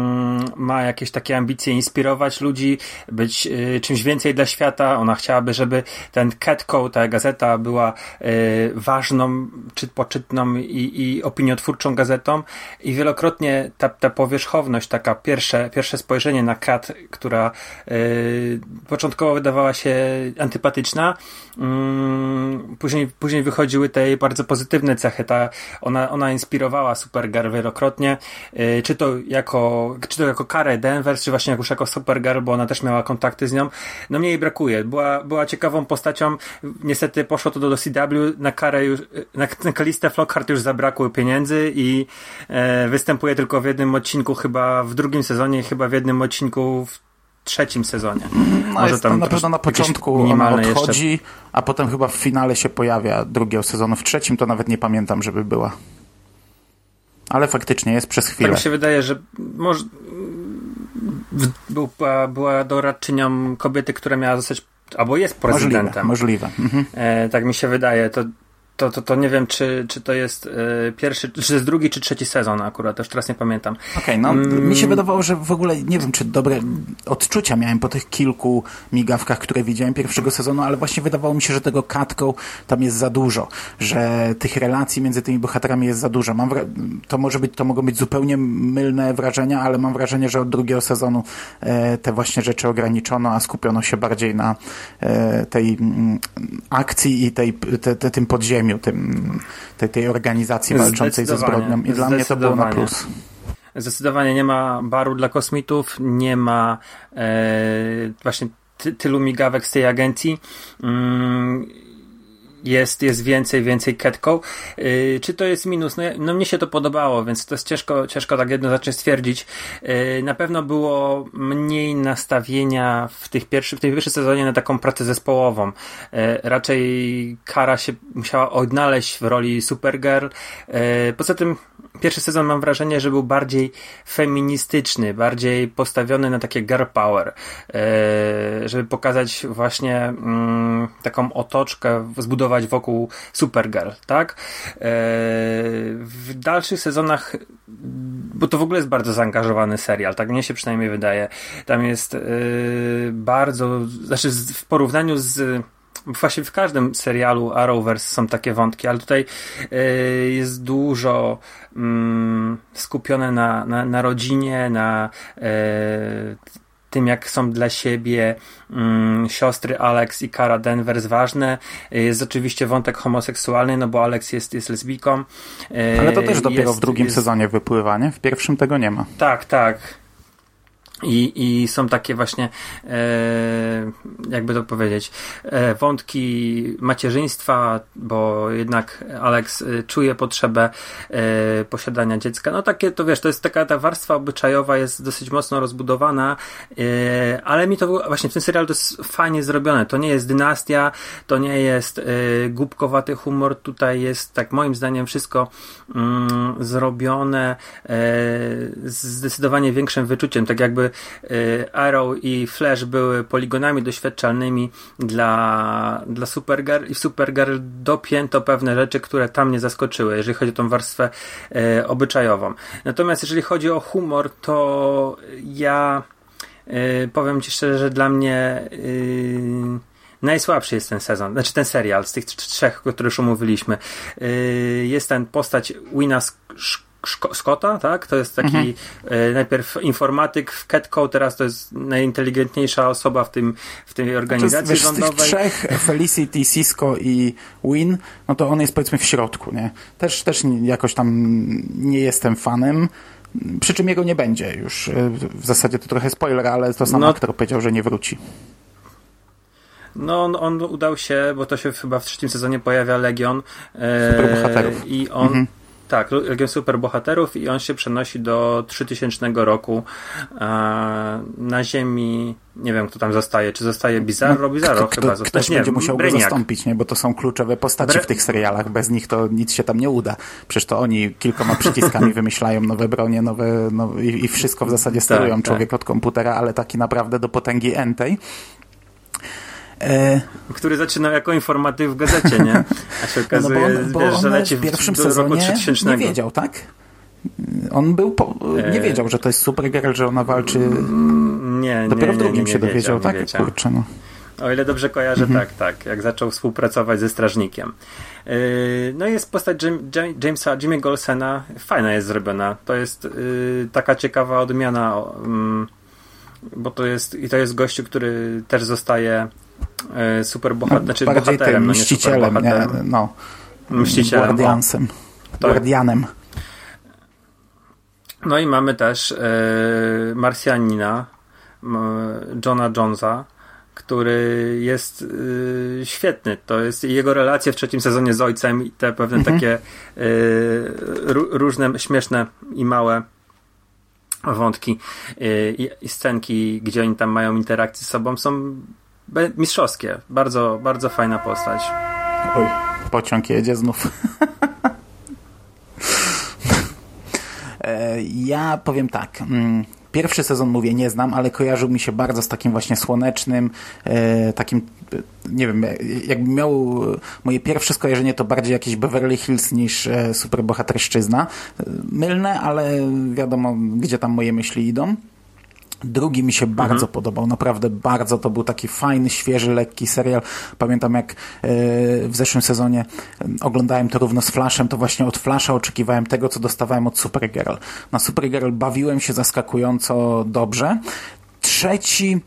ma jakieś takie ambicje inspirować ludzi, być yy, czymś więcej dla świata, ona chciałaby, żeby ten Catco, ta gazeta była yy, ważną czy poczytną i, i opiniotwórczą gazetą i wielokrotnie ta, ta powierzchowność, taka pierwsze, pierwsze spojrzenie na Kat, która yy, początkowo wydawała się antypatyczna, yy, później, później wychodziły te jej bardzo pozytywne cechy. Ta, ona, ona inspirowała Supergirl wielokrotnie, yy, czy to jako czy to jako Karę Danvers, czy właśnie już jako Supergirl, bo ona też miała kontakty z nią. No mnie jej brakuje. Była, była ciekawą postacią. Niestety poszło to do, do C W, na Karę już na, na Calistę Flockhart już zabrakło pieniędzy i e, występuje tylko w jednym odcinku, chyba w drugim sezonie, chyba w jednym odcinku w trzecim sezonie. No może tam na pewno na początku ona odchodzi, jeszcze... a potem chyba w finale się pojawia drugiego sezonu. W trzecim to nawet nie pamiętam, żeby była. Ale faktycznie jest przez chwilę. Tak mi się wydaje, że może była, była doradczynią kobiety, która miała zostać albo jest prezydentem. Możliwe, możliwe. Mhm. E, tak mi się wydaje. To, to, to, to nie wiem, czy, czy to jest e, pierwszy, czy to jest drugi, czy trzeci sezon akurat, już teraz nie pamiętam. Okej, okay, no mm. mi się wydawało, że w ogóle nie wiem, czy dobre odczucia miałem po tych kilku migawkach, które widziałem pierwszego sezonu, ale właśnie wydawało mi się, że tego Catco tam jest za dużo, że tych relacji między tymi bohaterami jest za dużo. Mam wra- to może być, to mogą być zupełnie mylne wrażenia, ale mam wrażenie, że od drugiego sezonu e, te właśnie rzeczy ograniczono, a skupiono się bardziej na e, tej m, akcji i tej, te, te, tym podziemiu, Tym, tej, tej organizacji walczącej ze zbrodnią i dla mnie to było na plus. Zdecydowanie nie ma baru dla kosmitów, nie ma e, właśnie ty, tylu migawek z tej agencji. Mm, Jest, jest więcej, więcej Catco. Yy, czy to jest minus? No, no mnie się to podobało, więc to jest ciężko, ciężko tak jednoznacznie stwierdzić. Yy, na pewno było mniej nastawienia w tych pierwszych, w tym pierwszym sezonie na taką pracę zespołową. Yy, raczej Kara się musiała odnaleźć w roli Supergirl. Yy, poza tym pierwszy sezon mam wrażenie, że był bardziej feministyczny, bardziej postawiony na takie girl power, yy, żeby pokazać właśnie mm, taką otoczkę, zbudować wokół Supergirl, tak? Yy, w dalszych sezonach, bo to w ogóle jest bardzo zaangażowany serial, tak mnie się przynajmniej wydaje. Tam jest yy, bardzo, znaczy w porównaniu z właśnie w każdym serialu Arrowverse są takie wątki, ale tutaj y, jest dużo y, skupione na, na, na rodzinie, na y, tym, jak są dla siebie y, siostry Alex i Kara Danvers ważne. Y, jest oczywiście wątek homoseksualny, no bo Alex jest, jest lesbijką. Y, ale to też dopiero jest, w drugim jest... sezonie wypływa, nie? W pierwszym tego nie ma. Tak, tak. I, i są takie właśnie, e, jakby to powiedzieć, e, wątki macierzyństwa, bo jednak Alex e, czuje potrzebę e, posiadania dziecka. No takie, to wiesz, to jest taka ta warstwa obyczajowa jest dosyć mocno rozbudowana, e, ale mi to właśnie w tym serialu to jest fajnie zrobione. To nie jest dynastia, to nie jest e, głupkowaty humor. Tutaj jest, tak moim zdaniem, wszystko mm, zrobione e, z zdecydowanie większym wyczuciem. Tak jakby Arrow i Flash były poligonami doświadczalnymi dla, dla Supergirl i w Supergirl dopięto pewne rzeczy, które tam nie zaskoczyły, jeżeli chodzi o tą warstwę e, obyczajową. Natomiast jeżeli chodzi o humor, to ja e, powiem Ci szczerze, że dla mnie e, najsłabszy jest ten sezon, znaczy ten serial z tych trzech, o których już omówiliśmy. E, jest ten postać Wina Sk- Scotta, tak? To jest taki mhm. e, najpierw informatyk w Catco, teraz to jest najinteligentniejsza osoba w tym w tej organizacji wiesz, rządowej. Z tych trzech, Felicity, Cisco i Win, no to on jest powiedzmy w środku, nie? Też, też jakoś tam nie jestem fanem, przy czym jego nie będzie już. W zasadzie to trochę spoiler, ale to sam no, aktor powiedział, że nie wróci. No on, on udał się, bo to się chyba w trzecim sezonie pojawia Legion e, Superbohaterów. I on mhm. Tak, Legion Superbohaterów i on się przenosi do trzytysięcznego roku e, na Ziemi. Nie wiem, kto tam zostaje. Czy zostaje Bizarro? Bizarro kto, chyba kto, zostaje. Ktoś nie, będzie musiał Brainiac. go zastąpić, nie? Bo to są kluczowe postaci Bre... w tych serialach. Bez nich to nic się tam nie uda. Przecież to oni kilkoma przyciskami wymyślają nowe bronie, nowe, nowe i, i wszystko w zasadzie sterują tak, człowiek tak. od komputera, ale taki naprawdę do potęgi entej. E... Który zaczynał jako informatyk w gazecie, nie? A się okazuje, no bo on, bo wiesz, że on leci w pierwszym do sezonie roku trzytysięcznego. Nie wiedział, tak? On był po... nie wiedział, że to jest Supergirl, że ona walczy. Nie, nie. Dopiero nie, w drugim nie, nie, się nie dowiedział, wiedział, tak? Wiedział. Kurczę, no. O ile dobrze kojarzę, mhm. tak, tak. Jak zaczął współpracować ze Strażnikiem. Yy, no jest postać Jim, Jamesa, Jimmy'ego Olsena. Fajna jest zrobiona. To jest yy, taka ciekawa odmiana, yy, bo to jest i to jest gościu, który też zostaje yy, superbohaterem, no, znaczy bardziej bohaterem, tym no nie mścicielem, nie, no. Mścicielem. Guardiansem. Tak. Guardianem. No i mamy też yy, Marsjanina, yy, Johna Jonesa, który jest yy, świetny. To jest jego relacje w trzecim sezonie z ojcem i te pewne mhm. takie yy, r- różne śmieszne i małe wątki yy, i, i scenki, gdzie oni tam mają interakcje z sobą, są be- mistrzowskie. Bardzo, bardzo fajna postać. Oj, pociąg jedzie znów. Ja powiem tak. Pierwszy sezon, mówię, nie znam, ale kojarzył mi się bardzo z takim właśnie słonecznym, e, takim, nie wiem, jakbym miał moje pierwsze skojarzenie to bardziej jakiś Beverly Hills niż e, superbohaterszczyzna. Mylne, ale wiadomo, gdzie tam moje myśli idą. Drugi mi się bardzo mhm. podobał, naprawdę bardzo. To był taki fajny, świeży, lekki serial. Pamiętam, jak yy, w zeszłym sezonie oglądałem to równo z Flashem, to właśnie od Flasha oczekiwałem tego, co dostawałem od Supergirl. Na Supergirl bawiłem się zaskakująco dobrze. Trzeci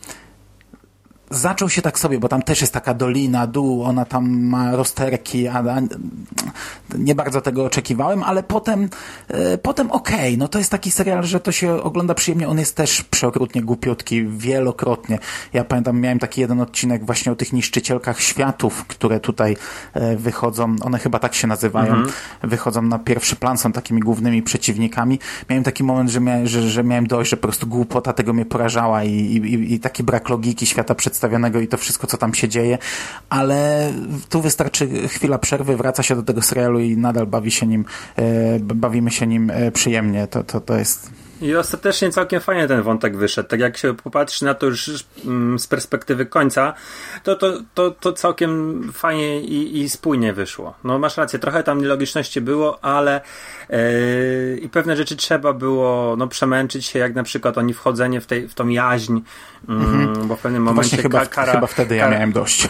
zaczął się tak sobie, bo tam też jest taka dolina, dół, ona tam ma rozterki, a, a nie bardzo tego oczekiwałem, ale potem e, potem okej, okay. No to jest taki serial, że to się ogląda przyjemnie, on jest też przeokrutnie głupiutki, wielokrotnie. Ja pamiętam, miałem taki jeden odcinek właśnie o tych niszczycielkach światów, które tutaj e, wychodzą, one chyba tak się nazywają, mhm. wychodzą na pierwszy plan, są takimi głównymi przeciwnikami. Miałem taki moment, że, mia, że, że miałem dość, że po prostu głupota tego mnie porażała i, i, i taki brak logiki świata przedstawionego i to wszystko, co tam się dzieje, ale tu wystarczy chwila przerwy, wraca się do tego serialu i nadal bawi się nim, e, bawimy się nim e, przyjemnie. To, to, to jest... I ostatecznie całkiem fajnie ten wątek wyszedł. Tak jak się popatrzy na to już mm, z perspektywy końca, to, to, to, to całkiem fajnie i, i spójnie wyszło. No masz rację, trochę tam nielogiczności było, ale yy, i pewne rzeczy trzeba było no, przemęczyć się, jak na przykład oni wchodzenie w, tej, w tą jaźń, yy, mhm. bo w pewnym momencie Właśnie chyba, kara, chyba wtedy ja kara, miałem dość.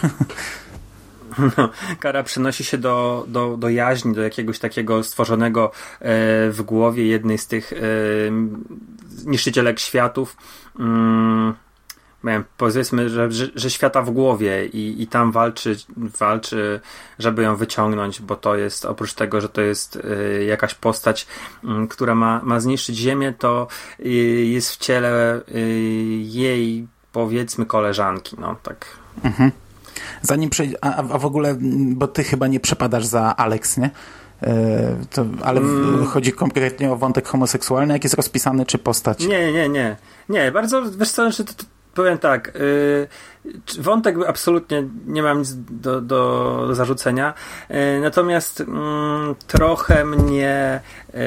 No, Kara przenosi się do, do, do jaźni, do jakiegoś takiego stworzonego e, w głowie jednej z tych e, niszczycielek światów. Mm, powiedzmy, że, że, że świata w głowie i, i tam walczy, walczy, żeby ją wyciągnąć, bo to jest, oprócz tego, że to jest e, jakaś postać, m, która ma, ma zniszczyć Ziemię, to e, jest w ciele e, jej, powiedzmy, koleżanki. No, tak. Mhm. Zanim przejdę, a, a w ogóle, bo ty chyba nie przepadasz za Alex, nie? E, to, ale mm. chodzi konkretnie o wątek homoseksualny, jak jest rozpisany, czy postać? Nie, nie, nie. Nie, bardzo, wiesz co, że to, to, powiem tak, yy, wątek absolutnie nie mam nic do, do, do zarzucenia, yy, natomiast yy, trochę mnie yy,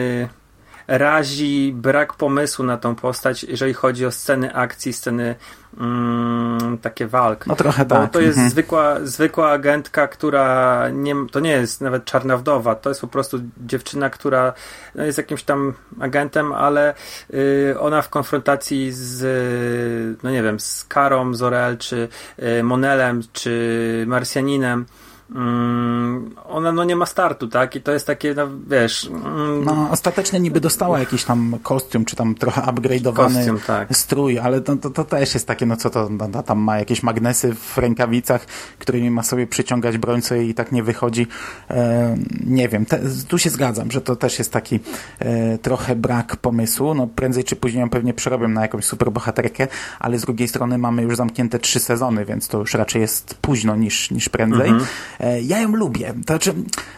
razi brak pomysłu na tą postać, jeżeli chodzi o sceny akcji, sceny mm, takie walk. No trochę Bo tak. to jest mhm. zwykła, zwykła agentka, która nie, to nie jest nawet czarna wdowa, to jest po prostu dziewczyna, która no, jest jakimś tam agentem, ale y, ona w konfrontacji z no nie wiem, z Karą, Zor-El, czy y, Monelem, czy Marsjaninem, Mm, ona no nie ma startu, tak? I to jest takie, no wiesz... Mm, no ostatecznie niby dostała jakiś tam kostium, czy tam trochę upgrade'owany kostium, tak. strój, ale to, to, to też jest takie, no co to, no, tam ma jakieś magnesy w rękawicach, którymi ma sobie przyciągać broń, co jej i tak nie wychodzi. E, nie wiem, te, tu się zgadzam, że to też jest taki e, trochę brak pomysłu. No prędzej czy później ją pewnie przerobią na jakąś superbohaterkę, ale z drugiej strony mamy już zamknięte trzy sezony, więc to już raczej jest późno niż, niż prędzej. Mhm. Ja ją lubię. To znaczy,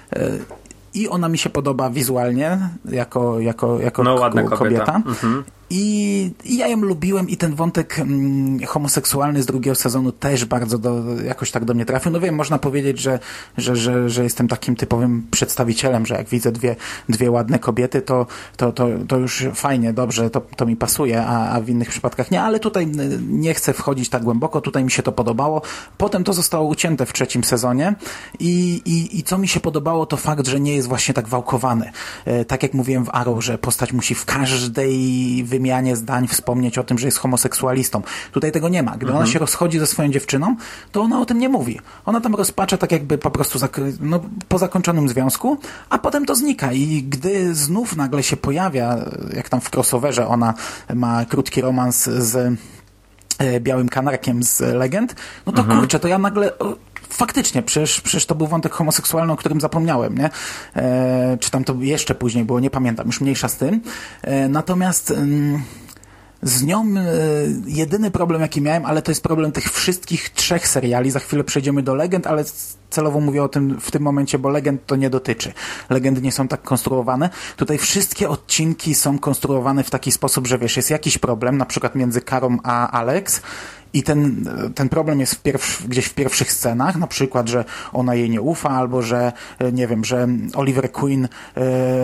i ona mi się podoba wizualnie, jako, jako, jako no, ładna kobieta. kobieta. Mhm. I, I ja ją lubiłem i ten wątek mm, homoseksualny z drugiego sezonu też bardzo do, jakoś tak do mnie trafił. No wiem, można powiedzieć, że, że, że, że jestem takim typowym przedstawicielem, że jak widzę dwie, dwie ładne kobiety, to, to, to, to już fajnie, dobrze, to, to mi pasuje, a, a w innych przypadkach nie, ale tutaj nie chcę wchodzić tak głęboko, tutaj mi się to podobało. Potem to zostało ucięte w trzecim sezonie i, i, i co mi się podobało, to fakt, że nie jest właśnie tak wałkowany. E, tak jak mówiłem w Arrow, że postać musi w każdej wymianie zdań wspomnieć o tym, że jest homoseksualistą. Tutaj tego nie ma. Gdy mhm. ona się rozchodzi ze swoją dziewczyną, to ona o tym nie mówi. Ona tam rozpacza tak jakby po prostu zak- no, po zakończonym związku, a potem to znika i gdy znów nagle się pojawia, jak tam w crossoverze ona ma krótki romans z e, Białym Kanarkiem z Legend, no to mhm. kurczę, to ja nagle... O, faktycznie, przecież, przecież to był wątek homoseksualny, o którym zapomniałem, nie? E, czy tam to jeszcze później było, nie pamiętam, już mniejsza z tym. E, natomiast mm, z nią e, jedyny problem, jaki miałem, ale to jest problem tych wszystkich trzech seriali, za chwilę przejdziemy do Legend, ale celowo mówię o tym w tym momencie, bo Legend to nie dotyczy. Legendy nie są tak konstruowane. Tutaj wszystkie odcinki są konstruowane w taki sposób, że wiesz, jest jakiś problem, na przykład między Karą a Alex, i ten, ten problem jest w pierw, gdzieś w pierwszych scenach, na przykład, że ona jej nie ufa, albo że, nie wiem, że Oliver Queen yy,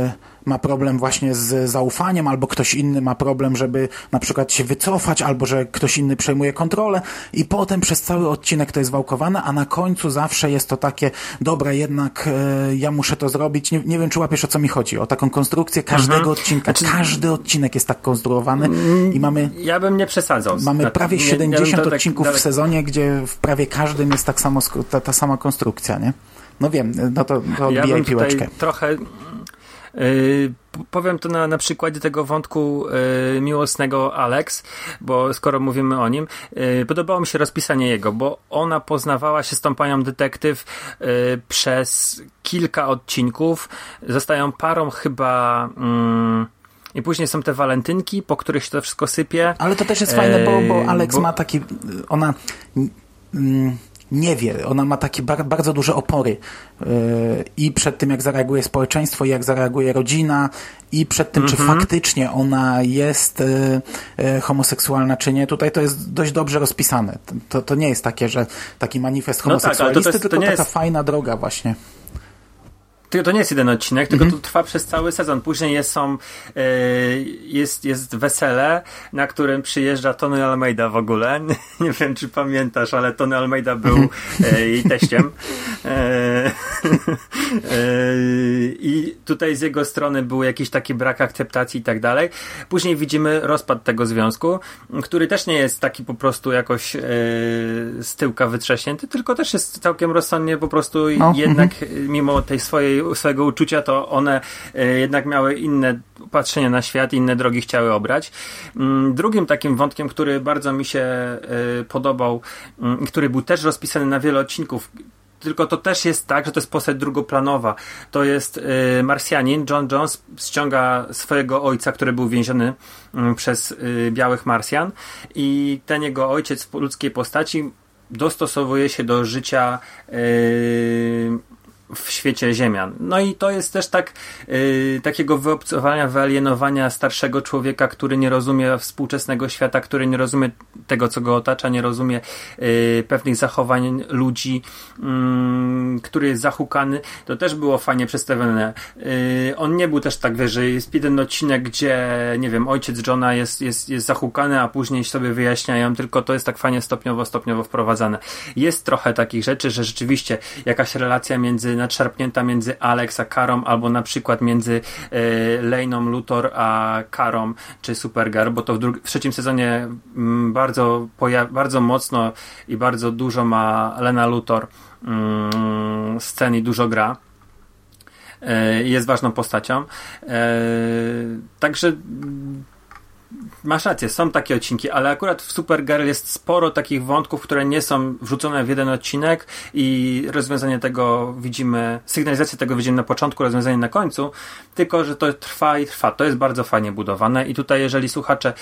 ma problem właśnie z zaufaniem, albo ktoś inny ma problem, żeby na przykład się wycofać, albo że ktoś inny przejmuje kontrolę i potem przez cały odcinek to jest wałkowane, a na końcu zawsze jest to takie, dobra, jednak e, ja muszę to zrobić. Nie, nie wiem, czy łapiesz, o co mi chodzi. O taką konstrukcję każdego mhm. odcinka. Znaczy, każdy odcinek jest tak konstruowany i mamy... Ja bym nie przesadzał. Mamy prawie nie, siedemdziesiąt ja odcinków tak, w sezonie, gdzie w prawie każdym jest tak samo, ta, ta sama konstrukcja, nie? No wiem, no to, to odbijaj ja bym piłeczkę. Trochę... Yy, powiem to na, na przykładzie tego wątku yy, miłosnego Alex, bo skoro mówimy o nim, yy, podobało mi się rozpisanie jego, bo ona poznawała się z tą panią detektyw yy, przez kilka odcinków, zostają parą chyba yy, i później są te walentynki, po których się to wszystko sypie. Ale to też jest fajne, bo, bo Alex bo... ma taki, ona mm, nie wie, ona ma takie bar- bardzo duże opory yy, i przed tym, jak zareaguje społeczeństwo, i jak zareaguje rodzina, i przed tym, mm-hmm. czy faktycznie ona jest yy, yy, homoseksualna, czy nie. Tutaj to jest dość dobrze rozpisane. To, to nie jest takie, że taki manifest homoseksualisty, no tak, to to jest, tylko to taka jest... fajna droga właśnie. To nie jest jeden odcinek, tylko mm-hmm. to trwa przez cały sezon. Później jest, są, yy, jest, jest wesele, na którym przyjeżdża Tony Almeida w ogóle. Nie wiem, czy pamiętasz, ale Tony Almeida był mm-hmm. yy, jej teściem. Yy, yy, I tutaj z jego strony był jakiś taki brak akceptacji i tak dalej. Później widzimy rozpad tego związku, który też nie jest taki po prostu jakoś yy, z tyłka wytrzaśnięty, tylko też jest całkiem rozsądnie po prostu no. jednak mm-hmm. mimo tej swojej swojego uczucia, to one y, jednak miały inne patrzenie na świat, inne drogi chciały obrać. Mm, drugim takim wątkiem, który bardzo mi się y, podobał, y, który był też rozpisany na wiele odcinków, tylko to też jest tak, że to jest postać drugoplanowa. To jest y, Marsjanin, John Jones ściąga swojego ojca, który był więziony y, przez y, białych Marsjan i ten jego ojciec w ludzkiej postaci dostosowuje się do życia y, w świecie Ziemian. No i to jest też tak yy, takiego wyobcowania, wyalienowania starszego człowieka, który nie rozumie współczesnego świata, który nie rozumie tego, co go otacza, nie rozumie yy, pewnych zachowań ludzi, yy, który jest zahukany. To też było fajnie przedstawione. Yy, on nie był też tak, wiesz, że jest jeden odcinek, gdzie, nie wiem, ojciec Johna jest, jest, jest zahukany, a później sobie wyjaśniają, tylko to jest tak fajnie stopniowo, stopniowo wprowadzane. Jest trochę takich rzeczy, że rzeczywiście jakaś relacja między nadszarpnięta między Alex a Karą, albo na przykład między y, Lane'ą Luthor a Karą, czy Supergirl, bo to w, dru- w trzecim sezonie m, bardzo, poja- bardzo mocno i bardzo dużo ma Lena Luthor mm, scen i dużo gra. Y, jest ważną postacią. Y, także masz rację, są takie odcinki, ale akurat w Supergirl jest sporo takich wątków, które nie są wrzucone w jeden odcinek i rozwiązanie tego widzimy, sygnalizację tego widzimy na początku, rozwiązanie na końcu, tylko że to trwa i trwa. To jest bardzo fajnie budowane i tutaj jeżeli słuchacze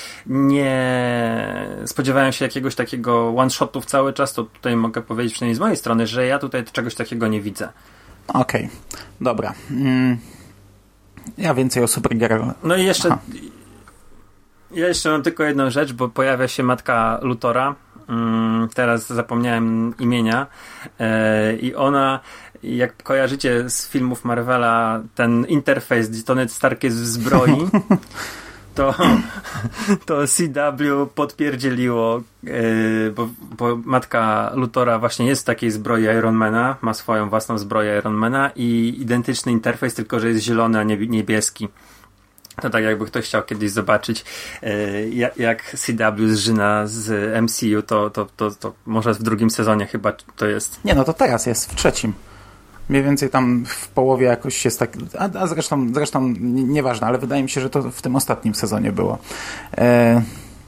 nie spodziewają się jakiegoś takiego one-shotów cały czas, to tutaj mogę powiedzieć przynajmniej z mojej strony, że ja tutaj czegoś takiego nie widzę. Okej, okay. Dobra. Mm. Ja więcej o Supergirl. No i jeszcze Aha. Ja jeszcze mam tylko jedną rzecz, bo pojawia się matka Luthora. Mm, teraz zapomniałem imienia. E, I ona, jak kojarzycie z filmów Marvela, ten interfejs, gdzie Tony Stark jest w zbroi, to, to C W potwierdziło, yy, bo, bo matka Luthora właśnie jest w takiej zbroi Ironmana, ma swoją własną zbroję Ironmana i identyczny interfejs, tylko że jest zielony, a nie niebieski. To tak jakby ktoś chciał kiedyś zobaczyć yy, jak, jak C W zżyna z M C U, to, to, to, to może w drugim sezonie chyba to jest. Nie, no to teraz jest, w trzecim. Mniej więcej tam w połowie jakoś jest tak, a, a zresztą, zresztą nieważne, ale wydaje mi się, że to w tym ostatnim sezonie było. E...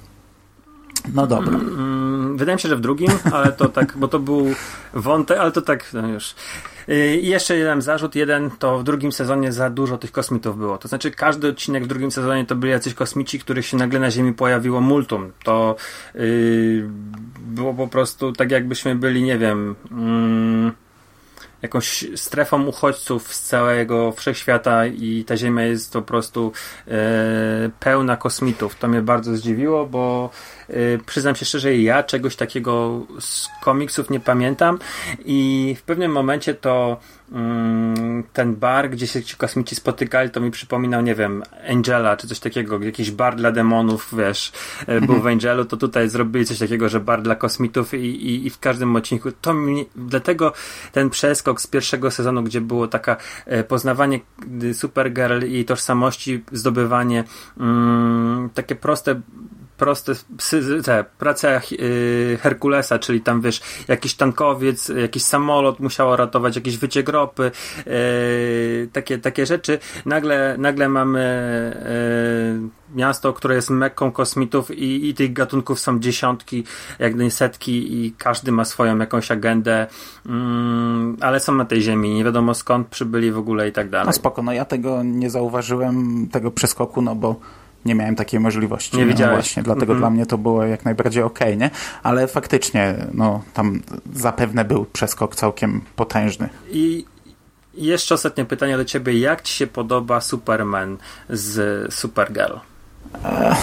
No dobra. Wydaje mi się, że w drugim, ale to tak, bo to był wątek, ale to tak, no już. I jeszcze jeden zarzut, jeden, to w drugim sezonie za dużo tych kosmitów było. To znaczy każdy odcinek w drugim sezonie to byli jacyś kosmici, których się nagle na Ziemi pojawiło multum. To yy, było po prostu tak jakbyśmy byli, nie wiem... Yy, jakąś strefą uchodźców z całego wszechświata i ta Ziemia jest po prostu e, pełna kosmitów. To mnie bardzo zdziwiło, bo e, przyznam się szczerze, ja czegoś takiego z komiksów nie pamiętam i w pewnym momencie to mm, ten bar, gdzie się ci kosmici spotykali, to mi przypominał, nie wiem, Angela czy coś takiego, jakiś bar dla demonów, wiesz, e, był w Angelu, to tutaj zrobili coś takiego, że bar dla kosmitów i, i, i w każdym odcinku to mi, dlatego ten przeskok z pierwszego sezonu, gdzie było taka e, poznawanie Supergirl i tożsamości, zdobywanie mm, takie proste proste te, prace yy, Herkulesa, czyli tam wiesz, jakiś tankowiec, jakiś samolot musiał ratować, jakiś wyciek ropy, yy, takie, takie rzeczy. Nagle, nagle mamy yy, miasto, które jest mekką kosmitów i, i tych gatunków są dziesiątki, jak nie setki i każdy ma swoją jakąś agendę, yy, ale są na tej ziemi, nie wiadomo skąd przybyli w ogóle i tak dalej. No spoko, no ja tego nie zauważyłem, tego przeskoku, no bo nie miałem takiej możliwości. Nie no widziałeś. Właśnie, dlatego mm-hmm. dla mnie to było jak najbardziej okej, okay, nie? Ale faktycznie, no tam zapewne był przeskok całkiem potężny. I jeszcze ostatnie pytanie do ciebie. Jak ci się podoba Superman z Supergirl? Ech.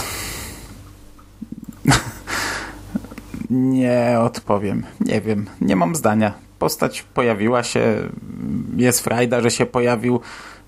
Nie odpowiem. Nie wiem. Nie mam zdania. Postać pojawiła się, jest frajda, że się pojawił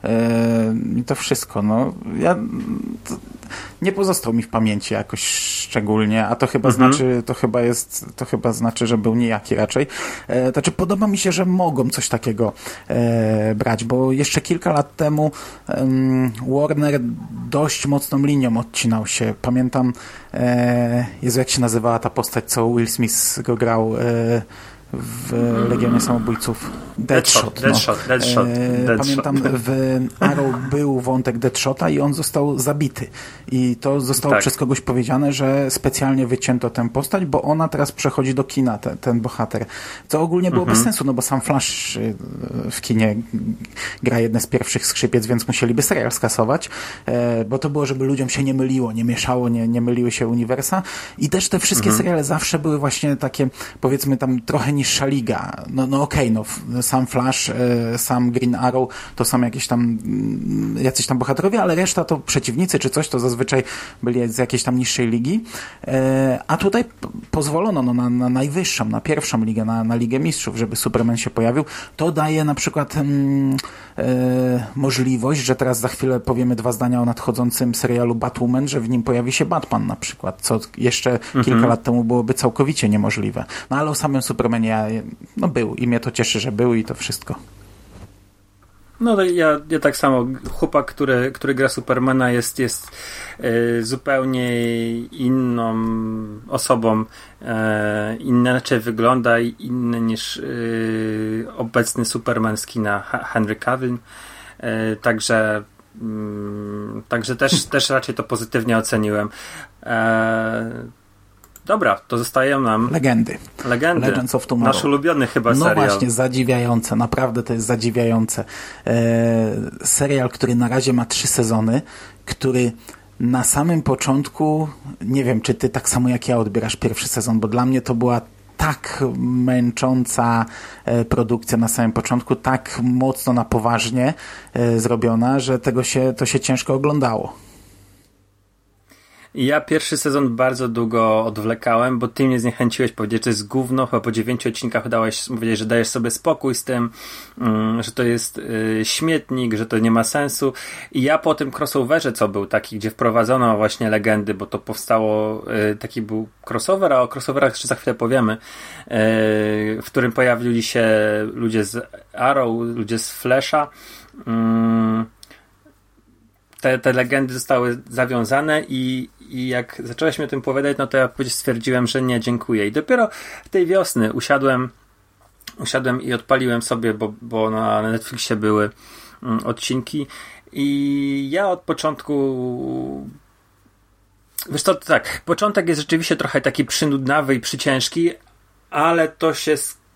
i to wszystko, no ja to nie pozostał mi w pamięci jakoś szczególnie, a to chyba mhm. znaczy, to chyba jest, to chyba znaczy, że był nijaki raczej. E, znaczy podoba mi się, że mogą coś takiego e, brać, bo jeszcze kilka lat temu e, Warner dość mocną linią odcinał się. Pamiętam, e, Jezu, jak się nazywała ta postać, co Will Smith go grał, e, w Legionie Samobójców. Deadshot. Deadshot, no. Deadshot, e, Pamiętam, w Arrow był wątek Deadshota i on został zabity. I to zostało tak. przez kogoś powiedziane, że specjalnie wycięto tę postać, bo ona teraz przechodzi do kina, te, ten bohater. Co ogólnie było mhm. bez sensu, no bo sam Flash w kinie gra jedne z pierwszych skrzypiec, więc musieliby serial skasować, e, bo to było, żeby ludziom się nie myliło, nie mieszało, nie, nie myliły się uniwersa. I też te wszystkie mhm. seriale zawsze były właśnie takie, powiedzmy tam trochę niższa liga. No, no okej, okay, no sam Flash, e, sam Green Arrow to są jakieś tam jacyś tam bohaterowie, ale reszta to przeciwnicy czy coś, to zazwyczaj byli z jakiejś tam niższej ligi. E, a tutaj p- pozwolono no, na, na najwyższą, na pierwszą ligę, na, na Ligę Mistrzów, żeby Superman się pojawił. To daje na przykład mm, e, możliwość, że teraz za chwilę powiemy dwa zdania o nadchodzącym serialu Batwoman, że w nim pojawi się Batman na przykład, co jeszcze mhm. kilka lat temu byłoby całkowicie niemożliwe. No ale o samym Supermanie ja, no był i mnie to cieszy, że był i to wszystko. No to ja, ja tak samo. Chłopak, który, który gra Supermana jest, jest e, zupełnie inną osobą. E, inaczej wygląda i inny niż e, obecny Superman z kina Henry Cavill. E, także mm, także też, też raczej to pozytywnie oceniłem. E, Dobra, to zostają nam Legendy. Legendy. Legends of Tomorrow. Nasz ulubiony chyba no serial. No właśnie, zadziwiające. Naprawdę to jest zadziwiające. Eee, serial, który na razie ma trzy sezony, który na samym początku, nie wiem, czy ty tak samo jak ja odbierasz pierwszy sezon, bo dla mnie to była tak męcząca e, produkcja na samym początku, tak mocno na poważnie e, zrobiona, że tego się, to się ciężko oglądało. Ja pierwszy sezon bardzo długo odwlekałem, bo ty mnie zniechęciłeś powiedzieć, że to jest gówno, chyba po dziewięciu odcinkach dałeś powiedzieć, że dajesz sobie spokój z tym, um, że to jest y, śmietnik, że to nie ma sensu. I ja po tym crossoverze, co był taki, gdzie wprowadzono właśnie legendy, bo to powstało, y, taki był crossover, a o crossoverach jeszcze za chwilę powiemy, y, w którym pojawili się ludzie z Arrow, ludzie z Flasha. Y, Te, te legendy zostały zawiązane i, i jak zacząłeś mi o tym opowiadać, no to ja stwierdziłem, że nie, dziękuję. I dopiero tej wiosny usiadłem usiadłem i odpaliłem sobie, bo, bo na Netflixie były mm, odcinki i ja od początku wiesz to tak, początek jest rzeczywiście trochę taki przynudnawy i przyciężki, ale to się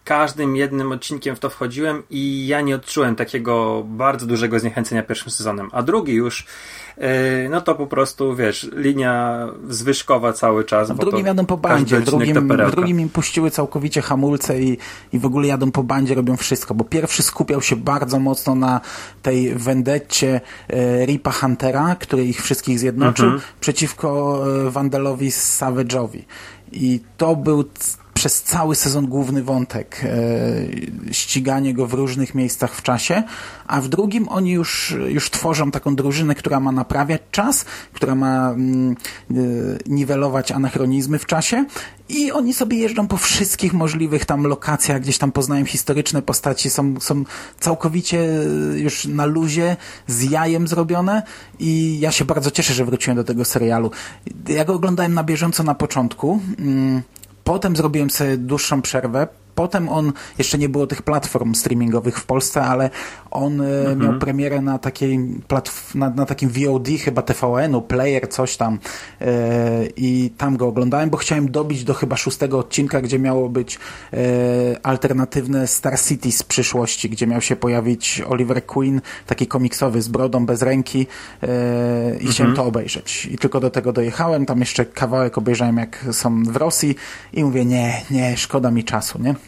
każdym jednym odcinkiem w to wchodziłem i ja nie odczułem takiego bardzo dużego zniechęcenia pierwszym sezonem. A drugi już, yy, no to po prostu, wiesz, linia zwyżkowa cały czas. A w drugim jadą po bandzie, w drugim, w drugim im puściły całkowicie hamulce i, i w ogóle jadą po bandzie, robią wszystko, bo pierwszy skupiał się bardzo mocno na tej vendetcie e, Ripa Huntera, który ich wszystkich zjednoczył, mhm. przeciwko e, Vandalowi Savage'owi. I to był przez cały sezon główny wątek, e, ściganie go w różnych miejscach w czasie, a w drugim oni już, już tworzą taką drużynę, która ma naprawiać czas, która ma mm, e, niwelować anachronizmy w czasie i oni sobie jeżdżą po wszystkich możliwych tam lokacjach, gdzieś tam poznają historyczne postaci, są, są całkowicie już na luzie, z jajem zrobione i ja się bardzo cieszę, że wróciłem do tego serialu. Ja go oglądałem na bieżąco na początku, mm, potem zrobiłem sobie dłuższą przerwę. Potem on, jeszcze nie było tych platform streamingowych w Polsce, ale on mhm. miał premierę na takiej platf- na, na takim V O D chyba T V N-u, Player, coś tam yy, i tam go oglądałem, bo chciałem dobić do chyba szóstego odcinka, gdzie miało być yy, alternatywne Star City z przyszłości, gdzie miał się pojawić Oliver Queen, taki komiksowy z brodą, bez ręki yy, i mhm. chciałem to obejrzeć. I tylko do tego dojechałem, tam jeszcze kawałek obejrzałem, jak są w Rosji i mówię, nie, nie, szkoda mi czasu, nie?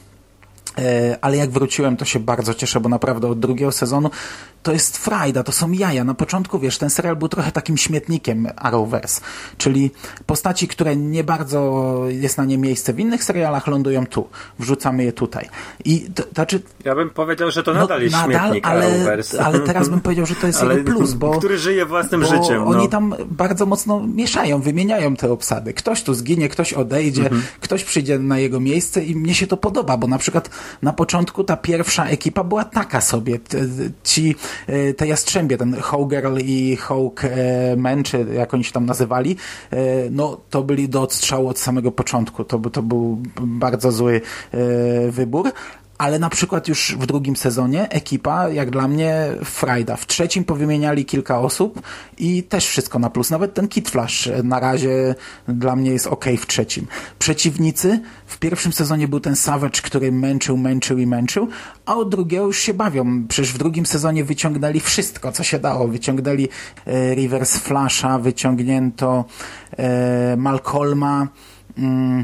Ale jak wróciłem, to się bardzo cieszę, bo naprawdę od drugiego sezonu to jest frajda, to są jaja. Na początku, wiesz, ten serial był trochę takim śmietnikiem Arrowverse, czyli postaci, które nie bardzo jest na nie miejsce w innych serialach, lądują tu. Wrzucamy je tutaj. I to, to znaczy, ja bym powiedział, że to nadal no, jest nadal, śmietnik ale, Arrowverse. ale teraz bym powiedział, że to jest ale, jego plus, bo który żyje własnym bo życiem. No. Oni tam bardzo mocno mieszają, wymieniają te obsady. Ktoś tu zginie, ktoś odejdzie, mhm. ktoś przyjdzie na jego miejsce i mnie się to podoba, bo na przykład na początku ta pierwsza ekipa była taka sobie. Ci te jastrzębie, ten Hawkgirl i Hawkman, czy jak oni się tam nazywali, no to byli do odstrzału od samego początku. To, to był bardzo zły wybór. Ale na przykład już w drugim sezonie ekipa, jak dla mnie, frajda. W trzecim powymieniali kilka osób i też wszystko na plus. Nawet ten Kid Flash na razie dla mnie jest okej w trzecim. Przeciwnicy, w pierwszym sezonie był ten Savage, który męczył, męczył i męczył, a od drugiego już się bawią. Przecież w drugim sezonie wyciągnęli wszystko, co się dało. Wyciągnęli e, Reverse Flasha, wyciągnięto e, Malcolma, mm,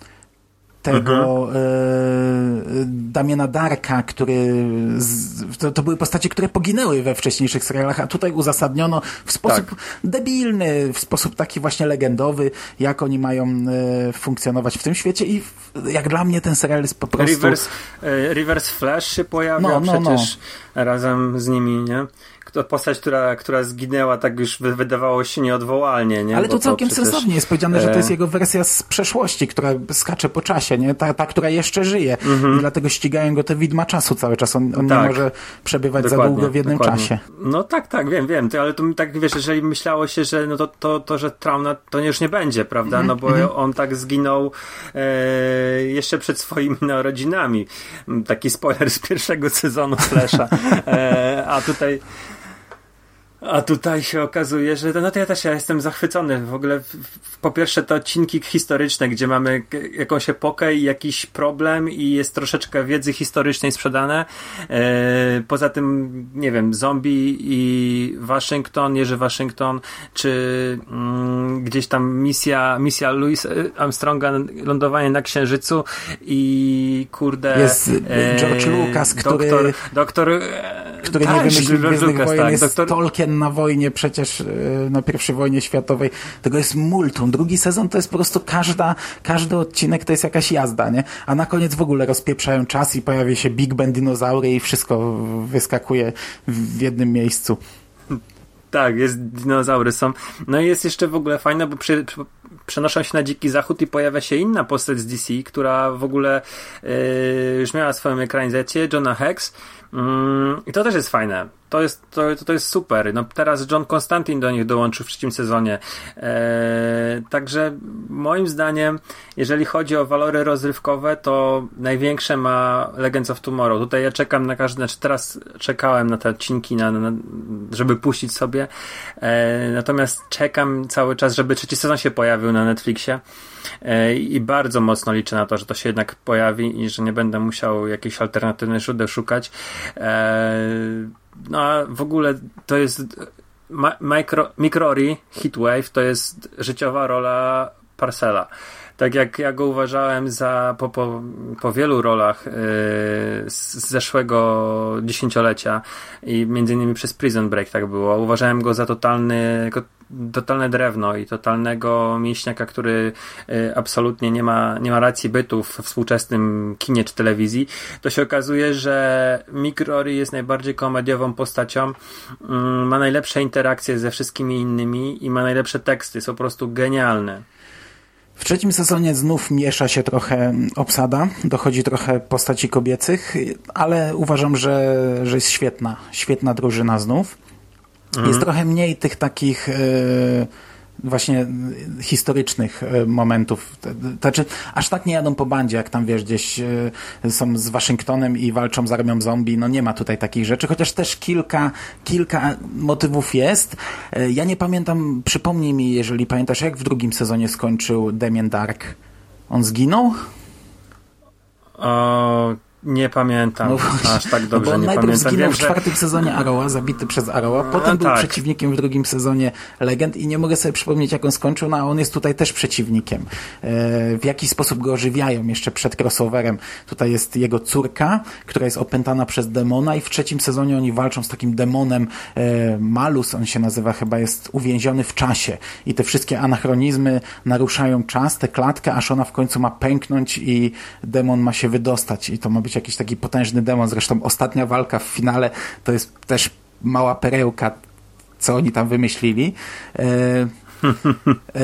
tego mhm. e, Damiana Darka, który z, to, to były postacie, które poginęły we wcześniejszych serialach, a tutaj uzasadniono w sposób tak. debilny, w sposób taki właśnie legendowy, jak oni mają e, funkcjonować w tym świecie i w, jak dla mnie ten serial jest po prostu... Reverse, e, Reverse Flash się pojawia no, no, przecież no. razem z nimi, nie? To postać, która, która zginęła, tak już wydawało się nieodwołalnie, nie? Ale Bo to całkiem przecież... sensownie jest powiedziane, że to jest jego wersja z przeszłości, która skacze po czasie, nie? Ta, ta która jeszcze żyje. Mm-hmm. I dlatego ścigają go te widma czasu cały czas. On, on tak. nie może przebywać dokładnie, za długo w jednym dokładnie. czasie. No tak, tak, wiem, wiem. Ty, ale to tak, wiesz, jeżeli myślało się, że no to, to, to że Trauna to już nie będzie, prawda? No bo mm-hmm. on tak zginął e, jeszcze przed swoimi narodzinami. Taki spoiler z pierwszego sezonu Flasha. E, a tutaj A tutaj się okazuje, że no to ja też ja jestem zachwycony. W ogóle w, w, po pierwsze te odcinki historyczne, gdzie mamy k- jakąś epokę i jakiś problem i jest troszeczkę wiedzy historycznej sprzedane. E, poza tym, nie wiem, Zombie i Waszyngton, Jerzy Waszyngton, czy mm, gdzieś tam misja, misja Louis Armstronga, lądowanie na Księżycu i kurde... Jest George e, Lucas, który... Doktor... doktor e, który tak, nie wymyślił Gwiezdnych Wojen, tak, jest doktor... Tolkien na wojnie przecież, na pierwszej wojnie światowej. Tego jest multum. Drugi sezon to jest po prostu każda, każdy odcinek to jest jakaś jazda, nie? A na koniec w ogóle rozpieprzają czas i pojawia się Big Ben, dinozaury i wszystko wyskakuje w jednym miejscu. Tak, jest, dinozaury są. No i jest jeszcze w ogóle fajne, bo przy, przy, przenoszą się na Dziki Zachód i pojawia się inna postać z D C, która w ogóle yy, już miała swoją ekranizację, Jonah Hex. Yy, I to też jest fajne. to jest, to, to jest super. No teraz John Constantine do nich dołączył w trzecim sezonie. Eee, także moim zdaniem, jeżeli chodzi o walory rozrywkowe, to największe ma Legends of Tomorrow. Tutaj ja czekam na każdy, znaczy teraz czekałem na te odcinki, na, na, żeby puścić sobie. Eee, natomiast czekam cały czas, żeby trzeci sezon się pojawił na Netflixie. Eee, I bardzo mocno liczę na to, że to się jednak pojawi i że nie będę musiał jakichś alternatywnych źródeł szukać. Eee, No a w ogóle to jest ma- micro, Microry Heatwave to jest życiowa rola Parcella. Tak jak ja go uważałem za po, po, po wielu rolach yy, z zeszłego dziesięciolecia i między innymi przez Prison Break tak było. Uważałem go za totalny totalne drewno i totalnego mięśniaka, który y, absolutnie nie ma, nie ma racji bytu w współczesnym kinie czy telewizji. To się okazuje, że Mick Rory jest najbardziej komediową postacią, y, ma najlepsze interakcje ze wszystkimi innymi i ma najlepsze teksty. Jest po prostu genialny. W trzecim sezonie znów miesza się trochę obsada, dochodzi trochę postaci kobiecych, ale uważam, że, że jest świetna, świetna drużyna znów. Mhm. Jest trochę mniej tych takich yy, właśnie historycznych momentów. Znaczy, aż tak nie jadą po bandzie, jak tam, wiesz, gdzieś yy, są z Waszyngtonem i walczą z armią zombie. No nie ma tutaj takich rzeczy, chociaż też kilka, kilka motywów jest. Yy, ja nie pamiętam, przypomnij mi, jeżeli pamiętasz, jak w drugim sezonie skończył Damien Dark. On zginął? O... Nie pamiętam, no, aż tak dobrze no bo on nie najpierw pamiętam. zginął Wiem, w czwartym że... sezonie Arrowa, zabity przez Arrowa, potem a, był tak. przeciwnikiem w drugim sezonie Legend i nie mogę sobie przypomnieć, jak on skończył, no a on jest tutaj też przeciwnikiem. E, w jaki sposób go ożywiają jeszcze przed crossoverem. Tutaj jest jego córka, która jest opętana przez demona i w trzecim sezonie oni walczą z takim demonem e, Malus, on się nazywa, chyba jest uwięziony w czasie i te wszystkie anachronizmy naruszają czas, tę klatkę, aż ona w końcu ma pęknąć i demon ma się wydostać i to ma być jakiś taki potężny demon. Zresztą ostatnia walka w finale to jest też mała perełka, co oni tam wymyślili. E, e,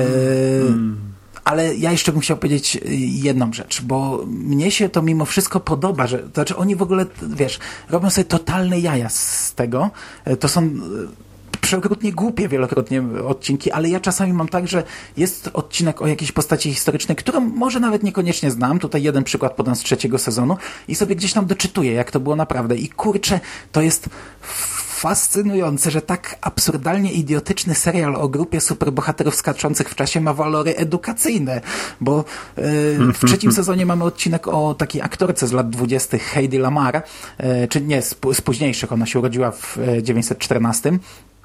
ale ja jeszcze bym chciał powiedzieć jedną rzecz, bo mnie się to mimo wszystko podoba, że to znaczy oni w ogóle, wiesz, robią sobie totalne jaja z tego. To są przeokrutnie głupie wielokrotnie odcinki, ale ja czasami mam tak, że jest odcinek o jakiejś postaci historycznej, którą może nawet niekoniecznie znam. Tutaj jeden przykład podam z trzeciego sezonu i sobie gdzieś tam doczytuję, jak to było naprawdę. I kurczę, to jest fascynujące, że tak absurdalnie idiotyczny serial o grupie superbohaterów skaczących w czasie ma walory edukacyjne, bo yy, w trzecim sezonie mamy odcinek o takiej aktorce z lat dwudziestych Heidi Lamar, yy, czy nie, z, z późniejszych, ona się urodziła w dziewięćset czternastym.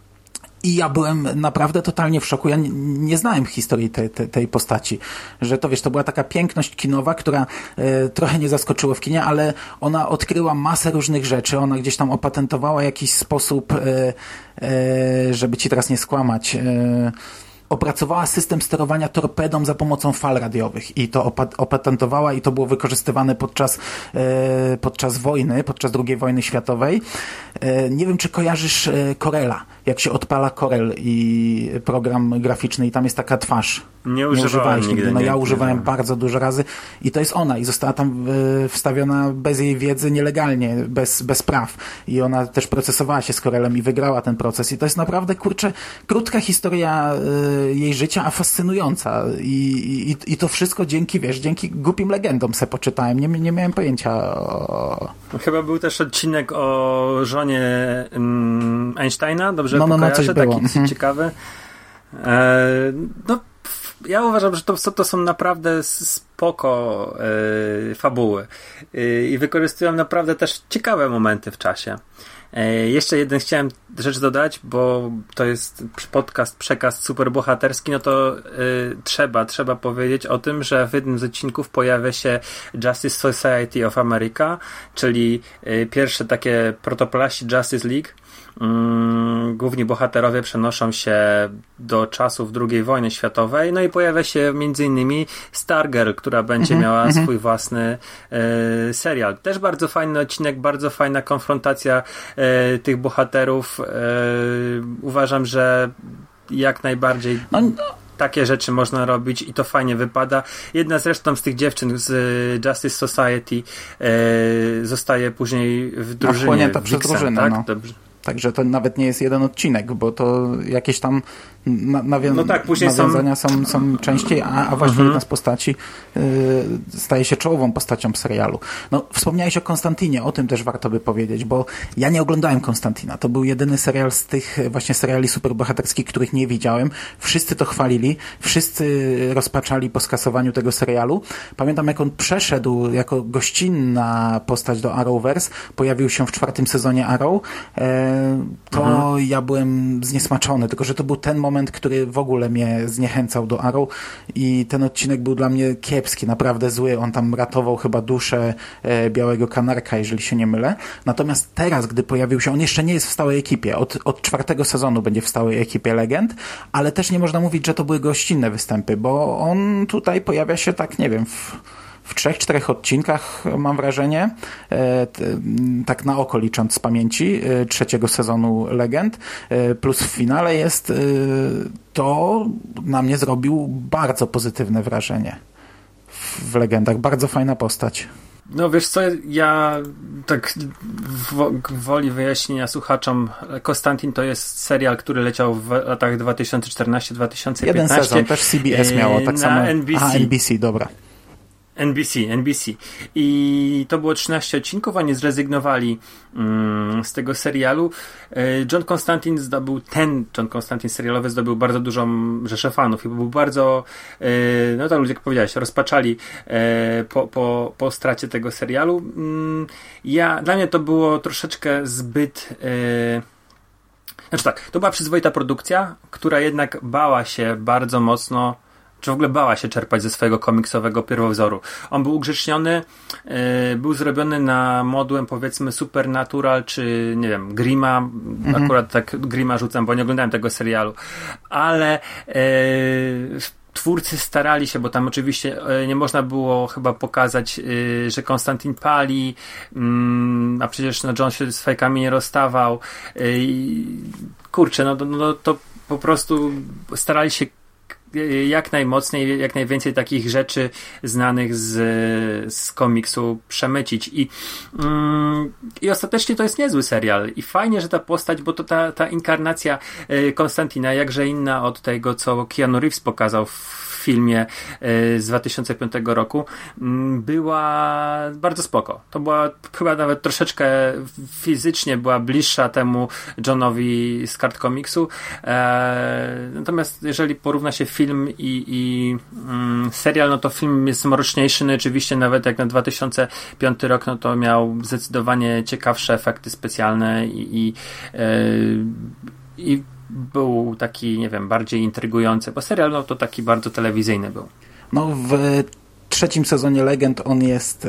I ja byłem naprawdę totalnie w szoku. Ja nie, nie znałem historii tej, tej, tej postaci. Że to, wiesz, to była taka piękność kinowa, która e, trochę nie zaskoczyła w kinie, ale ona odkryła masę różnych rzeczy. Ona gdzieś tam opatentowała jakiś sposób, e, e, żeby ci teraz nie skłamać, e, opracowała system sterowania torpedą za pomocą fal radiowych i to opa- opatentowała i to było wykorzystywane podczas, e, podczas wojny, podczas drugiej wojny światowej. E, nie wiem, czy kojarzysz e, Corela, jak się odpala Corel i program graficzny i tam jest taka twarz. Nie używałem nigdy. nigdy. No nie, ja nie używałem nie. bardzo dużo razy i to jest ona i została tam e, wstawiona bez jej wiedzy, nielegalnie, bez, bez praw i ona też procesowała się z Corelem i wygrała ten proces i to jest naprawdę, kurczę, krótka historia e, jej życia, a fascynująca I, i, i to wszystko dzięki, wiesz, dzięki głupim legendom se poczytałem, nie, nie miałem pojęcia o... Chyba był też odcinek o żonie um, Einsteina, dobrze no, no, no, coś taki było. Mhm. ciekawy. E, no ja uważam, że to, to są naprawdę spoko e, fabuły e, i wykorzystują naprawdę też ciekawe momenty w czasie. E, jeszcze jeden chciałem rzecz dodać, bo to jest podcast, przekaz superbohaterski, no to e, trzeba, trzeba powiedzieć o tym, że w jednym z odcinków pojawia się Justice Society of America, czyli e, pierwsze takie protoplaści Justice League. Mm, główni bohaterowie przenoszą się do czasów drugiej wojny światowej, no i pojawia się między innymi Stargirl, która będzie mm-hmm, miała mm-hmm. swój własny e, serial. Też bardzo fajny odcinek, bardzo fajna konfrontacja e, tych bohaterów. E, uważam, że jak najbardziej no, no. takie rzeczy można robić i to fajnie wypada. Jedna zresztą z tych dziewczyn z Justice Society e, zostaje później w drużynie przez drużynę, tak? no. Dobrze. Także to nawet nie jest jeden odcinek, bo to jakieś tam na, nawią- no tak, później nawiązania są... Są, są częściej, a, a właśnie mhm. jedna z postaci y, staje się czołową postacią serialu. No, wspomniałeś o Konstantinie, o tym też warto by powiedzieć, bo ja nie oglądałem Konstantina. To był jedyny serial z tych właśnie seriali superbohaterskich, których nie widziałem. Wszyscy to chwalili, wszyscy rozpaczali po skasowaniu tego serialu. Pamiętam, jak on przeszedł jako gościnna postać do Arrowverse, pojawił się w czwartym sezonie Arrow, e, to mhm. ja byłem zniesmaczony, tylko że to był ten moment, który w ogóle mnie zniechęcał do Arrow i ten odcinek był dla mnie kiepski, naprawdę zły. On tam ratował chyba duszę e, Białego Kanarka, jeżeli się nie mylę. Natomiast teraz, gdy pojawił się, on jeszcze nie jest w stałej ekipie. Od, od czwartego sezonu będzie w stałej ekipie Legend, ale też nie można mówić, że to były gościnne występy, bo on tutaj pojawia się tak, nie wiem, w w trzech, czterech odcinkach, mam wrażenie, e, t, tak na oko licząc z pamięci, e, trzeciego sezonu Legend, e, plus w finale jest, e, to na mnie zrobił bardzo pozytywne wrażenie w, w Legendach. Bardzo fajna postać. No wiesz co, ja tak w, woli wyjaśnienia słuchaczom, Konstantin to jest serial, który leciał w latach dwa tysiące czternaście dwa tysiące piętnaście. Jeden sezon, też C B S miało, tak na samo. N B C. Aha, N B C, dobra. N B C, N B C. I to było trzynaście odcinków, oni zrezygnowali mm, z tego serialu. John Constantine zdobył, ten John Constantine serialowy zdobył bardzo dużą rzeszę fanów i był bardzo, no tak ludzie, jak powiedziałeś, rozpaczali po, po, po stracie tego serialu. Ja, dla mnie to było troszeczkę zbyt... Znaczy tak, to była przyzwoita produkcja, która jednak bała się bardzo mocno, czy w ogóle bała się czerpać ze swojego komiksowego pierwowzoru. On był ugrzeczniony, yy, był zrobiony na modłem, powiedzmy, Supernatural, czy nie wiem, Grima. Mhm. Akurat tak Grima rzucam, bo nie oglądałem tego serialu. Ale yy, twórcy starali się, bo tam oczywiście yy, nie można było chyba pokazać, yy, że Konstantin pali, yy, a przecież no, John się z fejkami nie rozstawał. Yy, kurczę, no, no to po prostu starali się jak najmocniej, jak najwięcej takich rzeczy znanych z, z komiksu przemycić i, mm, i ostatecznie to jest niezły serial i fajnie, że ta postać, bo to ta, ta inkarnacja Konstantina, jakże inna od tego, co Keanu Reeves pokazał w filmie z dwa tysiące piątego roku, była bardzo spoko. To była chyba nawet troszeczkę fizycznie była bliższa temu Johnowi z kart komiksu. Eee, natomiast jeżeli porówna się film i, i mm, serial, no to film jest mroczniejszy, no oczywiście nawet jak na dwa tysiące piąty rok, no to miał zdecydowanie ciekawsze efekty specjalne i, i, eee, i był taki, nie wiem, bardziej intrygujący, bo serial no to taki bardzo telewizyjny był. No w trzecim sezonie Legend on jest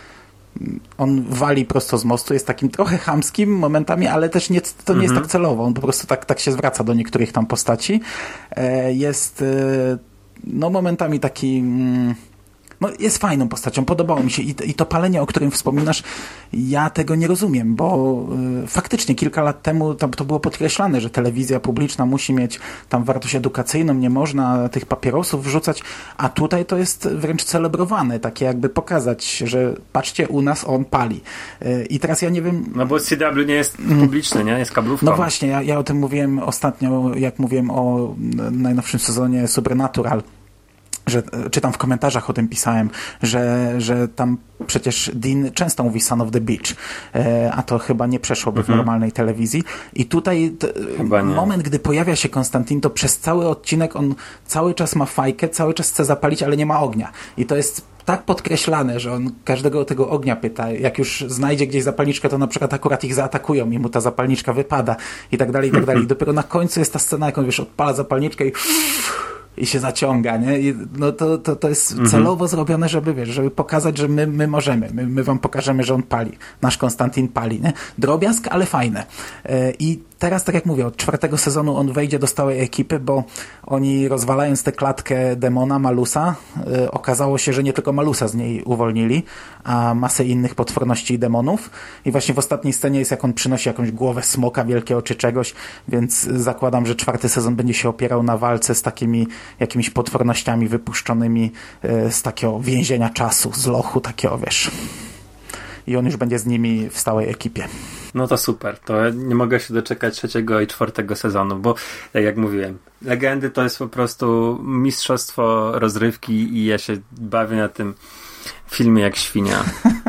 on wali prosto z mostu, jest takim trochę chamskim momentami, ale też nie, to nie mhm. jest tak celowo, on po prostu tak, tak się zwraca do niektórych tam postaci. Jest no momentami taki no jest fajną postacią, podobało mi się i, i to palenie, o którym wspominasz, ja tego nie rozumiem, bo y, faktycznie kilka lat temu to, to było podkreślane, że telewizja publiczna musi mieć tam wartość edukacyjną, nie można tych papierosów wrzucać, a tutaj to jest wręcz celebrowane, takie jakby pokazać, że patrzcie, u nas on pali. Y, I teraz ja nie wiem... No bo C W nie jest publiczny, nie? Jest kablówką. No właśnie, ja, ja o tym mówiłem ostatnio, jak mówiłem o najnowszym sezonie Supernatural, że czytam w komentarzach o tym pisałem, że, że tam przecież Dean często mówi son of the beach, a to chyba nie przeszłoby mhm. w normalnej telewizji. I tutaj t- moment, gdy pojawia się Konstantin, to przez cały odcinek on cały czas ma fajkę, cały czas chce zapalić, ale nie ma ognia. I to jest tak podkreślane, że on każdego o tego ognia pyta. Jak już znajdzie gdzieś zapalniczkę, to na przykład akurat ich zaatakują i mu ta zapalniczka wypada i tak dalej, i tak dalej. I dopiero na końcu jest ta scena, jak on, wiesz, odpala zapalniczkę i i się zaciąga, nie? I no to, to, to jest mhm. celowo zrobione, żeby, wiesz, żeby pokazać, że my, my możemy. My, my wam pokażemy, że on pali. Nasz Konstantin pali, nie? Drobiazg, ale fajne. I teraz, tak jak mówię, od czwartego sezonu on wejdzie do stałej ekipy, bo oni rozwalając tę klatkę demona, Malusa, yy, okazało się, że nie tylko Malusa z niej uwolnili, a masę innych potworności i demonów. I właśnie w ostatniej scenie jest, jak on przynosi jakąś głowę smoka, wielkie oczy czegoś, więc zakładam, że czwarty sezon będzie się opierał na walce z takimi jakimiś potwornościami wypuszczonymi yy, z takiego więzienia czasu, z lochu takiego, wiesz. I on już będzie z nimi w stałej ekipie. No to super, to nie mogę się doczekać trzeciego i czwartego sezonu, bo tak jak mówiłem, Legendy to jest po prostu mistrzostwo rozrywki i ja się bawię na tym filmie jak świnia.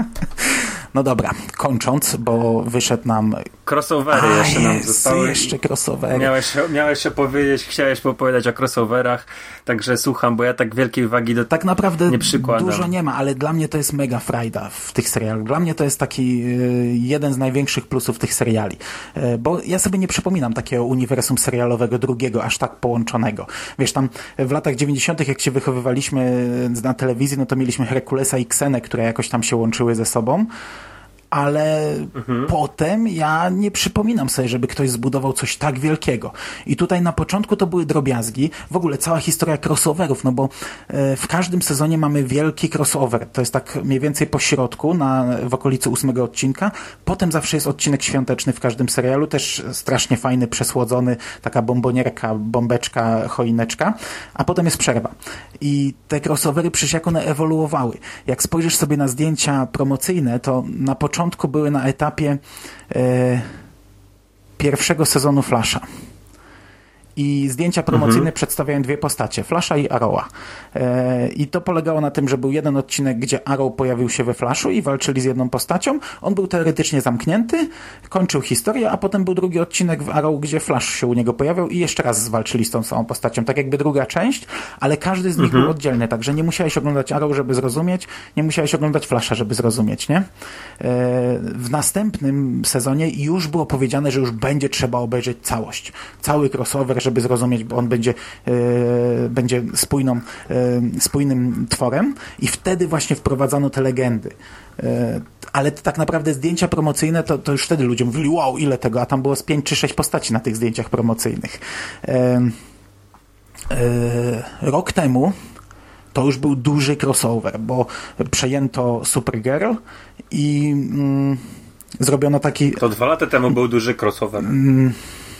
No dobra, kończąc, bo wyszedł nam... Crossovery A, jeszcze nam jest, zostały. jeszcze crossovery. Miałeś, miałeś opowiedzieć, chciałeś opowiadać o crossoverach, także słucham, bo ja tak wielkiej wagi do Tak naprawdę nie przykładam. Dużo nie ma, ale dla mnie to jest mega frajda w tych serialach. Dla mnie to jest taki y, jeden z największych plusów tych seriali. Y, bo ja sobie nie przypominam takiego uniwersum serialowego drugiego, aż tak połączonego. Wiesz, tam w latach dziewięćdziesiątych jak się wychowywaliśmy na telewizji, no to mieliśmy Herkulesa i Ksenę, które jakoś tam się łączyły ze sobą. Ale mhm. potem ja nie przypominam sobie, żeby ktoś zbudował coś tak wielkiego. I tutaj na początku to były drobiazgi. W ogóle cała historia crossoverów, no bo e, w każdym sezonie mamy wielki crossover. To jest tak mniej więcej po środku, na, w okolicy ósmego odcinka. Potem zawsze jest odcinek świąteczny w każdym serialu. Też strasznie fajny, przesłodzony. Taka bombonierka, bombeczka, choineczka. A potem jest przerwa. I te crossovery przecież jak one ewoluowały. Jak spojrzysz sobie na zdjęcia promocyjne, to na początku początku były na etapie e, pierwszego sezonu Flasha. I zdjęcia promocyjne mhm. przedstawiają dwie postacie, Flasha i Arrowa. E, I to polegało na tym, że był jeden odcinek, gdzie Arrow pojawił się we Flashu i walczyli z jedną postacią. On był teoretycznie zamknięty, kończył historię, a potem był drugi odcinek w Arrow, gdzie Flash się u niego pojawiał i jeszcze raz zwalczyli z tą samą postacią. Tak jakby druga część, ale każdy z nich mhm. był oddzielny, także nie musiałeś oglądać Arrow, żeby zrozumieć, nie musiałeś oglądać Flasha, żeby zrozumieć, nie? E, w następnym sezonie już było powiedziane, że już będzie trzeba obejrzeć całość. Cały crossover, żeby zrozumieć, bo on będzie, e, będzie spójną, e, spójnym tworem i wtedy właśnie wprowadzano te legendy. E, ale tak naprawdę zdjęcia promocyjne to, to już wtedy ludzie mówili, wow, ile tego, a tam było z pięć czy sześć postaci na tych zdjęciach promocyjnych. E, e, rok temu to już był duży crossover, bo przejęto Supergirl i mm, zrobiono taki... To dwa lata temu był duży crossover. Mm,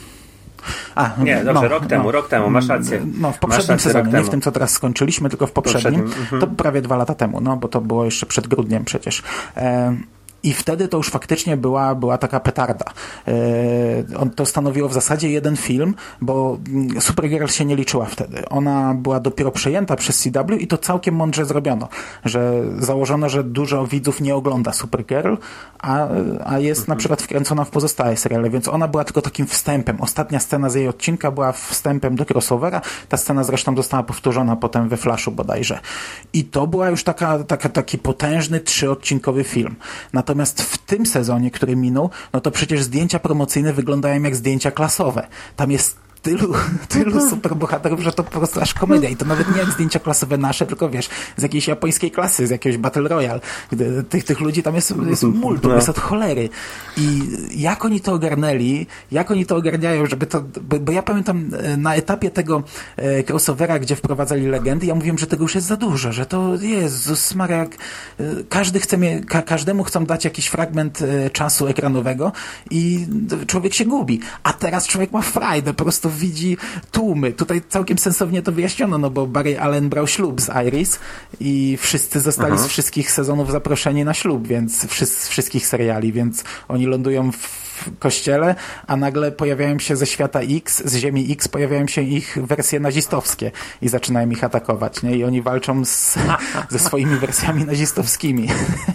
A, nie, dobrze, no, rok temu, no, rok temu, masz rację. No, w poprzednim rację, sezonie, nie temu. w tym, co teraz skończyliśmy, tylko w poprzednim. poprzednim. To prawie dwa lata temu, no, bo to było jeszcze przed grudniem przecież. E, I wtedy to już faktycznie była, była taka petarda. E, on to stanowiło w zasadzie jeden film, bo Supergirl się nie liczyła wtedy. Ona była dopiero przejęta przez C W i to całkiem mądrze zrobiono, że założono, że dużo widzów nie ogląda Supergirl, a, a jest mhm. na przykład wkręcona w pozostałe seriale, więc ona była tylko takim wstępem. Ostatnia scena z jej odcinka była wstępem do crossovera. Ta scena zresztą została powtórzona potem we Flashu bodajże. I to była już taka, taka, taki potężny trzyodcinkowy film. Natomiast w tym sezonie, który minął, no to przecież zdjęcia promocyjne wyglądają jak zdjęcia klasowe. Tam jest tylu, tylu superbohaterów, że to po prostu aż komedia. I to nawet nie jak zdjęcia klasowe nasze, tylko wiesz, z jakiejś japońskiej klasy, z jakiegoś Battle Royale. Tych, tych ludzi tam jest, jest multum, jest od cholery. I jak oni to ogarnęli, jak oni to ogarniają, żeby to... Bo, bo ja pamiętam na etapie tego e, crossovera, gdzie wprowadzali legendy, ja mówiłem, że tego już jest za dużo, że to Jezus Maria, jak, e, każdy chce mnie, ka, każdemu chcą dać jakiś fragment e, czasu ekranowego i człowiek się gubi. A teraz człowiek ma frajdę, po prostu widzi tłumy. Tutaj całkiem sensownie to wyjaśniono, no bo Barry Allen brał ślub z Iris i wszyscy zostali Aha. z wszystkich sezonów zaproszeni na ślub, więc z wszystkich seriali, więc oni lądują w kościele, a nagle pojawiają się ze świata X, z Ziemi X pojawiają się ich wersje nazistowskie i zaczynają ich atakować, nie? I oni walczą z, ze swoimi wersjami nazistowskimi.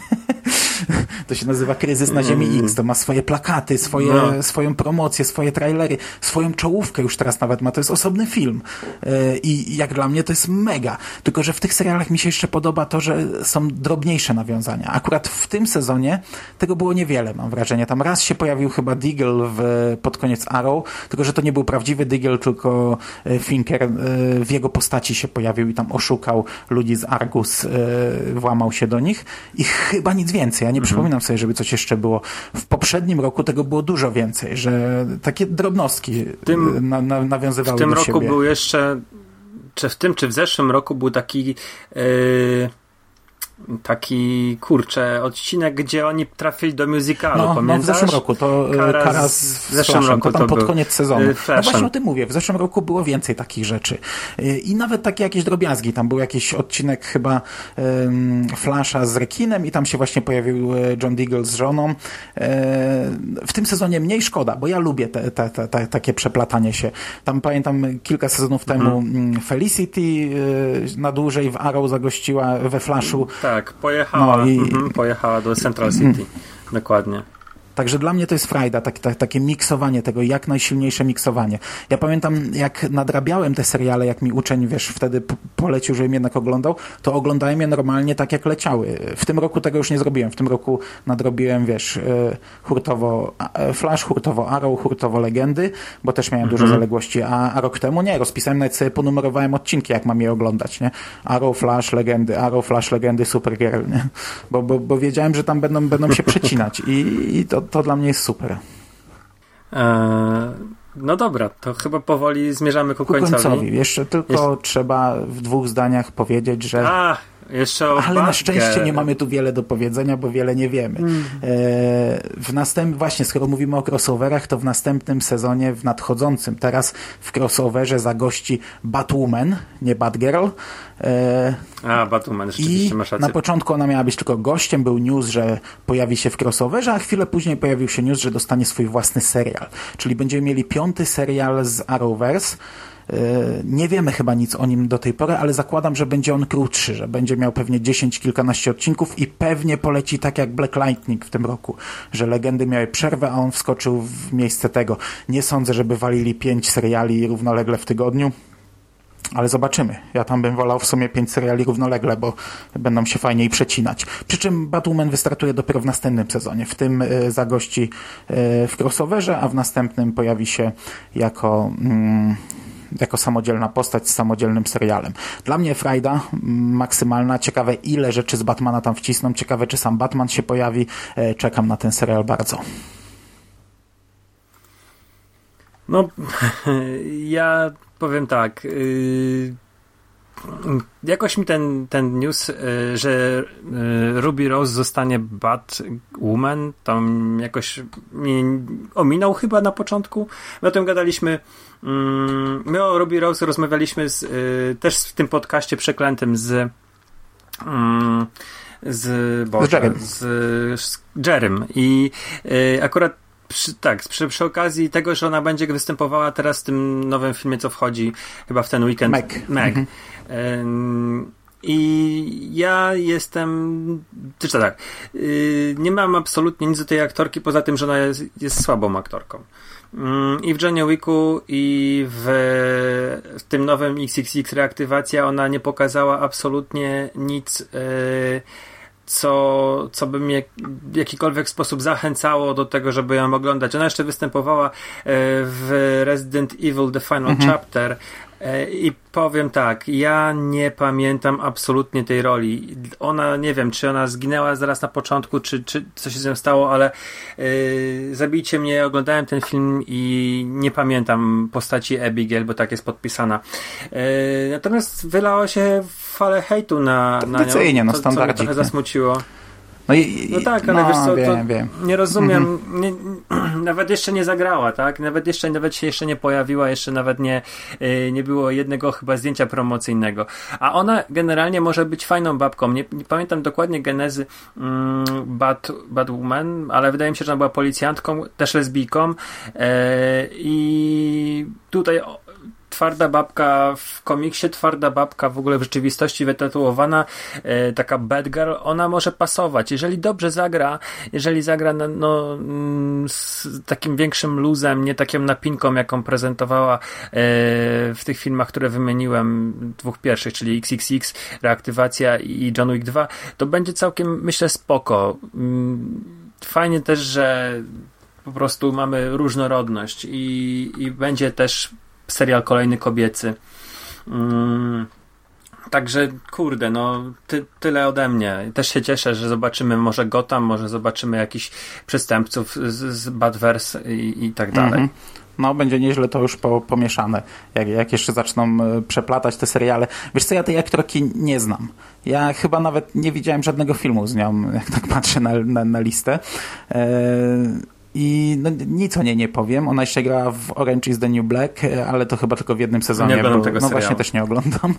To się nazywa Kryzys na Ziemi X. To ma swoje plakaty, swoje, no. swoją promocję, swoje trailery, swoją czołówkę już teraz nawet ma. To jest osobny film. I jak dla mnie to jest mega. Tylko, że w tych serialach mi się jeszcze podoba to, że są drobniejsze nawiązania. Akurat w tym sezonie tego było niewiele, mam wrażenie. Tam raz się pojawił chyba Diggle w, pod koniec Arrow, tylko, że to nie był prawdziwy Diggle, tylko Finker w jego postaci się pojawił i tam oszukał ludzi z Argus, włamał się do nich i chyba nic więcej. Ja nie mhm. przypominam sobie, żeby coś jeszcze było. W poprzednim roku tego było dużo więcej, że takie drobnostki tym, na, na, nawiązywały do siebie. W tym roku był jeszcze, czy w tym, czy w zeszłym roku był taki yy, taki, kurczę, odcinek, gdzie oni trafili do musicalu, no, pamiętasz? No w zeszłym roku to Kara, Kara z, z, w zeszłym roku to tam to pod był, koniec sezonu. y, No właśnie o tym mówię, w zeszłym roku było więcej takich rzeczy. Y, I nawet takie jakieś drobiazgi. Tam był jakiś odcinek chyba um, Flasha z rekinem i tam się właśnie pojawił John Diggle z żoną. Y, w tym sezonie mniej szkoda, bo ja lubię te, te, te, te, takie przeplatanie się. Tam pamiętam kilka sezonów temu mhm. Felicity y, na dłużej w Arrow zagościła we Flashu. Tak, pojechała, no i... mhm, pojechała do Central City. Dokładnie. Także dla mnie to jest frajda, tak, tak, takie miksowanie tego, jak najsilniejsze miksowanie. Ja pamiętam, jak nadrabiałem te seriale, jak mi uczeń, wiesz, wtedy p- polecił, żebym jednak oglądał, to oglądałem je normalnie tak, jak leciały. W tym roku tego już nie zrobiłem. W tym roku nadrobiłem, wiesz, hurtowo Flash, hurtowo Arrow, hurtowo Legendy, bo też miałem mhm. dużo zaległości, a, a rok temu nie. Rozpisałem, nawet sobie ponumerowałem odcinki, jak mam je oglądać, nie? Arrow, Flash, Legendy, Arrow, Flash, Legendy, Supergirl, nie? Bo, bo, bo wiedziałem, że tam będą, będą się przecinać i, i to To dla mnie jest super. Eee, no dobra, to chyba powoli zmierzamy ku, ku końcowi. końcowi. Jeszcze tylko Jest... trzeba w dwóch zdaniach powiedzieć, że... A, jeszcze o Ale na szczęście Batgirl. nie mamy tu wiele do powiedzenia, bo wiele nie wiemy. Mm. Eee, w następ... Właśnie, skoro mówimy o crossoverach, to w następnym sezonie, w nadchodzącym teraz w crossoverze zagości Batwoman, nie Batgirl. Eee, A, Batwoman, rzeczywiście I masz rację. na początku ona miała być tylko gościem, był news, że pojawi się w crossoverze, a chwilę później pojawił się news, że dostanie swój własny serial. Czyli będziemy mieli piąty serial z Arrowverse. Nie wiemy chyba nic o nim do tej pory, ale zakładam, że będzie on krótszy, że będzie miał pewnie dziesięć, kilkanaście odcinków i pewnie poleci tak jak Black Lightning w tym roku, że Legendy miały przerwę, a on wskoczył w miejsce tego. Nie sądzę, żeby walili pięć seriali równolegle w tygodniu, ale zobaczymy. Ja tam bym wolał w sumie pięć seriali równolegle, bo będą się fajniej przecinać. Przy czym Batwoman wystartuje dopiero w następnym sezonie. W tym y, zagości y, w crossoverze, a w następnym pojawi się jako... Mm, jako samodzielna postać z samodzielnym serialem. Dla mnie frajda maksymalna. Ciekawe, ile rzeczy z Batmana tam wcisną. Ciekawe, czy sam Batman się pojawi. Czekam na ten serial bardzo. No, ja powiem tak. Yy, jakoś mi ten, ten news, yy, że yy, Ruby Rose zostanie Batwoman, tam jakoś mnie ominął chyba na początku. My o tym gadaliśmy. Yy, my o Ruby Rose rozmawialiśmy z, yy, też w tym podcaście przeklętym z yy, z, Boże, z Jerem. Z, z Jerem. I yy, akurat Przy, tak, przy, przy okazji tego, że ona będzie występowała teraz w tym nowym filmie, co wchodzi chyba w ten weekend. Meg. Meg. Mhm. Ym, I ja jestem... Czy to tak, yy, nie mam absolutnie nic do tej aktorki, poza tym, że ona jest, jest słabą aktorką. Yy, I w Johnny Wicku, i w, w tym nowym X X X reaktywacja ona nie pokazała absolutnie nic... Yy, co, co by mnie w jakikolwiek sposób zachęcało do tego, żeby ją oglądać. Ona jeszcze występowała w Resident Evil The Final mhm. Chapter i powiem tak, ja nie pamiętam absolutnie tej roli. Ona, nie wiem, czy ona zginęła zaraz na początku, czy, czy co się z nią stało, ale yy, zabijcie mnie, oglądałem ten film i nie pamiętam postaci Abigail, bo tak jest podpisana. Yy, natomiast wylało się falę hejtu na, na nią, no, co, co mnie trochę zasmuciło. No, i, no tak, ale no, wiesz co, wiem, to wiem. nie rozumiem, mhm. nie, nawet jeszcze nie zagrała, tak? Nawet jeszcze nawet się jeszcze nie pojawiła, jeszcze nawet nie, yy, nie było jednego chyba zdjęcia promocyjnego. A ona generalnie może być fajną babką. Nie, nie pamiętam dokładnie genezy mm, Bat, Batwoman, ale wydaje mi się, że ona była policjantką, też lesbijką yy, i tutaj o, twarda babka w komiksie, twarda babka w ogóle w rzeczywistości wytatuowana, e, taka bad girl, ona może pasować. Jeżeli dobrze zagra, jeżeli zagra no, no, z takim większym luzem, nie taką napinką, jaką prezentowała e, w tych filmach, które wymieniłem, dwóch pierwszych, czyli X X X, Reaktywacja i John Wick dwa, to będzie całkiem, myślę, spoko. Fajnie też, że po prostu mamy różnorodność i, i będzie też serial kolejny kobiecy. Mm, także kurde, no ty, tyle ode mnie. Też się cieszę, że zobaczymy może Gotham, może zobaczymy jakichś przestępców z, z Batverse i, i tak dalej. Mm-hmm. No, będzie nieźle to już po, pomieszane, jak, jak jeszcze zaczną przeplatać te seriale. Wiesz co, ja tej aktorki nie znam. Ja chyba nawet nie widziałem żadnego filmu z nią, jak tak patrzę na, na, na listę. Eee, I no, nic o niej nie powiem. Ona jeszcze grała w Orange is the New Black, ale to chyba tylko w jednym sezonie. Nie oglądam bo, tego no serialu. właśnie też nie oglądam.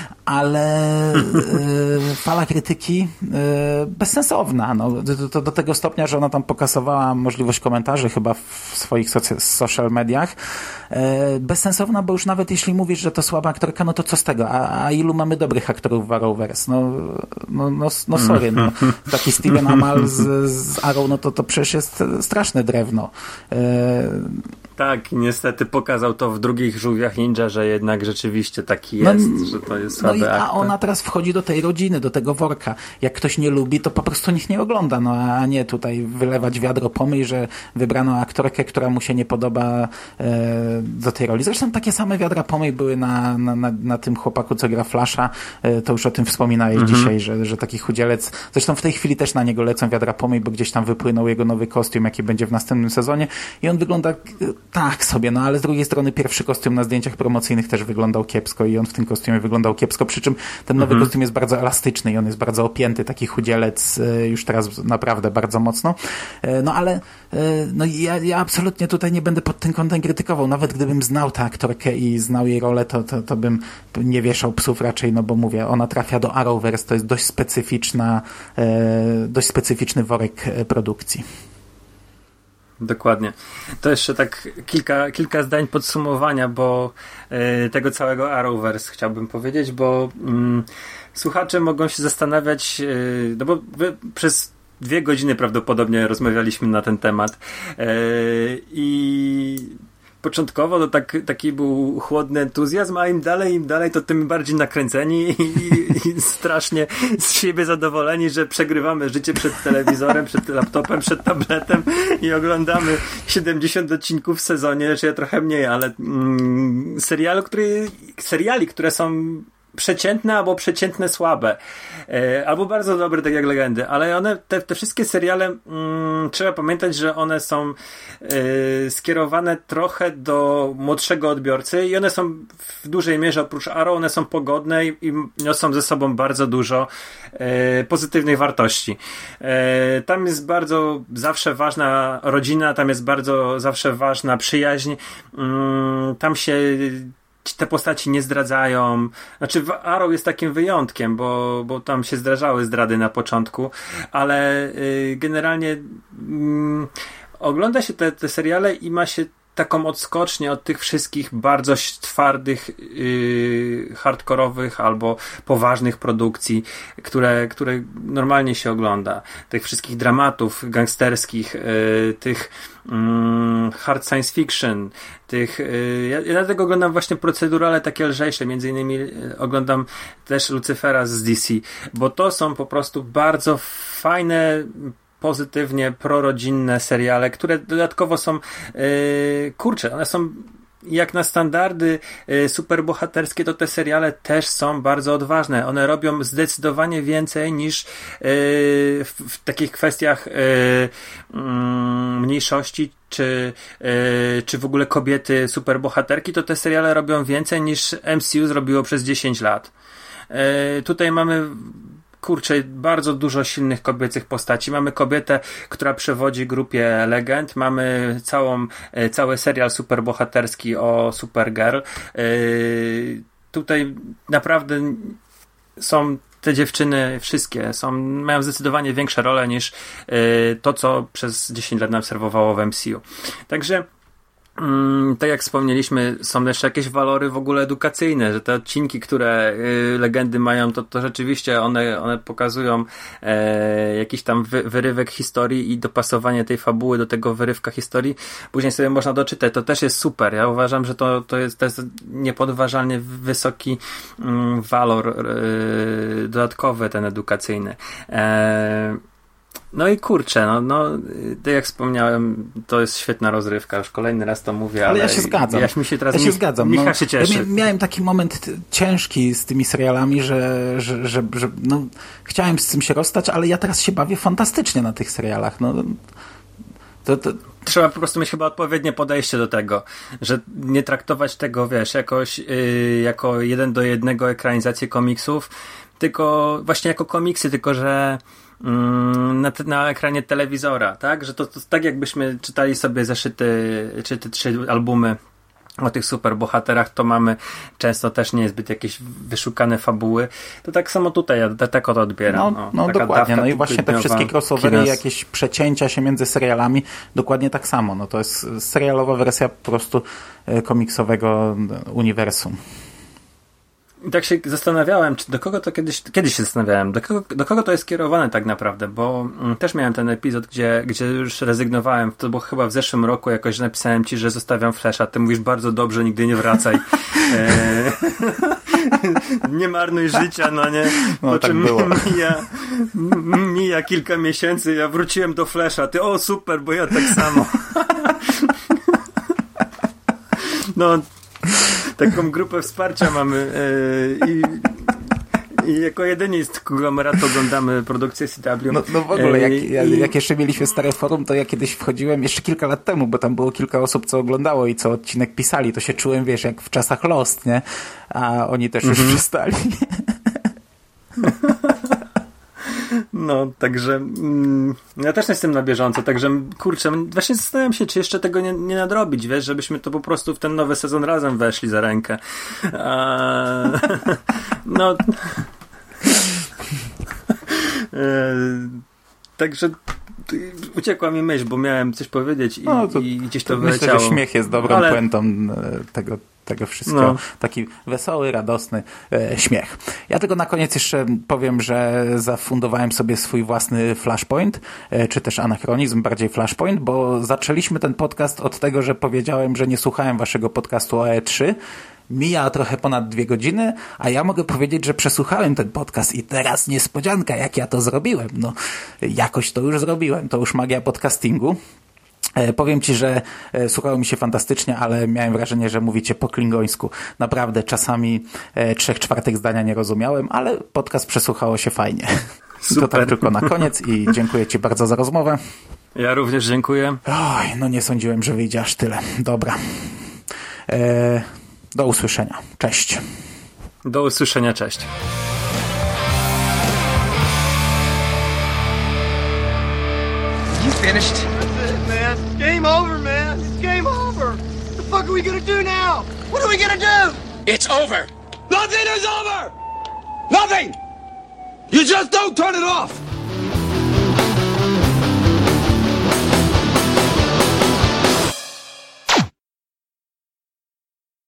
Ale e, fala krytyki e, bezsensowna. No, do, do, do tego stopnia, że ona tam pokasowała możliwość komentarzy chyba w swoich soc- social mediach. E, bezsensowna, bo już nawet jeśli mówisz, że to słaba aktorka, no to co z tego? A, a ilu mamy dobrych aktorów w Arrowverse? No, no, no, no sorry. No. Taki Steven Amell z, z Arrow, no to, to przecież jest straszne drewno. E, Tak, niestety pokazał to w drugich Żółwiach Ninja, że jednak rzeczywiście taki jest, no, że to jest słaby no i, a aktor. ona teraz wchodzi do tej rodziny, do tego worka. Jak ktoś nie lubi, to po prostu nikt nie ogląda, no a nie tutaj wylewać wiadro pomyj, że wybrano aktorkę, która mu się nie podoba e, do tej roli. Zresztą takie same wiadra pomyj były na, na, na, na tym chłopaku, co gra Flasha. E, to już o tym wspominałeś mhm. dzisiaj, że, że taki chudzielec, zresztą w tej chwili też na niego lecą wiadra pomyj, bo gdzieś tam wypłynął jego nowy kostium, jaki będzie w następnym sezonie i on wygląda tak sobie, no ale z drugiej strony pierwszy kostium na zdjęciach promocyjnych też wyglądał kiepsko i on w tym kostiumie wyglądał kiepsko, przy czym ten nowy mhm. kostium jest bardzo elastyczny i on jest bardzo opięty, taki chudzielec już teraz naprawdę bardzo mocno. No ale no ja, ja absolutnie tutaj nie będę pod tym kątem krytykował. Nawet gdybym znał tę aktorkę i znał jej rolę, to, to, to bym nie wieszał psów raczej, no bo mówię, ona trafia do Arrowverse, to jest dość specyficzna, dość specyficzny worek produkcji. Dokładnie. To jeszcze tak kilka, kilka zdań podsumowania, bo y, tego całego Arrowverse chciałbym powiedzieć, bo y, słuchacze mogą się zastanawiać, y, no bo wy przez dwie godziny prawdopodobnie rozmawialiśmy na ten temat y, i początkowo to tak, taki był chłodny entuzjazm, a im dalej, im dalej, to tym bardziej nakręceni i, i, i strasznie z siebie zadowoleni, że przegrywamy życie przed telewizorem, przed laptopem, przed tabletem i oglądamy siedemdziesiąt odcinków w sezonie, czy ja trochę mniej, ale mm, serialu, który, seriali, które są przeciętne albo przeciętne słabe. E, albo bardzo dobre, tak jak Legendy, ale one, te, te wszystkie seriale mm, trzeba pamiętać, że one są e, skierowane trochę do młodszego odbiorcy i one są w dużej mierze, oprócz Arrow, one są pogodne i, i niosą ze sobą bardzo dużo e, pozytywnej wartości. E, tam jest bardzo zawsze ważna rodzina, tam jest bardzo zawsze ważna przyjaźń, mm, tam się te postaci nie zdradzają. Znaczy Arrow jest takim wyjątkiem, bo, bo tam się zdarzały zdrady na początku, ale y, generalnie y, ogląda się te, te seriale i ma się taką odskocznię od tych wszystkich bardzo twardych, yy, hardkorowych albo poważnych produkcji, które, które normalnie się ogląda. Tych wszystkich dramatów gangsterskich, yy, tych yy, hard science fiction, tych, yy, ja, ja dlatego oglądam właśnie procedurale takie lżejsze, między innymi yy, oglądam też Lucyfera z D C, bo to są po prostu bardzo fajne, pozytywnie prorodzinne seriale, które dodatkowo są yy, kurczę, one są jak na standardy yy, superbohaterskie, to te seriale też są bardzo odważne. One robią zdecydowanie więcej niż yy, w, w takich kwestiach yy, yy, mniejszości czy, yy, czy w ogóle kobiety superbohaterki, to te seriale robią więcej niż M C U zrobiło przez dziesięć lat. Yy, tutaj mamy kurczę, bardzo dużo silnych kobiecych postaci. Mamy kobietę, która przewodzi grupie Legend. Mamy całą, cały serial superbohaterski o Supergirl. Yy, tutaj naprawdę są te dziewczyny wszystkie są, mają zdecydowanie większe role niż yy, to, co przez dziesięć lat nam serwowało w M C U. Także Mm, tak jak wspomnieliśmy, są jeszcze jakieś walory w ogóle edukacyjne, że te odcinki, które y, Legendy mają, to, to rzeczywiście one, one pokazują e, jakiś tam wy, wyrywek historii i dopasowanie tej fabuły do tego wyrywka historii. Później sobie można doczytać. To też jest super. Ja uważam, że to, to, jest, to jest niepodważalnie wysoki mm, walor y, dodatkowy, ten edukacyjny. E, No i kurczę, no, no tak jak wspomniałem, to jest świetna rozrywka, już kolejny raz to mówię, ale, ale ja się zgadzam. Ja mi się teraz ja się mi, zgadzam. Micha no, się cieszy. Ja miałem taki moment ciężki z tymi serialami, że, że, że, że no, chciałem z tym się rozstać, ale ja teraz się bawię fantastycznie na tych serialach. No, to, to, trzeba po prostu mieć chyba odpowiednie podejście do tego, że nie traktować tego, wiesz, jakoś yy, jako jeden do jednego ekranizację komiksów, tylko właśnie jako komiksy, tylko że Na, te, na ekranie telewizora, tak? Że to, to tak jakbyśmy czytali sobie zeszyty, czy te trzy albumy o tych superbohaterach, to mamy często też niezbyt jakieś wyszukane fabuły. To tak samo tutaj, ja tak, tak to odbieram. No, no dokładnie, no i właśnie te wszystkie crossovery i jakieś przecięcia się między serialami, dokładnie tak samo. No to jest serialowa wersja po prostu komiksowego uniwersum. I tak się zastanawiałem, czy do kogo to kiedyś, kiedyś się zastanawiałem, do kogo, do kogo to jest kierowane tak naprawdę, bo mm, też miałem ten epizod, gdzie, gdzie już rezygnowałem, to było chyba w zeszłym roku jakoś, że napisałem ci, że zostawiam Flasha, ty mówisz bardzo dobrze, nigdy nie wracaj. e, nie marnuj życia, no nie? Po no, czym tak było. Mija, mija kilka miesięcy, ja wróciłem do Flasha, ty o super, bo ja tak samo. No taką grupę wsparcia mamy yy, i, i jako jedyni z konglomeratu oglądamy produkcję C W. No, no w ogóle, jak, i... jak jeszcze mieliśmy stare forum, to ja kiedyś wchodziłem jeszcze kilka lat temu, bo tam było kilka osób, co oglądało i co odcinek pisali, to się czułem, wiesz, jak w czasach Lost, nie? A oni też już mm-hmm. przestali. No, także mm, ja też jestem na bieżąco, także kurczę, właśnie zastanawiam się, czy jeszcze tego nie, nie nadrobić, wiesz, żebyśmy to po prostu w ten nowy sezon razem weszli za rękę. A, no e, także uciekła mi myśl, bo miałem coś powiedzieć i, no, to, i gdzieś to, to wyleciało. Myślę, że śmiech jest dobrą Ale... puentą tego tego wszystkiego. No. Taki wesoły, radosny e, śmiech. Ja tylko na koniec jeszcze powiem, że zafundowałem sobie swój własny Flashpoint, e, czy też anachronizm, bardziej Flashpoint, bo zaczęliśmy ten podcast od tego, że powiedziałem, że nie słuchałem waszego podcastu o E trzy. Mija trochę ponad dwie godziny, a ja mogę powiedzieć, że przesłuchałem ten podcast i teraz niespodzianka, jak ja to zrobiłem. No, jakoś to już zrobiłem. To już magia podcastingu. E, powiem ci, że e, słuchało mi się fantastycznie, ale miałem wrażenie, że mówicie po klingońsku. Naprawdę czasami e, trzech czwartych zdania nie rozumiałem, ale podcast przesłuchało się fajnie. Super. To tak tylko na koniec i dziękuję ci bardzo za rozmowę. Ja również dziękuję. Oj, no nie sądziłem, że wyjdzie aż tyle. Dobra. E, do usłyszenia. Cześć. Do usłyszenia. Cześć. You finished? That's it, man. Game over, man. It's game over. What the fuck are we gonna do now? What are we gonna do? It's over. Nothing is over! Nothing! You just don't turn it off!